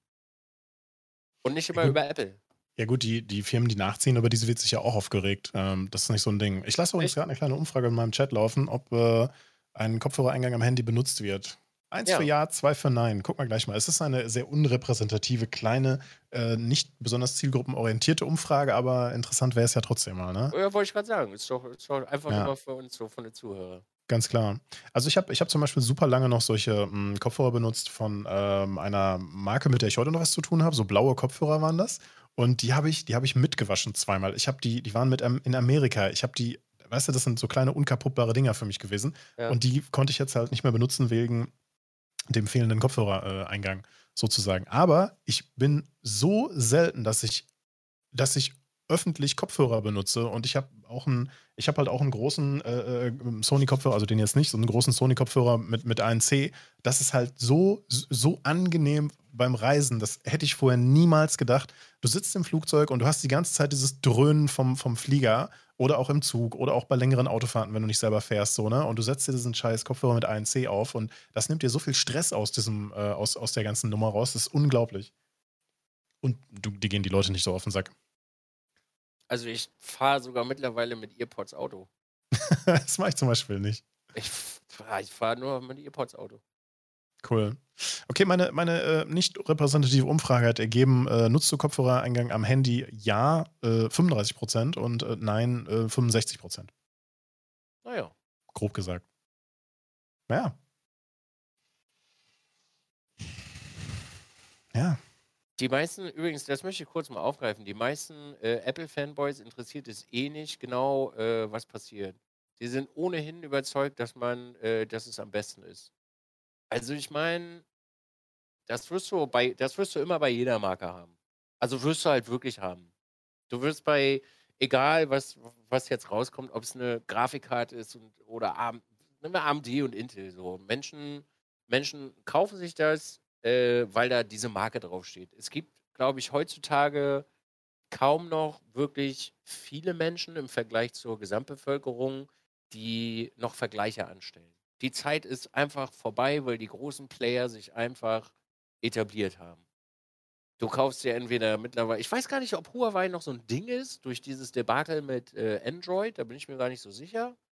Und nicht Ja immer gut über Apple. ja gut, die die Firmen, die nachziehen, über diese wird sich ja auch aufgeregt. Ähm, das ist nicht so 'n Ding. Ich lasse übrigens Echt? grad 'ne kleine Umfrage in meinem Chat laufen, ob, äh, ein Kopfhörereingang am Handy benutzt wird. eins für Ja. ja, zwei für nein. Gucken wir gleich mal. Es ist eine sehr unrepräsentative, kleine, äh, nicht besonders zielgruppenorientierte Umfrage, aber interessant wäre es ja trotzdem mal, ne? Ja, wollte ich grad sagen. Ist doch ist doch einfach nur Ja. mal für uns so von den Zuhörer. Ganz klar. Also, ich habe ich habe zum Beispiel super lange noch solche, hm, Kopfhörer benutzt von, ähm, einer Marke, mit der ich heute noch was zu tun habe. So blaue Kopfhörer waren das. Und die habe ich die habe ich mitgewaschen zweimal. Ich habe die die waren mit Am in Amerika. Ich habe die weißt du, das sind so kleine unkaputtbare Dinger für mich gewesen. Ja. Und die konnte ich jetzt halt nicht mehr benutzen wegen dem fehlenden Kopfhörer äh, Eingang sozusagen. Aber ich bin so selten, dass ich dass ich öffentlich Kopfhörer benutze und ich habe auch 'n ich habe halt auch 'n großen, äh, äh, Sony-Kopfhörer, also den jetzt nicht, so 'n großen Sony-Kopfhörer mit mit A N C. Das ist halt so s so angenehm beim Reisen. Das hätte ich vorher niemals gedacht. Du sitzt im Flugzeug und du hast die ganze Zeit dieses Dröhnen vom vom Flieger oder auch im Zug oder auch bei längeren Autofahrten, wenn du nicht selber fährst, so, ne? Und du setzt dir diesen scheiß Kopfhörer mit A N C auf und das nimmt dir so viel Stress aus diesem, äh aus aus der ganzen Nummer raus. Das ist unglaublich. Und du dir gehen die Leute nicht so auf 'n Sack. Also, ich fahre sogar mittlerweile mit Earpods Auto. Das mache ich zum Beispiel nicht. Ich f fahre ich fahre nur mit Earpods Auto. Cool. Okay, meine meine, äh, nicht repräsentative Umfrage hat ergeben, äh, nutzt du Kopfhörereingang am Handy? Ja, äh, fünfunddreißig Prozent und, äh, nein, äh, fünfundsechzig Prozent. Na ja. Grob gesagt. Ja. Ja. Die meisten übrigens, das möchte ich kurz mal aufgreifen, die meisten, äh, Apple-Fanboys interessiert es eh nicht genau, äh, was passiert. Die sind ohnehin überzeugt, dass man äh, dass es am besten ist. Also, ich meine das wirst du bei das wirst du immer bei jeder Marke haben. Also, wirst du halt wirklich haben. Du wirst bei egal was was jetzt rauskommt, ob's 'ne Grafikkarte ist und oder AM nehmen wir AMD und Intel so. Menschen Menschen kaufen sich das, äh, weil da diese Marke draufsteht. Es gibt, glaube ich, heutzutage kaum noch wirklich viele Menschen im Vergleich zur Gesamtbevölkerung, die noch Vergleiche anstellen. Die Zeit ist einfach vorbei, weil die großen Player sich einfach etabliert haben. Du kaufst dir entweder mittlerwei ich weiß gar nicht, ob Huawei noch so 'n Ding ist durch dieses Debakel mit, äh, Android, da bin ich mir gar nicht so sicher.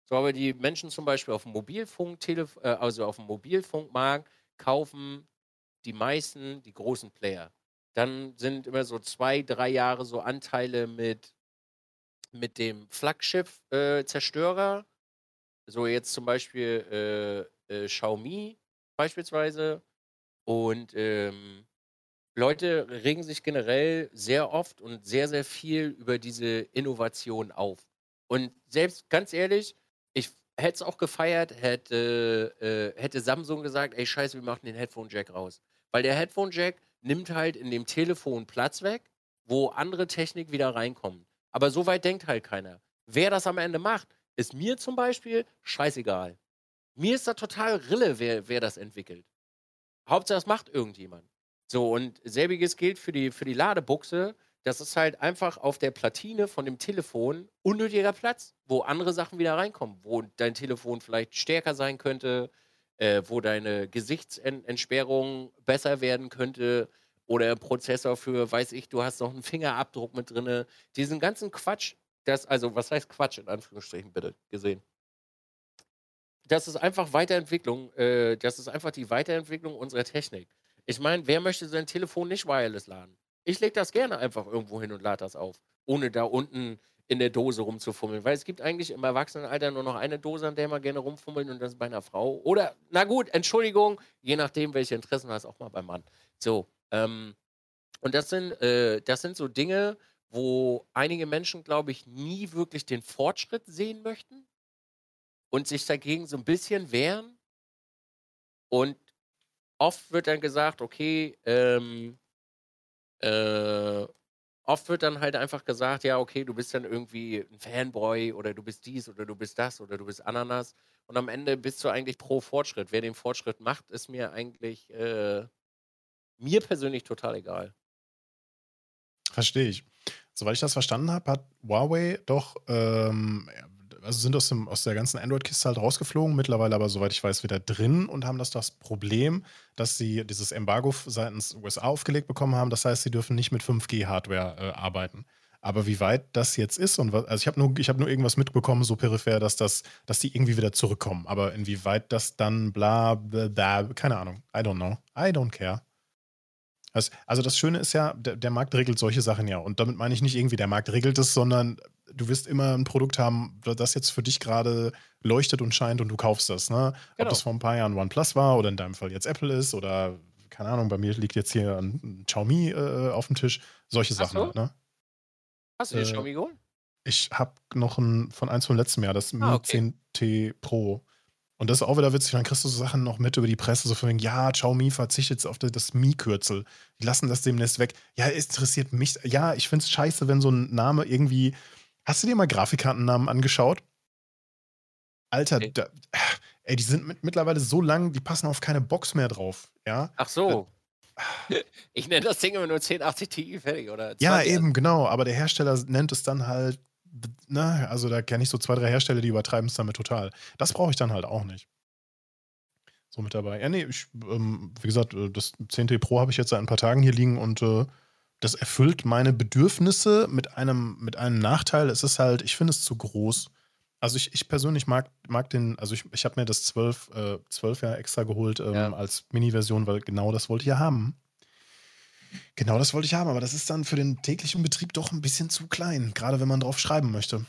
So, aber die Menschen zum Beispiel auf dem Mobilfunk, Telef äh, also auf dem Mobilfunkmarkt kaufen die meisten die großen Player. Dann sind immer so zwei, drei Jahre so Anteile mit mit dem Flaggschiff, äh, Zerstörer. So jetzt zum Beispiel, äh, äh, Xiaomi beispielsweise. Und, ähm, Leute regen sich generell sehr oft und sehr, sehr viel über diese Innovation auf. Und selbst ganz ehrlich, ich hätte es auch gefeiert, hätte, äh, hätte Samsung gesagt: „Ey, scheiße, wir machen den Headphone Jack raus.“ Weil der Headphone Jack nimmt halt in dem Telefon Platz weg, wo andere Technik wieder reinkommt. Aber so weit denkt halt keiner. Wer das am Ende macht, ist mir zum Beispiel scheißegal. Mir ist da total Rille, wer wer das entwickelt. Hauptsache, das macht irgendjemand. So, und selbiges gilt für die für die Ladebuchse. Das ist halt einfach auf der Platine von dem Telefon unnötiger Platz, wo andere Sachen wieder reinkommen, wo dein Telefon vielleicht stärker sein könnte, äh, wo deine Gesichtsentsperrung besser werden könnte oder 'n Prozessor für, weiß ich, du hast noch 'n Fingerabdruck mit drinne. Diesen ganzen Quatsch, das also, was heißt Quatsch in Anführungsstrichen bitte gesehen? Das ist einfach Weiterentwicklung äh, das ist einfach die Weiterentwicklung unserer Technik. Ich meine, wer möchte sein Telefon nicht wireless laden? Ich lege das gerne einfach irgendwo hin und lade das auf, ohne da unten in der Dose rumzufummeln, weil es gibt eigentlich im Erwachsenenalter nur noch eine Dose, an der man gerne rumfummelt und das ist bei einer Frau oder na gut, Entschuldigung, je nachdem, welche Interessen du hast, auch mal beim Mann. So, ähm, und das sind äh, das sind so Dinge, wo einige Menschen, glaube ich, nie wirklich den Fortschritt sehen möchten und sich dagegen so 'n bisschen wehren. Und oft wird dann gesagt, okay, ähm, äh, oft wird dann halt einfach gesagt: „Ja, okay, du bist dann irgendwie 'n Fanboy oder du bist dies oder du bist das oder du bist Ananas.“ Und am Ende bist du eigentlich pro Fortschritt. Wer den Fortschritt macht, ist mir eigentlich, äh mir persönlich total egal. Verstehe ich. Soweit ich das verstanden habe, hat Huawei doch, ähm, ja, also sind aus dem aus der ganzen Android-Kiste halt rausgeflogen, mittlerweile aber, soweit ich weiß, wieder drin und haben das das Problem, dass sie dieses Embargo f seitens U S A aufgelegt bekommen haben. Das heißt, sie dürfen nicht mit fünf G-Hardware, äh, arbeiten. Aber wie weit das jetzt ist und wa also, ich habe nur ich habe nur irgendwas mitbekommen, so peripher, dass das dass die irgendwie wieder zurückkommen. Aber inwieweit das dann bla bl bla, keine Ahnung. I don't know. I don't care. Das also, das Schöne ist ja, der der Markt regelt solche Sachen ja. Und damit meine ich nicht irgendwie, der Markt regelt es, sondern du wirst immer 'n Produkt haben, da das jetzt für dich grade leuchtet und scheint und du kaufst das, ne? Ob das Genau. vor 'n paar Jahren OnePlus war oder in deinem Fall jetzt Apple ist oder keine Ahnung, bei mir liegt jetzt hier 'n 'n Xiaomi, äh, aufm Tisch, solche Ach Sachen so? halt, ne? Hast du dir Äh, Xiaomi geholt? ich habe noch 'n von eins von letztem Jahr, das Ah, Mi okay. zehn T Pro. Und das ist auch wieder witzig, dann kriegst du so Sachen noch mit über die Presse, so von wegen: „Ja, Xiaomi verzichtet jetzt auf d das Mi-Kürzel. Die lassen das demnächst weg.“ Ja, es interessiert mich ja, ich finde es scheiße, wenn so 'n Name irgendwie hast du dir mal Grafikkartennamen angeschaut? Alter, Ne. da ey, die sind mit mittlerweile so lang, die passen auf keine Box mehr drauf, ja? Ach Äh so. Ich nenne das Ding immer nur zehn achtzig Ti fertig oder Ja, zwanzig eben, achtzig. genau, aber der Hersteller s nennt es dann halt d ne? Also, da kenne ich so zwei, drei Hersteller, die übertreiben's damit total. Das brauche ich dann halt auch nicht. So mit dabei. Ja, ne, ich ähm, wie gesagt, äh, das zehn T Pro habe ich jetzt seit 'n paar Tagen hier liegen und, äh, das erfüllt meine Bedürfnisse mit einem mit einem Nachteil. Es ist halt ich finde es zu groß. Also, ich ich persönlich mag mag den also, ich ich habe mir das zwölf äh, zwölf ja extra geholt, Ja. ähm, als Mini-Version, weil genau das wollte ich ja haben. Genau das wollte ich haben, aber das ist dann für den täglichen Betrieb doch 'n bisschen zu klein, grade wenn man drauf schreiben möchte.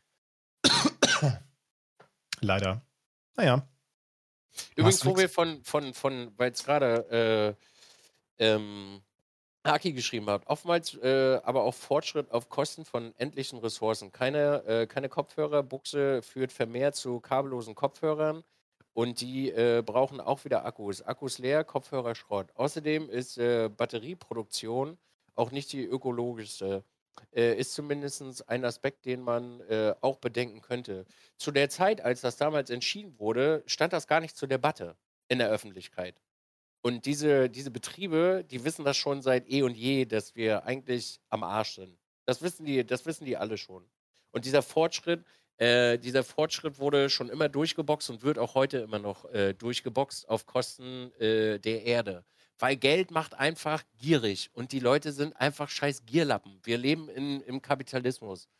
Leider. Na ja. Machst Übrigens, du wo nix. wir von von von weil's grade, äh, ähm, Haki geschrieben hat. Oftmals, äh, aber auch Fortschritt auf Kosten von endlichen Ressourcen. Keine äh, keine Kopfhörerbuchse führt vermehrt zu kabellosen Kopfhörern und die, äh, brauchen auch wieder Akkus. Akkus leer, Kopfhörer Schrott. Außerdem ist, äh, Batterieproduktion auch nicht die ökologischste. Äh, ist zumindestens ein Aspekt, den man, äh, auch bedenken könnte. Zu der Zeit, als das damals entschieden wurde, stand das gar nicht zur Debatte in der Öffentlichkeit. Und diese diese Betriebe, die wissen das schon seit eh und je, dass wir eigentlich am Arsch sind. Das wissen die das wissen die alle schon. Und dieser Fortschritt äh, dieser Fortschritt wurde schon immer durchgeboxt und wird auch heute immer noch, äh, durchgeboxt auf Kosten, äh, der Erde. Weil Geld macht einfach gierig und die Leute sind einfach scheiß Gierlappen. Wir leben in im Kapitalismus.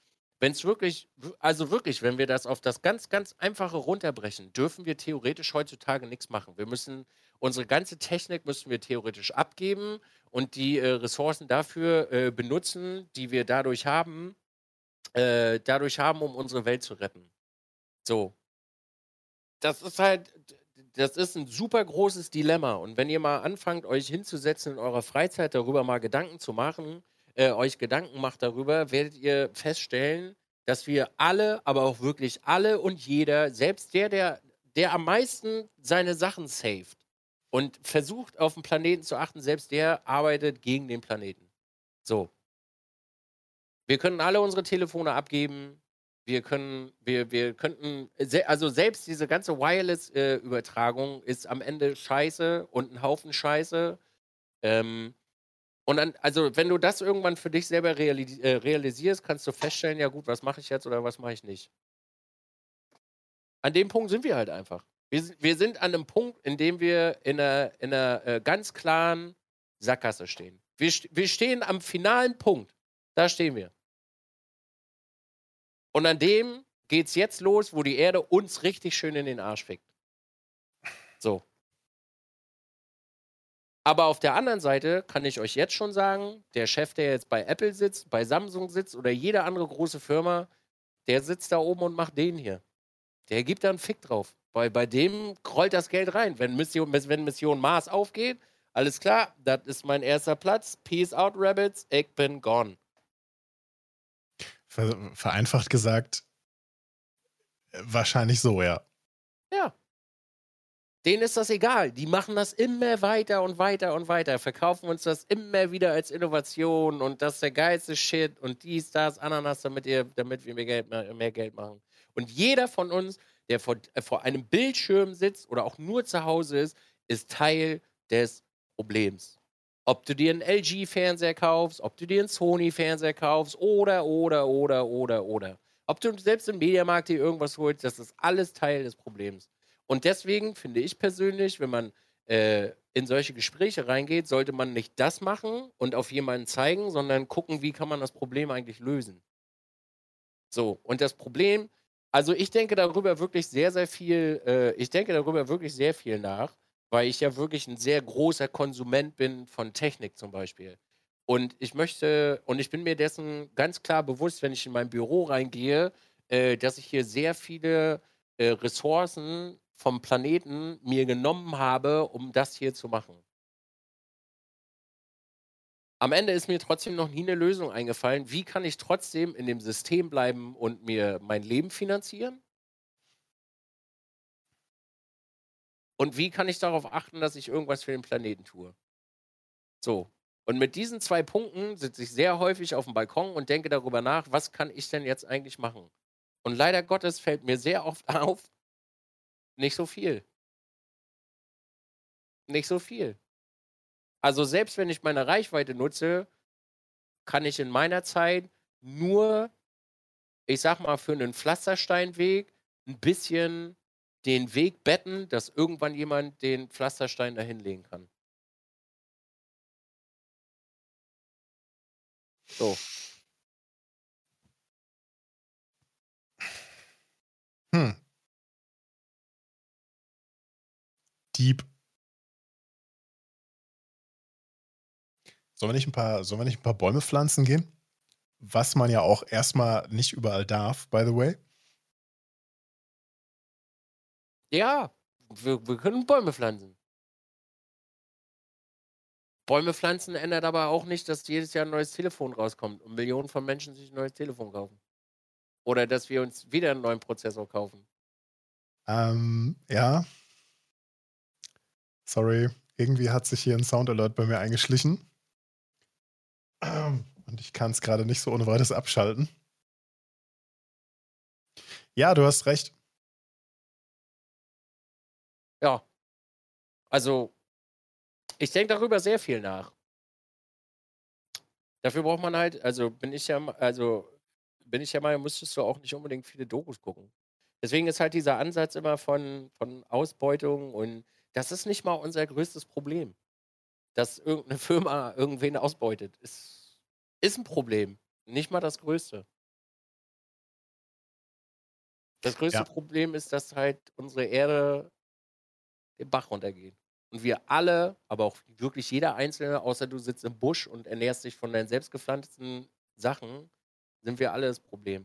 Wenn's wirklich w also wirklich, wenn wir das auf das ganz, ganz Einfache runterbrechen, dürfen wir theoretisch heutzutage nix machen. Wir müssen unsere ganze Technik müssen wir theoretisch abgeben und die, äh, Ressourcen dafür, äh, benutzen, die wir dadurch haben äh, dadurch haben, um unsere Welt zu retten. So. Das ist halt d d das ist 'n super großes Dilemma. Und wenn ihr mal anfangt, euch hinzusetzen in eurer Freizeit, darüber mal Gedanken zu machen äh, euch Gedanken macht darüber, werdet ihr feststellen, dass wir alle, aber auch wirklich alle und jeder, selbst der, der der am meisten seine Sachen saved und versucht, aufm Planeten zu achten, selbst der arbeitet gegen den Planeten. So. Wir können alle unsere Telefone abgeben. Wir können wir wir könnten se also selbst diese ganze Wireless, äh, Übertragung ist am Ende Scheiße und 'n Haufen Scheiße. Ähm, und dann also, wenn du das irgendwann für dich selber reali äh, realisierst, kannst du feststellen: „Ja gut, was mache ich jetzt oder was mache ich nicht?“ An dem Punkt sind wir halt einfach. Wir si wir sind an 'nem Punkt, in dem wir in 'ner in 'ner, äh, ganz klaren Sackgasse stehen. Wir st wir stehen am finalen Punkt. Da stehen wir. Und an dem geht's jetzt los, wo die Erde uns richtig schön in den Arsch fickt. So. Aber auf der anderen Seite kann ich euch jetzt schon sagen, der Chef, der jetzt bei Apple sitzt, bei Samsung sitzt oder jede andere große Firma, der sitzt da oben und macht den hier. Der gibt da 'n Fick drauf, weil bei dem rollt das Geld rein. Wenn Mission wenn Mission Mars aufgeht, alles klar, das ist mein erster Platz. Peace out, Rabbits, ich bin gone. Ver vereinfacht gesagt äh, wahrscheinlich so, ja. Ja. Denen ist das egal. Die machen das immer weiter und weiter und weiter, verkaufen uns das immer wieder als Innovation und das ist der geilste Shit und dies, das, Ananas, damit ihr damit wir mehr Geld ma mehr Geld machen. Und jeder von uns, der vor d vor einem Bildschirm sitzt oder auch nur zu Hause ist, ist Teil des Problems. Ob du dir 'n LG-Fernseher kaufst, ob du dir 'n Sony-Fernseher kaufst oder, oder, oder, oder, oder. Ob du selbst im Mediamarkt dir irgendwas holst, das ist alles Teil des Problems. Und deswegen finde ich persönlich, wenn man, äh, in solche Gespräche reingeht, sollte man nicht das machen und auf jemanden zeigen, sondern gucken, wie kann man das Problem eigentlich lösen. So, und das Problem also, ich denke darüber wirklich sehr, sehr viel äh, ich denke darüber wirklich sehr viel nach, weil ich ja wirklich 'n sehr großer Konsument bin von Technik zum Beispiel. Und ich möchte und ich bin mir dessen ganz klar bewusst, wenn ich in mein Büro reingehe, äh, dass ich hier sehr viele, äh, Ressourcen vom Planeten mir genommen habe, um das hier zu machen. Am Ende ist mir trotzdem noch nie 'ne Lösung eingefallen. Wie kann ich trotzdem in dem System bleiben und mir mein Leben finanzieren? Und wie kann ich darauf achten, dass ich irgendwas für den Planeten tue? So. Und mit diesen zwei Punkten sitze ich sehr häufig aufm Balkon und denke darüber nach: „Was kann ich denn jetzt eigentlich machen?“ Und leider Gottes fällt mir sehr oft auf nicht so viel. Nicht so viel. Also, selbst wenn ich meine Reichweite nutze, kann ich in meiner Zeit nur, ich sage mal, für 'nen Pflastersteinweg 'n bisschen den Weg betten, dass irgendwann jemand den Pflasterstein da hinlegen kann. So. Hm. Deep. Sollen wir nicht 'n paar sollen wir nicht 'n paar Bäume pflanzen gehen? Was man ja auch erst mal nicht überall darf, by the way. Ja, wir wir können Bäume pflanzen. Bäume pflanzen ändert aber auch nicht, dass jedes Jahr 'n neues Telefon rauskommt und Millionen von Menschen sich 'n neues Telefon kaufen. Oder dass wir uns wieder 'n neuen Prozessor kaufen. Ähm, ja. Sorry, irgendwie hat sich hier 'n Sound Alert bei mir eingeschlichen. Und ich kann's grade nicht so ohne Weiteres abschalten. Ja, du hast recht. Ja. Also, ich denke darüber sehr viel nach. Dafür braucht man halt also, bin ich ja m also, bin ich der Meinung, müsstest du auch nicht unbedingt viele Dokus gucken. Deswegen ist halt dieser Ansatz immer von von Ausbeutung und das ist nicht mal unser größtes Problem. Dass irgend 'ne Firma irgendwen ausbeutet, ist ist 'n Problem, nicht mal das größte. Das größte Ja. Problem ist, dass halt unsere Erde den Bach runtergeht. Und wir alle, aber auch wirklich jeder Einzelne, außer du sitzt im Busch und ernährst dich von deinen selbst gepflanzten Sachen, sind wir alle das Problem.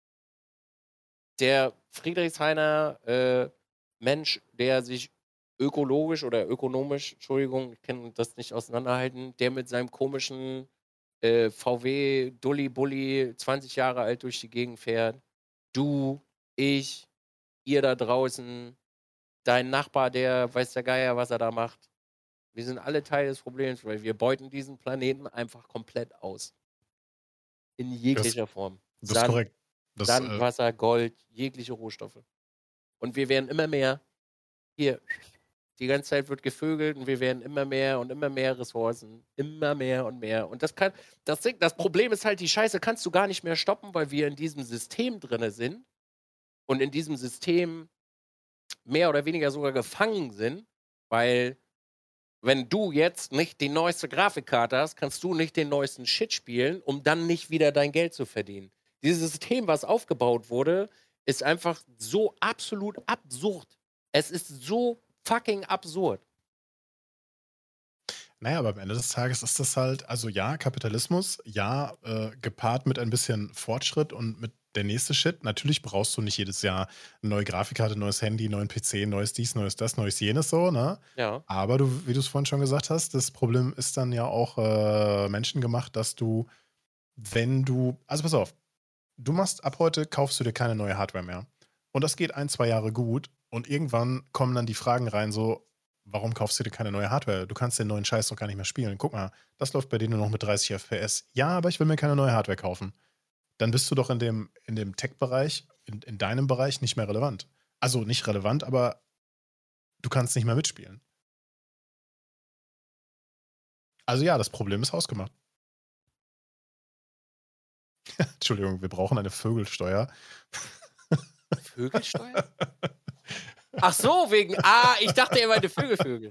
Der Friedrichshainer, äh, Mensch, der sich ökologisch oder ökonomisch, Entschuldigung, ich kann das nicht auseinanderhalten, der mit seinem komischen, äh, V W Dulli-Bulli zwanzig Jahre alt durch die Gegend fährt. Du, ich, ihr da draußen, dein Nachbar, der weiß der Geier, was er da macht. Wir sind alle Teil des Problems, weil wir beuten diesen Planeten einfach komplett aus. In Das jeglicher Form. das ist Sand, korrekt. Das, Sand, äh Wasser, Gold, jegliche Rohstoffe. Und wir werden immer mehr. Hier, die ganze Zeit wird gevögelt und wir werden immer mehr und immer mehr Ressourcen. Immer mehr und mehr. Und das kann, das, Ding- das Problem ist halt, die Scheiße kannst du gar nicht mehr stoppen, weil wir in diesem System drinne sind und in diesem System mehr oder weniger sogar gefangen sind, weil wenn du jetzt nicht die neueste Grafikkarte hast, kannst du nicht den neuesten Shit spielen, um dann nicht wieder dein Geld zu verdienen. Dieses System, was aufgebaut wurde, ist einfach so absolut absurd. Es ist so fucking absurd. Naja, aber am Ende des Tages ist das halt, also ja, Kapitalismus, ja, äh, gepaart mit ein bisschen Fortschritt und mit der nächste Shit. Natürlich brauchst du nicht jedes Jahr eine neue Grafikkarte, neues Handy, neuen P C, neues dies, neues das, neues jenes so, ne? Ja. Aber du, wie du es vorhin schon gesagt hast, das Problem ist dann ja auch äh, menschengemacht, dass du, wenn du, also pass auf, du machst ab heute, kaufst du dir keine neue Hardware mehr. Und das geht ein, zwei Jahre gut. Und irgendwann kommen dann die Fragen rein, so, warum kaufst du dir keine neue Hardware? Du kannst den neuen Scheiß doch gar nicht mehr spielen. Guck mal, das läuft bei dir nur noch mit dreißig F P S. Ja, aber ich will mir keine neue Hardware kaufen. Dann bist du doch in dem, in dem Tech-Bereich, in, in deinem Bereich nicht mehr relevant. Also nicht relevant, aber du kannst nicht mehr mitspielen. Also ja, das Problem ist hausgemacht. Entschuldigung, wir brauchen eine Vögelsteuer. Vögelsteuer? Ach so, wegen. Ah, ich dachte, er meinte Vögelvögel.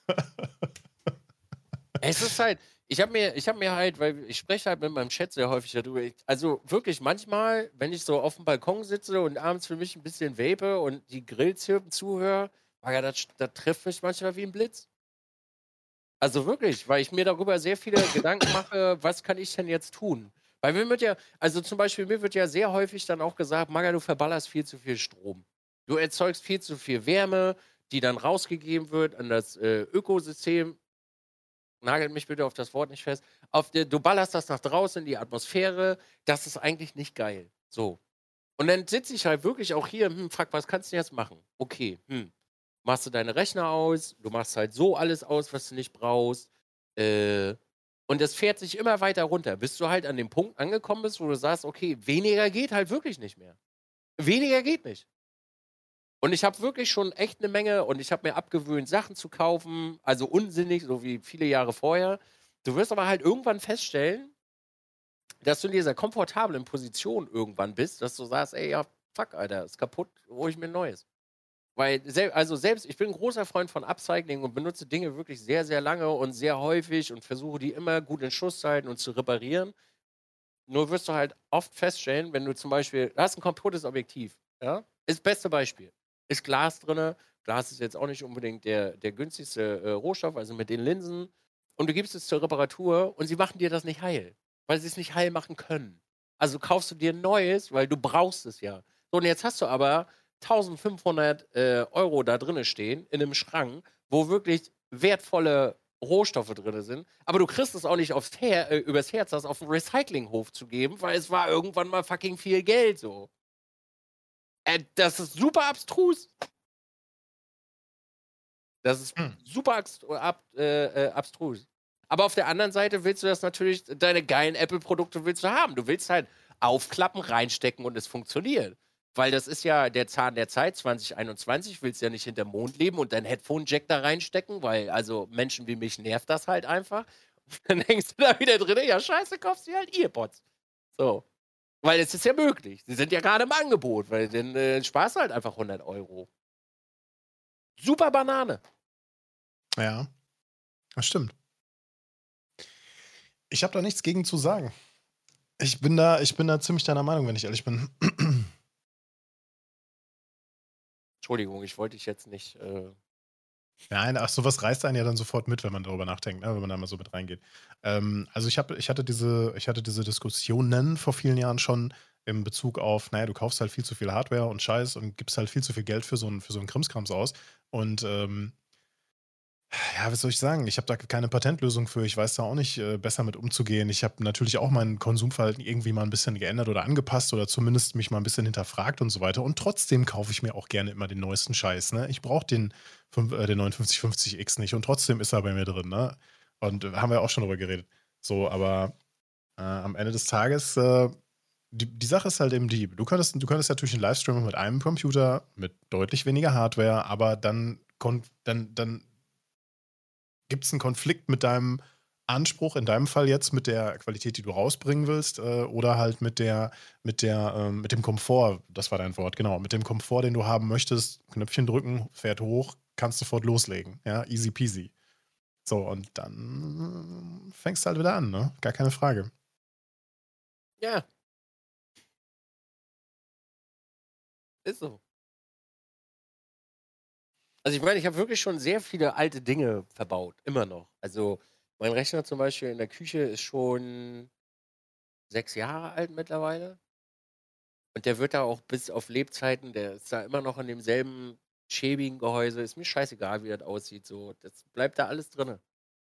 Es ist halt, ich habe mir, ich habe mir halt, weil ich spreche halt mit meinem Chat sehr häufig darüber. Ich, also wirklich manchmal, wenn ich so auf dem Balkon sitze und abends für mich ein bisschen vape und die Grillzirpen zuhöre, ja, das, das trifft mich manchmal wie ein Blitz. Also wirklich, weil ich mir darüber sehr viele Gedanken mache, was kann ich denn jetzt tun? Weil mir wird ja, also zum Beispiel, mir wird ja sehr häufig dann auch gesagt, Maga, du verballerst viel zu viel Strom. Du erzeugst viel zu viel Wärme, die dann rausgegeben wird an das äh, Ökosystem. Nagelt mich bitte auf das Wort nicht fest. Auf der, du ballerst das nach draußen in die Atmosphäre. Das ist eigentlich nicht geil. So. Und dann sitze ich halt wirklich auch hier, hm, frag, was kannst du jetzt machen? Okay, hm. Machst du deine Rechner aus, du machst halt so alles aus, was du nicht brauchst. Äh, und das fährt sich immer weiter runter, bis du halt an dem Punkt angekommen bist, wo du sagst, okay, weniger geht halt wirklich nicht mehr. Weniger geht nicht. Und ich habe wirklich schon echt eine Menge und ich habe mir abgewöhnt, Sachen zu kaufen, also unsinnig, so wie viele Jahre vorher. Du wirst aber halt irgendwann feststellen, dass du in dieser komfortablen Position irgendwann bist, dass du sagst, ey, ja, fuck, Alter, ist kaputt, hole ich mir ein neues. Weil, sel also selbst, ich bin ein großer Freund von Upcycling und benutze Dinge wirklich sehr, sehr lange und sehr häufig und versuche die immer gut in Schuss zu halten und zu reparieren. Nur wirst du halt oft feststellen, wenn du zum Beispiel, du hast ein kaputtes Objektiv, ja? Ist das beste Beispiel. Ist Glas drin. Glas ist jetzt auch nicht unbedingt der, der günstigste äh, Rohstoff, also mit den Linsen. Und du gibst es zur Reparatur und sie machen dir das nicht heil, weil sie es nicht heil machen können. Also kaufst du dir ein neues, weil du brauchst es ja. So, und jetzt hast du aber eintausendfünfhundert äh, Euro da drinne stehen, in einem Schrank, wo wirklich wertvolle Rohstoffe drin sind, aber du kriegst es auch nicht aufs Her äh, übers Herz, das auf den Recyclinghof zu geben, weil es war irgendwann mal fucking viel Geld so. Äh, das ist super abstrus. Das ist Hm. super ab, äh, äh, abstrus. Aber auf der anderen Seite willst du das natürlich, deine geilen Apple-Produkte willst du haben. Du willst halt aufklappen, reinstecken und es funktioniert. Weil das ist ja der Zahn der Zeit, zwanzig einundzwanzig, willst ja nicht hinterm Mond leben und dein Headphone-Jack da reinstecken, weil also Menschen wie mich nervt das halt einfach. Dann hängst du da wieder drin, ja scheiße, kaufst du dir halt Earpods. So. Weil es ist ja möglich. Sie sind ja gerade im Angebot, weil dann äh, sparst du halt einfach hundert Euro. Super Banane. Ja, das stimmt. Ich habe da nichts gegen zu sagen. Ich bin da, ich bin da ziemlich deiner Meinung, wenn ich ehrlich bin. Entschuldigung, ich wollte dich jetzt nicht, äh Nein, ach, sowas reißt einen ja dann sofort mit, wenn man darüber nachdenkt, ne, wenn man da mal so mit reingeht. Ähm, also ich habe ich hatte diese ich hatte diese Diskussionen vor vielen Jahren schon in Bezug auf, naja, du kaufst halt viel zu viel Hardware und Scheiß und gibst halt viel zu viel Geld für so 'n für so 'n Krimskrams aus. Und, ähm ja, was soll ich sagen? Ich habe da keine Patentlösung für. Ich weiß da auch nicht, äh, besser mit umzugehen. Ich habe natürlich auch mein Konsumverhalten irgendwie mal ein bisschen geändert oder angepasst oder zumindest mich mal ein bisschen hinterfragt und so weiter. Und trotzdem kaufe ich mir auch gerne immer den neuesten Scheiß, ne? Ich brauche den fünf äh, den neunundfünfzig fünfzig X nicht und trotzdem ist er bei mir drin, ne? Und, äh, haben wir auch schon drüber geredet. So, aber, äh, am Ende des Tages, äh die die Sache ist halt eben die, du könntest du könntest natürlich 'n Livestreamer mit einem Computer, mit deutlich weniger Hardware, aber dann kon dann dann gibt es einen Konflikt mit deinem Anspruch, in deinem Fall jetzt mit der Qualität, die du rausbringen willst, äh, oder halt mit der mit der, ähm mit dem Komfort, das war dein Wort, genau, mit dem Komfort, den du haben möchtest, Knöpfchen drücken, fährt hoch, kannst sofort loslegen, ja, easy peasy. So, und dann fängst du halt wieder an, ne? Gar keine Frage. ja, ist so. Also, ich meine, ich habe wirklich schon sehr viele alte Dinge verbaut, immer noch. Also, mein Rechner zum Beispiel in der Küche ist schon sechs Jahre alt mittlerweile und der wird da auch bis auf Lebzeiten, der ist da immer noch in demselben schäbigen Gehäuse. Ist mir scheißegal, wie das aussieht, so. Das bleibt da alles drinne.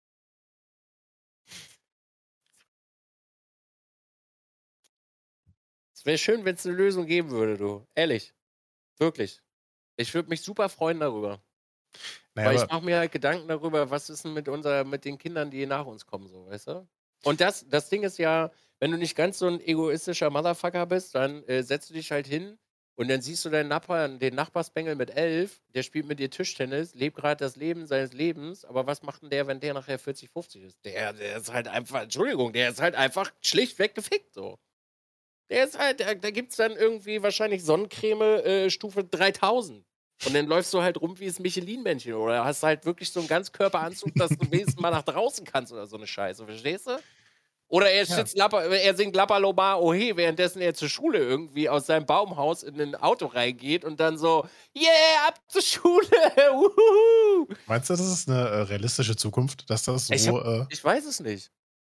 Es wäre schön, wenn es eine Lösung geben würde, du. Ehrlich, wirklich. Ich würde mich super freuen darüber, Na ja, weil ich aber mache mir halt Gedanken darüber, was ist denn mit unserer mit den Kindern, die nach uns kommen, so, weißt du? Und das das Ding ist ja, wenn du nicht ganz so ein egoistischer Motherfucker bist, dann, äh, setzt du dich halt hin und dann siehst du deinen Nachbarn den Nachbarsbengel mit elf, der spielt mit dir Tischtennis, lebt gerade das Leben seines Lebens, aber was macht denn der, wenn der nachher vierzig, fünfzig ist? Der der ist halt einfach Entschuldigung, der ist halt einfach schlichtweg gefickt so. Der ist halt da da gibt's dann irgendwie wahrscheinlich Sonnencreme, äh, Stufe dreitausend. Und dann läufst du halt rum wie das Michelin-Männchen oder hast halt wirklich so 'n Ganzkörperanzug, dass du wenigstens mal nach draußen kannst oder so 'ne Scheiße, verstehst du? Oder er ja. schützt Lappa er singt „Lappa Loma Ohe", währenddessen er zur Schule irgendwie aus seinem Baumhaus in 'nen Auto reingeht und dann so: „Yeah, ab zur Schule, wuhuhu." Meinst du, das ist eine äh, realistische Zukunft, dass das Ich habe so, äh ich weiß es nicht.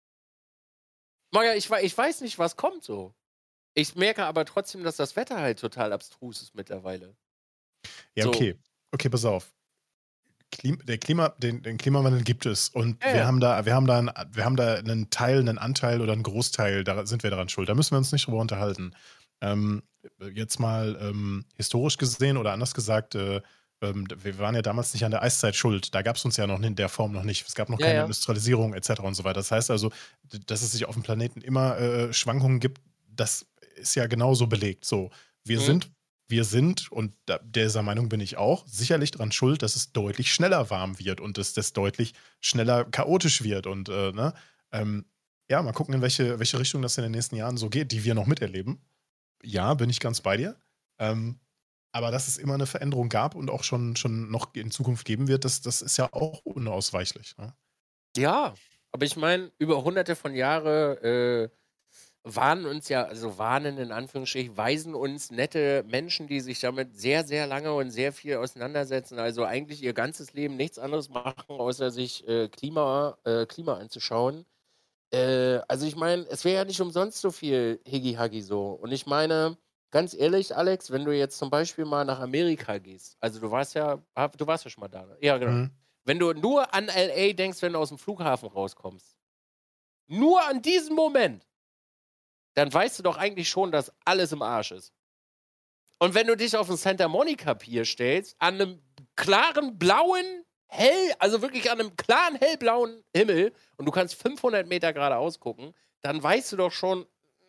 Maja, ich wei ich weiß nicht, was kommt so. Ich merke aber trotzdem, dass das Wetter halt total abstrus ist mittlerweile. ja, So, okay. Okay, pass auf. Klim der Klima den den Klimawandel gibt es und ja, wir ja. haben da wir haben da 'n wir haben da einen Teil einen Anteil oder einen Großteil, da sind wir daran schuld. Da müssen wir uns nicht drüber unterhalten. Ähm, jetzt mal, ähm, historisch gesehen oder anders gesagt, äh, ähm, wir waren ja damals nicht an der Eiszeit schuld. Da gab es uns ja noch in der Form noch nicht. Es gab noch Ja, keine ja. Industrialisierung et cetera und so weiter. Das heißt also, d dass es sich auf dem Planeten immer, äh, Schwankungen gibt, das ist ja genauso belegt. So, wir Mhm. sind wir sind, und da dieser Meinung bin ich auch, sicherlich daran schuld, dass es deutlich schneller warm wird und dass das deutlich schneller chaotisch wird und, äh, ne? Ähm, ja, mal gucken, in welche welche Richtung das in den nächsten Jahren so geht, die wir noch miterleben. Ja, bin ich ganz bei dir. Ähm, aber dass es immer eine Veränderung gab und auch schon schon noch in Zukunft geben wird, das das ist ja auch unausweichlich, ne? Ja, aber ich meine, über Hunderte von Jahre, äh, warnen uns ja also, warnen in Anführungsstrichen, weisen uns nette Menschen, die sich damit sehr, sehr lange und sehr viel auseinandersetzen, also, eigentlich ihr ganzes Leben nichts anderes machen, außer sich, äh, Klima äh, Klima anzuschauen. Äh, also, ich meine, es wäre ja nicht umsonst so viel Higgi-Haggi so. Und ich meine, ganz ehrlich, Alex, wenn du jetzt zum Beispiel mal nach Amerika gehst, also, du warst ja ah, du warst ja schon mal da, ne? Ja, genau. Mhm. Wenn du nur an L A denkst, wenn du aus'm Flughafen rauskommst, nur an diesen Moment, dann weißt du doch eigentlich schon, dass alles im Arsch ist. Und wenn du dich auf 'n Santa Monica Pier stellst, an 'nem klaren blauen, hell also wirklich an 'nem klaren hellblauen Himmel und du kannst fünfhundert Meter geradeaus gucken, dann weißt du doch schon,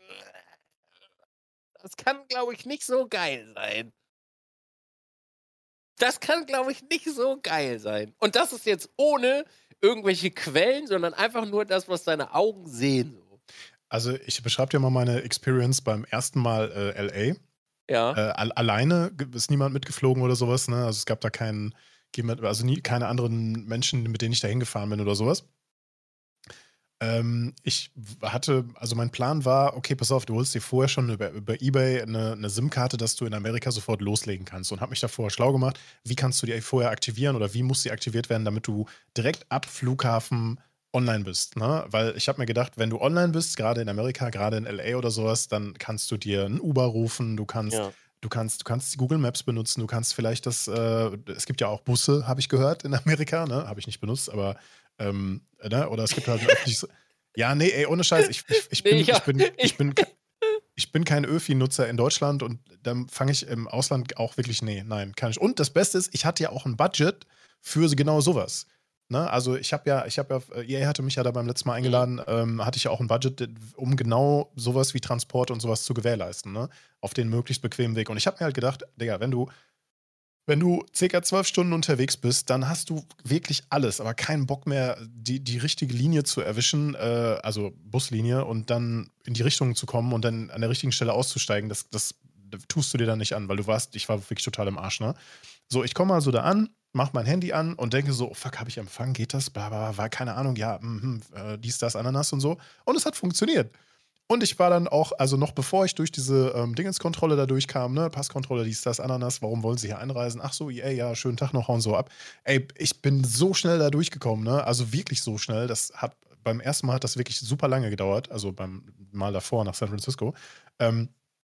das kann, glaube ich, nicht so geil sein. Das kann, glaube ich, nicht so geil sein. Und das ist jetzt ohne irgendwelche Quellen, sondern einfach nur das, was deine Augen sehen so. Also, ich beschreibe dir mal meine Experience beim ersten Mal, äh, L A. Ja, Äh, al alleine g ist niemand mitgeflogen oder sowas, ne? Also, es gab da keinen jemand also, nie keine anderen Menschen, mit denen ich da hingefahren bin oder sowas. Ähm, ich w hatte also mein Plan war: „Okay, pass auf, du holst dir vorher schon über über eBay 'ne 'ne SIM-Karte, dass du in Amerika sofort loslegen kannst“, und habe mich da vorher schlau gemacht. Wie kannst du die vorher aktivieren oder wie muss sie aktiviert werden, damit du direkt ab Flughafen online bist, ne? Weil ich habe mir gedacht, wenn du online bist, grade in Amerika, grade in L.A. oder so was, dann kannst du dir 'n Uber rufen, du kannst Ja. du kannst du kannst Google Maps benutzen, du kannst vielleicht das, äh es gibt ja auch Busse, habe ich gehört, in Amerika, ne? Habe ich nicht benutzt, aber, ähm, ne? Oder es gibt halt 'n öffentliches ja, ne, ey, ohne Scheiß, ich ich ich Ne, bin ich ich auch bin ich ich bin k ich bin kein Öfi-Nutzer in Deutschland und dann fange ich im Ausland auch wirklich ne, nein, kann ich und das Beste ist, ich hatte ja auch 'n Budget für s genau so was, ne? Also, ich habe ja ich habe ja f E A hatte mich ja da beim letzten Mal Mhm. eingeladen, ähm, hatte ich ja auch 'n Budget, d um genau so was wie Transport und so was zu gewährleisten, ne? Auf den möglichst bequemen Weg. Und ich habe mir halt gedacht: „Digga, wenn du wenn du circa zwölf Stunden unterwegs bist, dann hast du wirklich alles, aber keinen Bock mehr, die die richtige Linie zu erwischen, äh, also Buslinie und dann in die Richtung zu kommen und dann an der richtigen Stelle auszusteigen. Das das d tust du dir dann nicht an, weil du warst ich war wirklich total im Arsch, ne? So, ich komme also da an, mache mein Handy an und denke so: „Oh fuck, habe ich Empfang? Geht das? Bla bla bla, war keine Ahnung, ja, mhm, äh, dies, das, Ananas“ und so. Und es hat funktioniert. Und ich war dann auch also noch bevor ich durch diese, ähm, Dingenskontrolle da durchkam, ne, Passkontrolle, dies, das, Ananas, warum wollen Sie hier einreisen? Ach so, E A, ja, schönen Tag noch, hauen Sie ab. Ey, ich bin so schnell da durchgekommen, ne? Also wirklich so schnell. Das hat beim ersten Mal hat das wirklich super lange gedauert, also beim Mal davor nach San Francisco. Ähm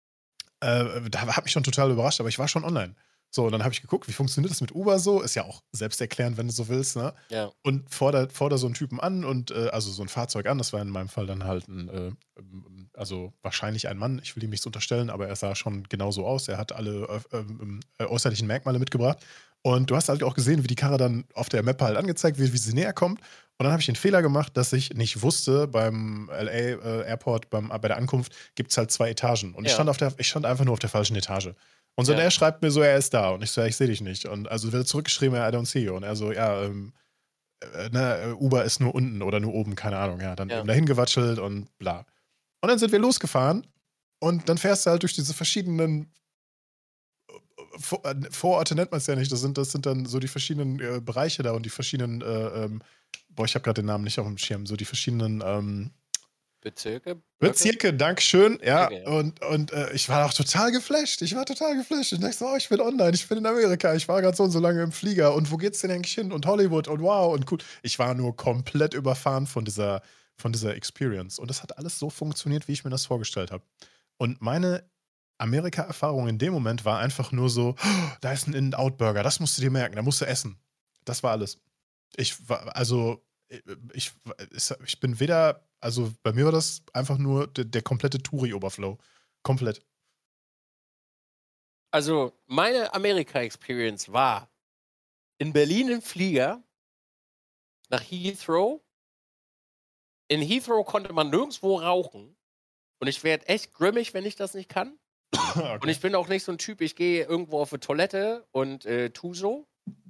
äh, da hat mich schon total überrascht, aber ich war schon online. So, und dann habe ich geguckt, wie funktioniert das mit Uber so? Ist ja auch selbsterklärend, wenn du so willst, ne? Ja. Und fordere fordere so 'n Typen an und, äh also so 'n Fahrzeug an. Das war in meinem Fall dann halt 'n, äh, ähm, also wahrscheinlich ein Mann. Ich will ihm nichts unterstellen, aber er sah schon genauso aus. Er hat alle, öf ähm, äh, äußerlichen Merkmale mitgebracht. Und du hast halt auch gesehen, wie die Karre dann auf der Map halt angezeigt wird, wie sie näher kommt. Und dann habe ich den Fehler gemacht, dass ich nicht wusste, beim L A, äh, Airport, beim bei der Ankunft gibt's halt zwei Etagen. Und ich stand Ja. auf der ich stand einfach nur auf der falschen Etage. Und so und Ja. er schreibt mir so: „Er ist da.“ Und ich so: „Ja, ich sehe dich nicht.“ Und also wird zurückgeschrieben: „I don't see you.“ Und er so: „Ja, ähm, äh, ne, Uber ist nur unten oder nur oben“, keine Ahnung. Ja, dann eben Ja. dahin gewatschelt und bla. Und dann sind wir losgefahren und dann fährst du halt durch diese verschiedenen äh, Vor äh, Vororte nennt man's ja nicht. Das sind das sind dann so die verschiedenen, äh, Bereiche da und die verschiedenen, äh, ähm boah, ich habe grad den Namen nicht aufm Schirm, so die verschiedenen, ähm Bezirke? Blöcke? Bezirke, Dankeschön, ja. Bezirke, ja. Und und, äh, ich war auch total geflasht. Ich war total geflasht. Und dachte so: „Oh, ich bin online, ich bin in Amerika. Ich war grad so und so lange im Flieger und wo geht's denn eigentlich hin und Hollywood und wow und cool.“ Ich war nur komplett überfahren von dieser von dieser Experience. Und das hat alles so funktioniert, wie ich mir das vorgestellt habe. Und meine Amerika-Erfahrung in dem Moment war einfach nur so: „Da ist 'n In-N-Out-Burger, das musst du dir merken, da musst du essen.“ Das war alles. Ich war also, äh, ich w es ich bin weder also bei mir war das einfach nur d der komplette Touri-Overflow. Komplett. Also, meine Amerika-Experience war in Berlin im Flieger nach Heathrow. In Heathrow konnte man nirgendswo rauchen und ich werde echt grimmig, wenn ich das nicht kann. Und Okay. ich bin auch nicht so 'n Typ, ich gehe irgendwo auf 'ne Toilette und, äh, tue so.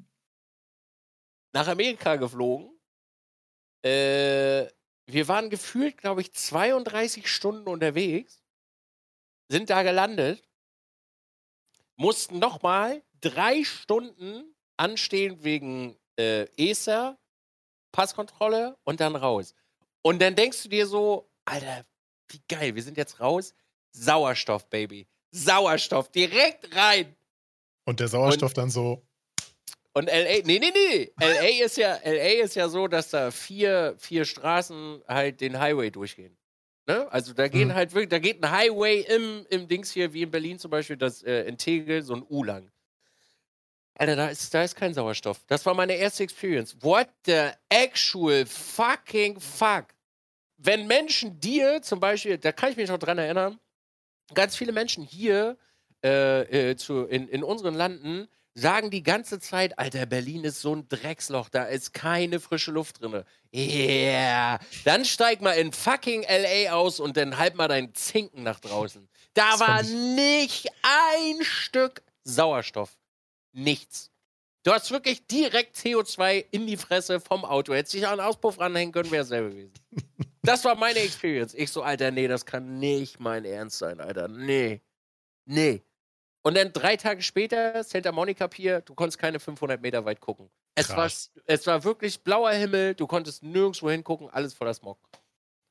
Nach Amerika geflogen. Äh, wir waren gefühlt, glaube ich, zweiunddreißig Stunden unterwegs. Sind da gelandet. Mussten noch mal drei Stunden anstehen wegen, äh, ESTA, Passkontrolle und dann raus. Und dann denkst du dir so: „Alter, wie geil, wir sind jetzt raus. Sauerstoff, Baby. Sauerstoff, direkt rein!“ Und der Und Sauerstoff dann so und L.A. ne, ne, ne. L.A. ist ja L.A. ist ja so, dass da vier vier Straßen halt den Highway durchgehen, ne? Also, da gehen Mhm. halt wirklich da geht 'n Highway im im Dings hier, wie in Berlin zum Beispiel das, äh, in Tegel, so 'n U lang. Alter, da ist da ist kein Sauerstoff. Das war meine erste Experience. What the actual fucking fuck? Wenn Menschen dir zum Beispiel da kann ich mich noch dran erinnern, ganz viele Menschen hier, äh, äh, zu in in unseren Landen sagen die ganze Zeit: „Alter, Berlin ist so 'n Drecksloch, da ist keine frische Luft drinne.“ Yeah, dann steig mal in fucking L.A. aus und dann halt mal deinen Zinken nach draußen. Da Das fand war ich nicht ein Stück Sauerstoff. Nichts. Du hast wirklich direkt CO2 in die Fresse vom Auto. Hättest dich an 'n Auspuff ranhängen können, wär's selbe gewesen. Das war meine Experience. Ich so: „Alter, ne, das kann nicht mein Ernst sein, Alter. Ne. Ne.“ Und dann drei Tage später, Santa Monica Pier, du konntest keine fünfhundert Meter weit gucken. Es war sch Krass. es war wirklich blauer Himmel, du konntest nirgendswo hingucken, alles voller Smog.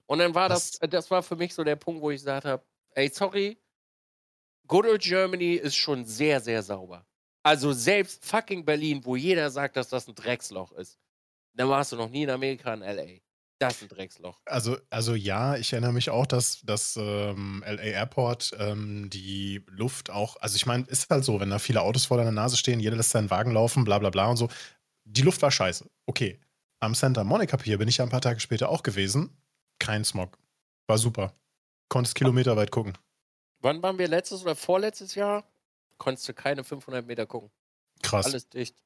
Und dann war das, Das äh, das war für mich so der Punkt, wo ich gesagt habe, ey, sorry, Good Old Germany ist schon sehr, sehr sauber. Also selbst fucking Berlin, wo jeder sagt, dass das ein Drecksloch ist. Da warst du noch nie in Amerika, in L A. Das ist ein Drecksloch. Also also ja, ich erinnere mich auch, dass dass, ähm, L A Airport, ähm, die Luft auch also ich meine, ist halt so, wenn da viele Autos vor deiner Nase stehen, jeder lässt seinen Wagen laufen, bla bla bla und so. Die Luft war scheiße, okay. Am Santa Monica Pier bin ich ja 'n paar Tage später auch gewesen. Kein Smog. War super. Konntest Wa kilometerweit gucken. Wann waren wir letztes oder vorletztes Jahr? Konntest du keine fünfhundert Meter gucken. Krass. Alles dicht.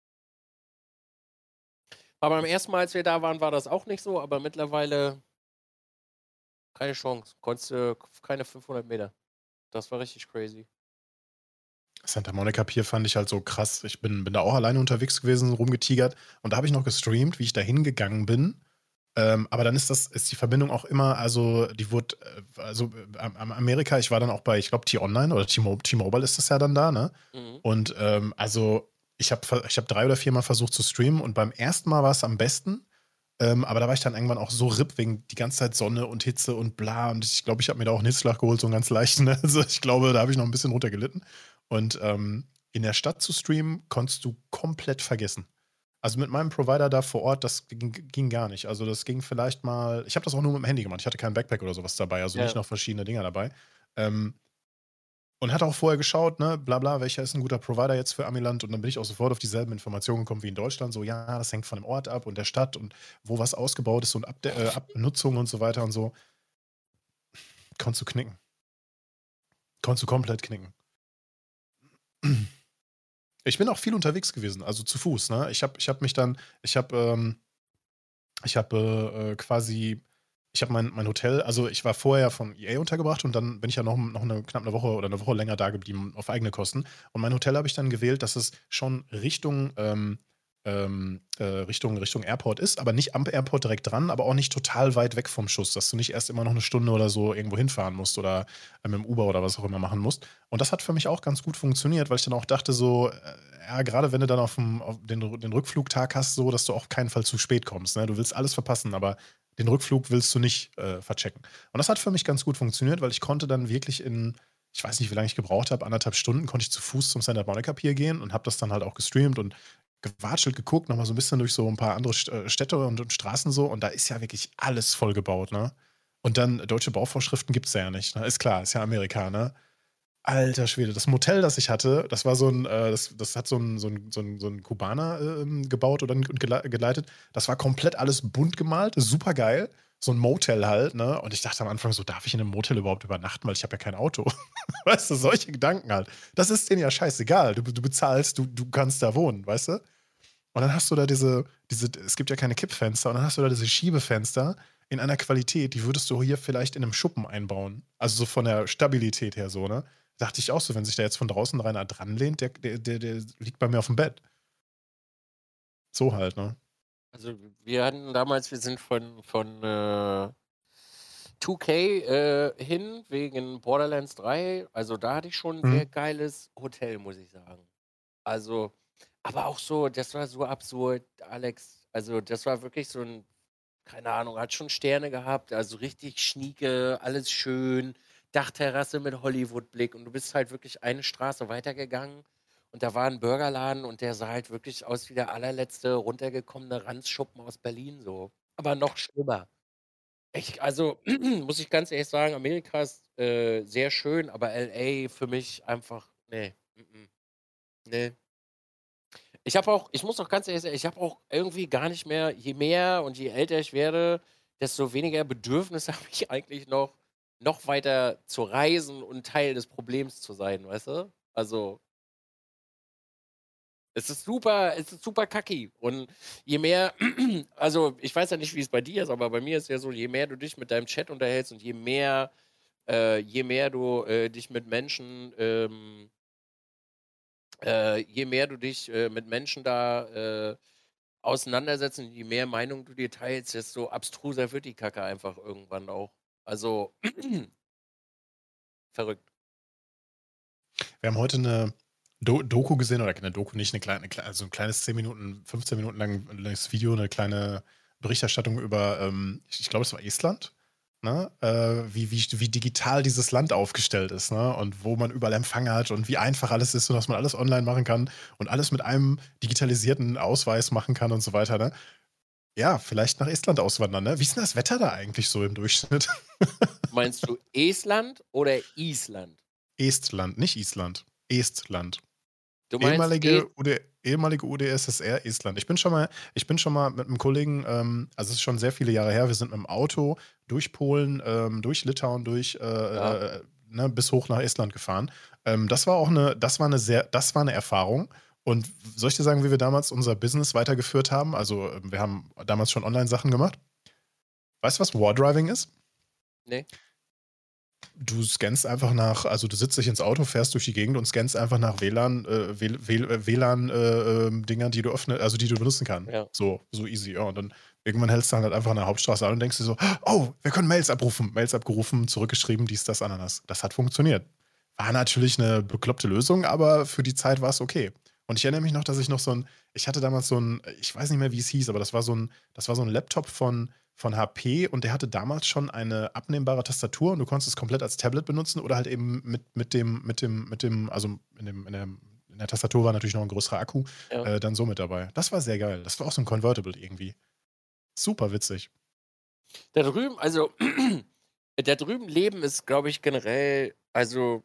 Aber beim ersten Mal, als wir da waren, war das auch nicht so, aber mittlerweile keine Chance. Konntest du keine fünfhundert Meter. Das war richtig crazy. Santa Monica Pier fand ich halt so krass. Ich bin bin da auch alleine unterwegs gewesen, rumgetigert und da habe ich noch gestreamt, wie ich da hingegangen bin. Ähm, aber dann ist das ist die Verbindung auch immer also, die wurde, äh also, äh, am am Amerika ich war dann auch bei, ich glaube, T-Online oder T-Mo T-Mobile ist das ja dann da, ne? Mhm. Und, ähm, also, ich habe ver ich habe drei oder viermal versucht zu streamen und beim ersten Mal war es am besten, ähm, aber da war ich dann irgendwann auch so RIP wegen die ganze Zeit Sonne und Hitze und bla und ich glaube, ich habe mir da auch 'n Hitzschlag geholt, so 'n ganz leichten, ne? Also, ich glaube, da habe ich noch 'n bisschen drunter gelitten. Und, ähm, in der Stadt zu streamen, konntest du komplett vergessen. Also, mit meinem Provider da vor Ort, das ging ging gar nicht. Also, das ging vielleicht mal ich habe das auch nur mit'm Handy gemacht. Ich hatte kein Backpack oder so was dabei, also nicht Ja. noch verschiedene Dinger dabei. Ähm, und hatte auch vorher geschaut, ne, bla bla, welcher ist 'n guter Provider jetzt für Amiland und dann bin ich auch sofort auf dieselben Informationen gekommen wie in Deutschland, so: „Ja, das hängt von dem Ort ab und der Stadt und wo was ausgebaut ist und Abde äh, Ab Nutzung und so weiter und so.“ Konntest du knicken. Konntest du komplett knicken. Ich bin auch viel unterwegs gewesen, also zu Fuß, ne? Ich habe ich habe mich dann ich habe, ähm ich habe, äh, äh, quasi ich habe mein mein Hotel also, ich war vorher von E A untergebracht und dann bin ich ja noch noch 'ne knapp 'ne Woche oder 'ne Woche länger da geblieben auf eigene Kosten. Und mein Hotel habe ich dann gewählt, dass es schon Richtung, ähm, ähm, äh, Richtung Richtung Airport ist, aber nicht am Airport direkt dran, aber auch nicht total weit weg vom Schuss, dass du nicht erst immer noch 'ne Stunde oder so irgendwo hinfahren musst oder, äh, mit'm Uber oder was auch immer machen musst. Und das hat für mich auch ganz gut funktioniert, weil ich dann auch dachte so, äh, ja, grade wenn du dann auf'm auf den Rü den Rückflugtag hast so, dass du auf keinen Fall zu spät kommst, ne? Du willst alles verpassen, aber den Rückflug willst du nicht, äh, verchecken. Und das hat für mich ganz gut funktioniert, weil ich konnte dann wirklich in ich weiß nicht, wie lange ich gebraucht habe, anderthalb Stunden konnte ich zu Fuß zum Santa Monica Pier gehen und habe das dann halt auch gestreamt und gewatschelt, geguckt, noch mal so 'n bisschen durch so 'n paar andere St äh, Städte und und Straßen so und da ist ja wirklich alles vollgebaut, ne? Und dann deutsche Bauvorschriften gibt's da ja nicht, ne? Ist klar, ist ja Amerika, ne? Alter Schwede, das Motel, das ich hatte, das war so 'n, äh das das hat so 'n so 'n so 'n so 'n Kubaner, ähm, gebaut oder und gelei geleitet. Das war komplett alles bunt gemalt, supergeil. So 'n Motel halt, ne? Und ich dachte am Anfang so: „Darf ich in 'nem Motel überhaupt übernachten, weil ich habe ja kein Auto?“ Weißt du, solche Gedanken halt. Das ist denen ja scheißegal. Du du bezahlst, du du kannst da wohnen, weißt du? Und dann hast du da diese diese es gibt ja keine Kippfenster und dann hast du da diese Schiebefenster in einer Qualität, die würdest du hier vielleicht in 'nem Schuppen einbauen. Also, so von der Stabilität her so, ne? Dachte ich auch so, wenn sich da jetzt von draußen einer dranlehnt, der der der der liegt bei mir auf'm Bett. So halt, ne? Also, wir hatten damals wir sind von von, äh, two K, äh, hin wegen Borderlands drei. Also, da hatte ich schon 'n Mhm. sehr geiles Hotel, muss ich sagen. Also aber auch so das war so absurd, Alex. Also, das war wirklich so 'n keine Ahnung, hat schon Sterne gehabt, also richtig schnieke, alles schön, Dachterrasse mit Hollywood-Blick und du bist halt wirklich eine Straße weitergegangen und da war 'n Burgerladen und der sah halt wirklich aus wie der allerletzte runtergekommene Ranzschuppen aus Berlin so, aber noch schlimmer. Ich also, muss ich ganz ehrlich sagen, Amerika ist, äh, sehr schön, aber L A für mich einfach ne, m-m, ne. Ich habe auch ich muss auch ganz ehrlich sagen, ich habe auch irgendwie gar nicht mehr je mehr und je älter ich werde, desto weniger Bedürfnis habe ich eigentlich noch, noch weiter zu reisen und Teil des Problems zu sein, weißt du? Also es ist super es ist super kacki und je mehr also, ich weiß ja nicht, wie's bei dir ist, aber bei mir ist ja so, je mehr du dich mit deinem Chat unterhältst und je mehr äh, je mehr du, äh, dich mit Menschen, ähm äh, je mehr du dich, äh, mit Menschen da, äh, auseinandersetzt und je mehr Meinung du dir teilst, desto abstruser wird die Kacke einfach irgendwann auch. Also verrückt. Wir haben heute 'ne Do Doku gesehen oder 'ne Doku nicht, 'ne kleine klei so 'n kleines zehn Minuten, fünfzehn Minuten lang langes Video, 'ne kleine Berichterstattung über, ähm ich ich glaube, es war Estland. ne, äh, wie, wie, wie digital dieses Land aufgestellt ist, ne? Und wo man überall Empfang hat und wie einfach alles ist und dass man alles online machen kann und alles mit einem digitalisierten Ausweis machen kann und so weiter, ne? Ja, vielleicht nach Estland auswandern, ne? Wie ist denn das Wetter da eigentlich so im Durchschnitt? Meinst du Estland oder Island? Estland, nicht Island. Estland. Du meinst Ehemalige Es UD ehemalige U D S S R, Estland. Ich bin schon mal ich bin schon mal mit 'nem Kollegen, ähm also, es ist schon sehr viele Jahre her, wir sind mit'm Auto durch Polen, ähm, durch Litauen, durch, äh, Ja. äh, äh, ne, bis hoch nach Estland gefahren. Ähm, das war auch 'ne das war 'ne sehr das war 'ne Erfahrung. Und w soll ich dir sagen, wie wir damals unser Business weitergeführt haben? Also, ähm, wir haben damals schon Online-Sachen gemacht. Weißt du, was War Driving ist? Ne. Du scannst einfach nach also, du setzt dich ins Auto, fährst durch die Gegend und scannst einfach nach WLAN äh, W W äh, WLAN, äh, ähm, Dingern, die du öffne also, die du benutzen kann. Ja. So so easy, ja. Und dann irgendwann hältst du dann halt einfach an der Hauptstraße an und denkst dir so: „Oh, wir können Mails abrufen.“ Mails abgerufen, zurückgeschrieben, dies, das, Ananas. Das hat funktioniert. War natürlich 'ne bekloppte Lösung, aber für die Zeit war's okay. Und ich erinnere mich noch, dass ich noch so 'n ich hatte damals so 'n ich weiß nicht mehr, wie es hieß, aber das war so 'n das war so 'n Laptop von von H P und der hatte damals schon eine abnehmbare Tastatur und du konntest es komplett als Tablet benutzen oder halt eben mit mit dem mit dem mit dem also, in dem in dem in der Tastatur war natürlich noch 'n größerer Akku, Ja. äh, dann so mit dabei. Das war sehr geil. Das war auch so 'n Convertible irgendwie. Super witzig. Da drüben also, da drüben leben ist, glaube ich, generell also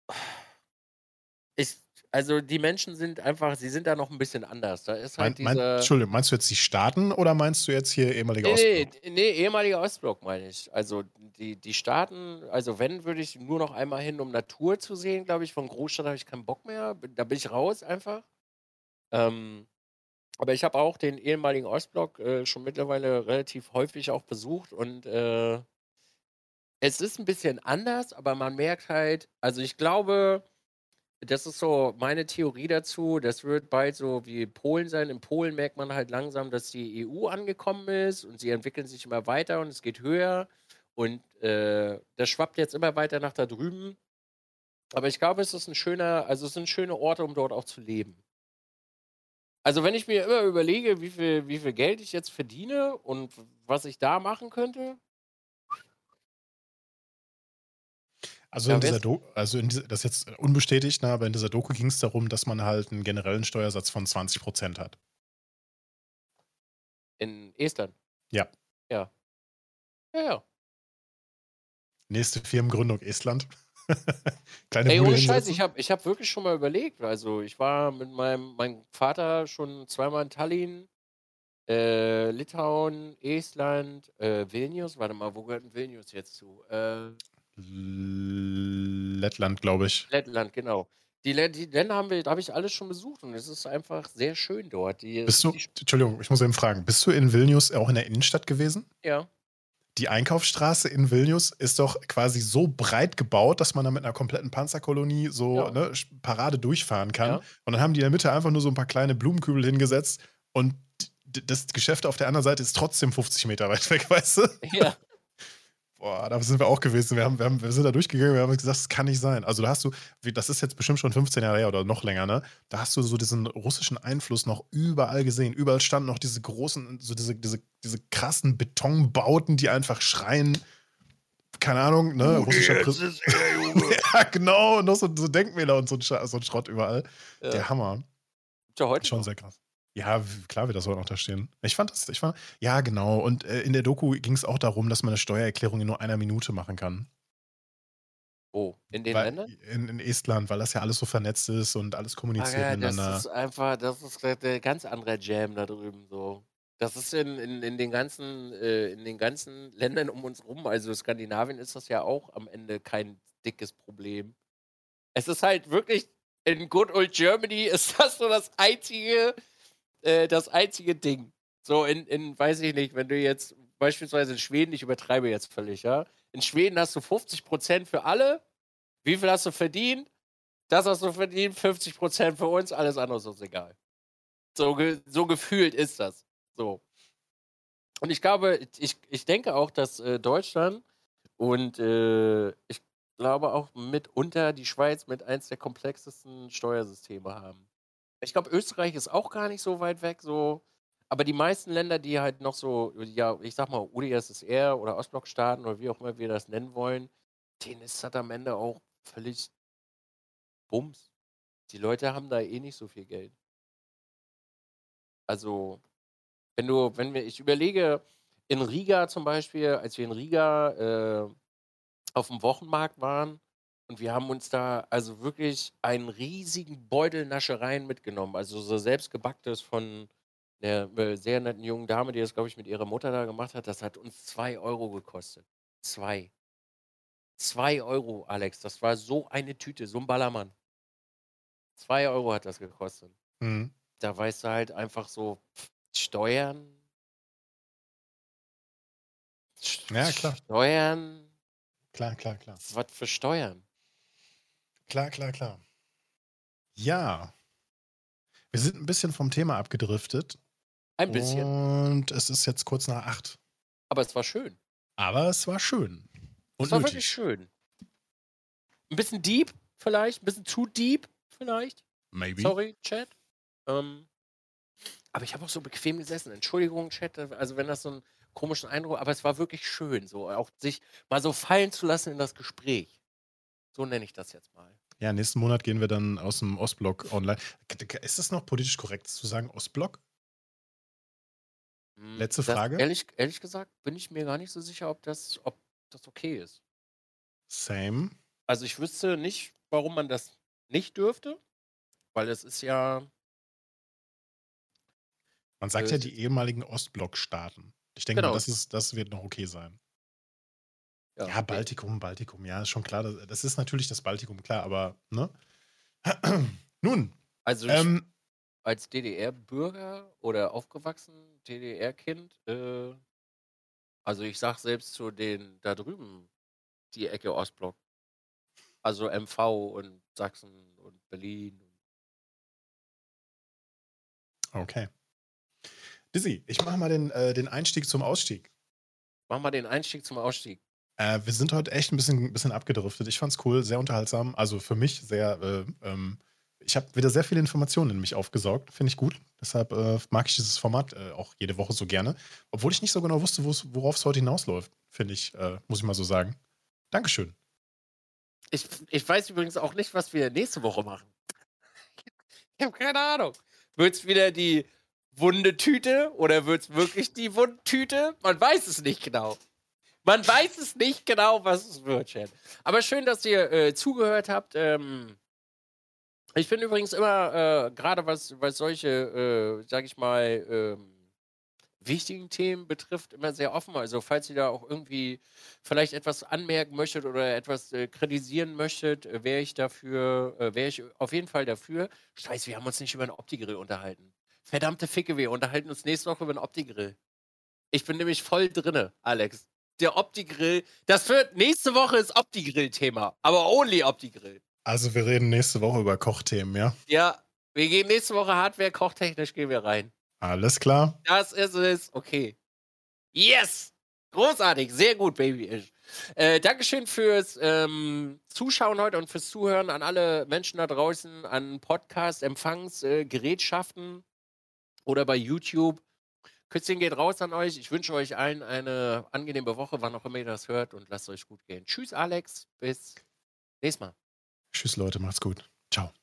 ich also, die Menschen sind einfach sie sind da noch 'n bisschen anders. Da ist Mein halt mein diese Entschuldigung, meinst du jetzt die Staaten oder meinst du jetzt hier ehemaliger Ne, ne, Ostblock? d ne, ehemaliger Ostblock meine ich. Also, die die Staaten also, wenn, würde ich nur noch einmal hin, um Natur zu sehen, glaube ich. Von Großstadt habe ich keinen Bock mehr. B da bin ich raus einfach. Ähm, aber ich habe auch den ehemaligen Ostblock, äh, schon mittlerweile relativ häufig auch besucht und, äh es ist 'n bisschen anders, aber man merkt halt also, ich glaube, das ist so meine Theorie dazu, das wird bald so wie Polen sein. In Polen merkt man halt langsam, dass die E U angekommen ist und sie entwickeln sich immer weiter und es geht höher und, äh, das schwappt jetzt immer weiter nach da drüben. Aber ich glaube, es ist 'n schöner also, es sind schöne Orte, um dort auch zu leben. Also, wenn ich mir immer überlege, wie viel wie viel Geld ich jetzt verdiene und w was ich da machen könnte Also, in da dieser wär's Do also, in dieser das ist jetzt unbestätigt, ne, aber in dieser Doku ging's darum, dass man halt 'n generellen Steuersatz von zwanzig Prozent hat. In Estland? Ja. Ja. Ja, ja. Nächste Firmengründung Estland. Kleine Ey, Bude ohne Scheiß, ich hinsetzen. habe ich habe wirklich schon mal überlegt. Also, ich war mit meinem meinem Vater schon zweimal in Tallinn, äh, Litauen, Estland, äh, Vilnius. Warte mal, wo gehört 'n Vilnius jetzt zu? Äh Lettland, glaube ich. Lettland, genau. Die Län die Länder haben wir da habe ich alles schon besucht und es ist einfach sehr schön dort. Die es Bist ist du die Sch Entschuldigung, ich muss eben fragen, bist du in Vilnius auch in der Innenstadt gewesen? Ja. Die Einkaufsstraße in Vilnius ist doch quasi so breit gebaut, dass man da mit 'ner kompletten Panzerkolonie so, Ja. ne, sch Parade durchfahren kann. Ja. Und dann haben die in der Mitte einfach nur so 'n paar kleine Blumenkübel hingesetzt und d das Geschäft auf der anderen Seite ist trotzdem fünfzig Meter weit weg, weißt du? Ja. Boah, da sind wir auch gewesen. Wir haben wir haben wir sind da durchgegangen, wir haben gesagt: „Das kann nicht sein.“ Also, da hast du wie das ist jetzt bestimmt schon fünfzehn Jahre her oder noch länger, ne? Da hast du so diesen russischen Einfluss noch überall gesehen. Überall standen noch diese großen so diese diese diese krassen Betonbauten, die einfach schreien keine Ahnung, ne, russischer Präs UdSSR, Junge. Ja, genau, und noch so so Denkmäler und so 'n Scha so 'n Schrott überall. Ja. Der Hammer. Gibt's ja heute Schon noch. sehr krass. Ja, w klar wird das heute noch da stehen. Ich fand das ich fand ja, genau. Und, äh, in der Doku ging's auch darum, dass man 'ne Steuererklärung in nur einer Minute machen kann. Wo? In den Weil Ländern? in in Estland, weil das ja alles so vernetzt ist und alles Ah kommuniziert ja, das miteinander. ist einfach das ist grad der ganz anderer Jam da drüben so. Das ist in in in den ganzen äh, in den ganzen Ländern um uns rum also, Skandinavien ist das ja auch am Ende kein dickes Problem. Es ist halt wirklich in good old Germany ist das so das einzige äh, das einzige Ding. So in in weiß ich nicht, wenn du jetzt beispielsweise in Schweden ich übertreibe jetzt völlig, ja? In Schweden hast du fünfzig Prozent für alle. Wie viel hast du verdient? Das hast du verdient, fünfzig Prozent für uns, alles andere ist uns egal. So ge so gefühlt ist das, so. Und ich glaube ich ich denke auch, dass, äh, Deutschland und, äh, ich glaube auch mitunter die Schweiz mit eins der komplexesten Steuersysteme haben. Ich glaube, Österreich ist auch gar nicht so weit weg so, Aber die meisten Länder, die halt noch so, ja, ich sag mal, U d S S R oder Ostblockstaaten oder wie auch immer wir das nennen wollen, denen ist das am Ende auch völlig Bums. Die Leute haben da eh nicht so viel Geld. Also, wenn du wenn wir ich überlege, in Riga zum Beispiel, als wir in Riga, äh, auf'm Wochenmarkt waren und wir haben uns da also wirklich einen riesigen Beutel Naschereien mitgenommen, also so selbstgebacktes von 'ner, äh, sehr netten jungen Dame, die das, glaube ich, mit ihrer Mutter da gemacht hat. Das hat uns zwei Euro gekostet. zwei. zwei Euro, Alex. Das war so eine Tüte, so 'n Ballermann. zwei Euro hat das gekostet. Mhm. Da weißt du halt einfach so, Steuern St Ja, klar. Steuern Klar, klar, klar. Was für Steuern? Klar, klar, klar. Ja. Wir sind 'n bisschen vom Thema abgedriftet Ein bisschen. und es ist jetzt kurz nach acht. Aber es war schön. Aber es war schön Es und war wirklich nötig. schön. 'N bisschen deep vielleicht, 'n bisschen zu deep vielleicht. Maybe. Sorry, Chat. Ähm, aber ich habe auch so bequem gesessen. Entschuldigung, Chat, äh, also wenn das so 'n komischen Eindruck aber es war wirklich schön, so auch sich mal so fallen zu lassen in das Gespräch. So nenne ich das jetzt mal. Ja, nächsten Monat gehen wir dann aus'm Ostblock online. K d k ist es noch politisch korrekt zu sagen Ostblock? Hm, Letzte das Frage. ehrlich ehrlich gesagt bin ich mir gar nicht so sicher, ob das ob das okay ist. Same. Also, ich wüsste nicht, warum man das nicht dürfte, weil es ist ja Man Äh, sagt ja es die ist ehemaligen Ostblockstaaten. Ich denke mal, Genau. das ist das wird noch okay sein. Ja, Ja, ne. Baltikum, Baltikum, ja, ist schon klar. Da das ist natürlich das Baltikum, klar, aber, ne? Nun, Also, ich ähm als DDR-Bürger oder aufgewachsen, DDR-Kind, äh also, ich sage selbst zu den da drüben, die Ecke Ostblock. Also, M V und Sachsen und Berlin. Okay. Dizzy, ich mache mal den äh, den Einstieg zum Ausstieg. Mach mal den Einstieg zum Ausstieg. Äh, wir sind heute echt 'n bisschen bisschen abgedriftet. Ich fand's cool, sehr unterhaltsam. Also, für mich sehr, äh, ähm ich habe wieder sehr viele Informationen in mich aufgesaugt, finde ich gut. Deshalb, äh, mag ich dieses Format, äh, auch jede Woche so gerne. Obwohl ich nicht so genau wusste, wo's worauf's heute hinausläuft, finde ich, äh, muss ich mal so sagen. Dankeschön. Ich ich weiß übrigens auch nicht, was wir nächste Woche machen. Ich habe keine Ahnung. Wird's wieder die Wunde-Tüte oder wird's wirklich die Wund-Tüte? Man weiß es nicht genau. Man weiß es nicht genau, was es wird, Chat. Aber schön, dass ihr, äh, zugehört habt. Ähm ich bin übrigens immer, äh, grade was was solche, äh, sage ich mal, ähm, wichtigen Themen betrifft, immer sehr offen. Also, falls ihr da auch irgendwie vielleicht etwas anmerken möchtet oder etwas, äh, kritisieren möchtet, äh, wäre ich dafür äh, wäre ich auf jeden Fall dafür. Scheiße, wir haben uns nicht über 'n Opti-Grill unterhalten. Verdammte Ficke, wir unterhalten uns nächste Woche über 'n Opti-Grill. Ich bin nämlich voll drinne, Alex. Der Opti-Grill, das wird nächste Woche ist Opti-Grill-Thema, aber only Opti-Grill. Also, wir reden nächste Woche über Kochthemen, ja? Ja, wir gehen nächste Woche Hardware kochtechnisch gehen wir rein. Alles klar. Das ist es. Okay. Yes! Großartig, sehr gut, Babyish. Äh, Dankeschön fürs, ähm, Zuschauen heute und fürs Zuhören an alle Menschen da draußen an Podcast-Empfangs äh, Gerätschaften oder bei YouTube. Küsschen geht raus an euch. Ich wünsche euch allen eine angenehme Woche, wann auch immer ihr das hört und lasst euch gut gehen. Tschüss, Alex. Bis nächstes Mal. Tschüss, Leute, macht's gut. Tschau.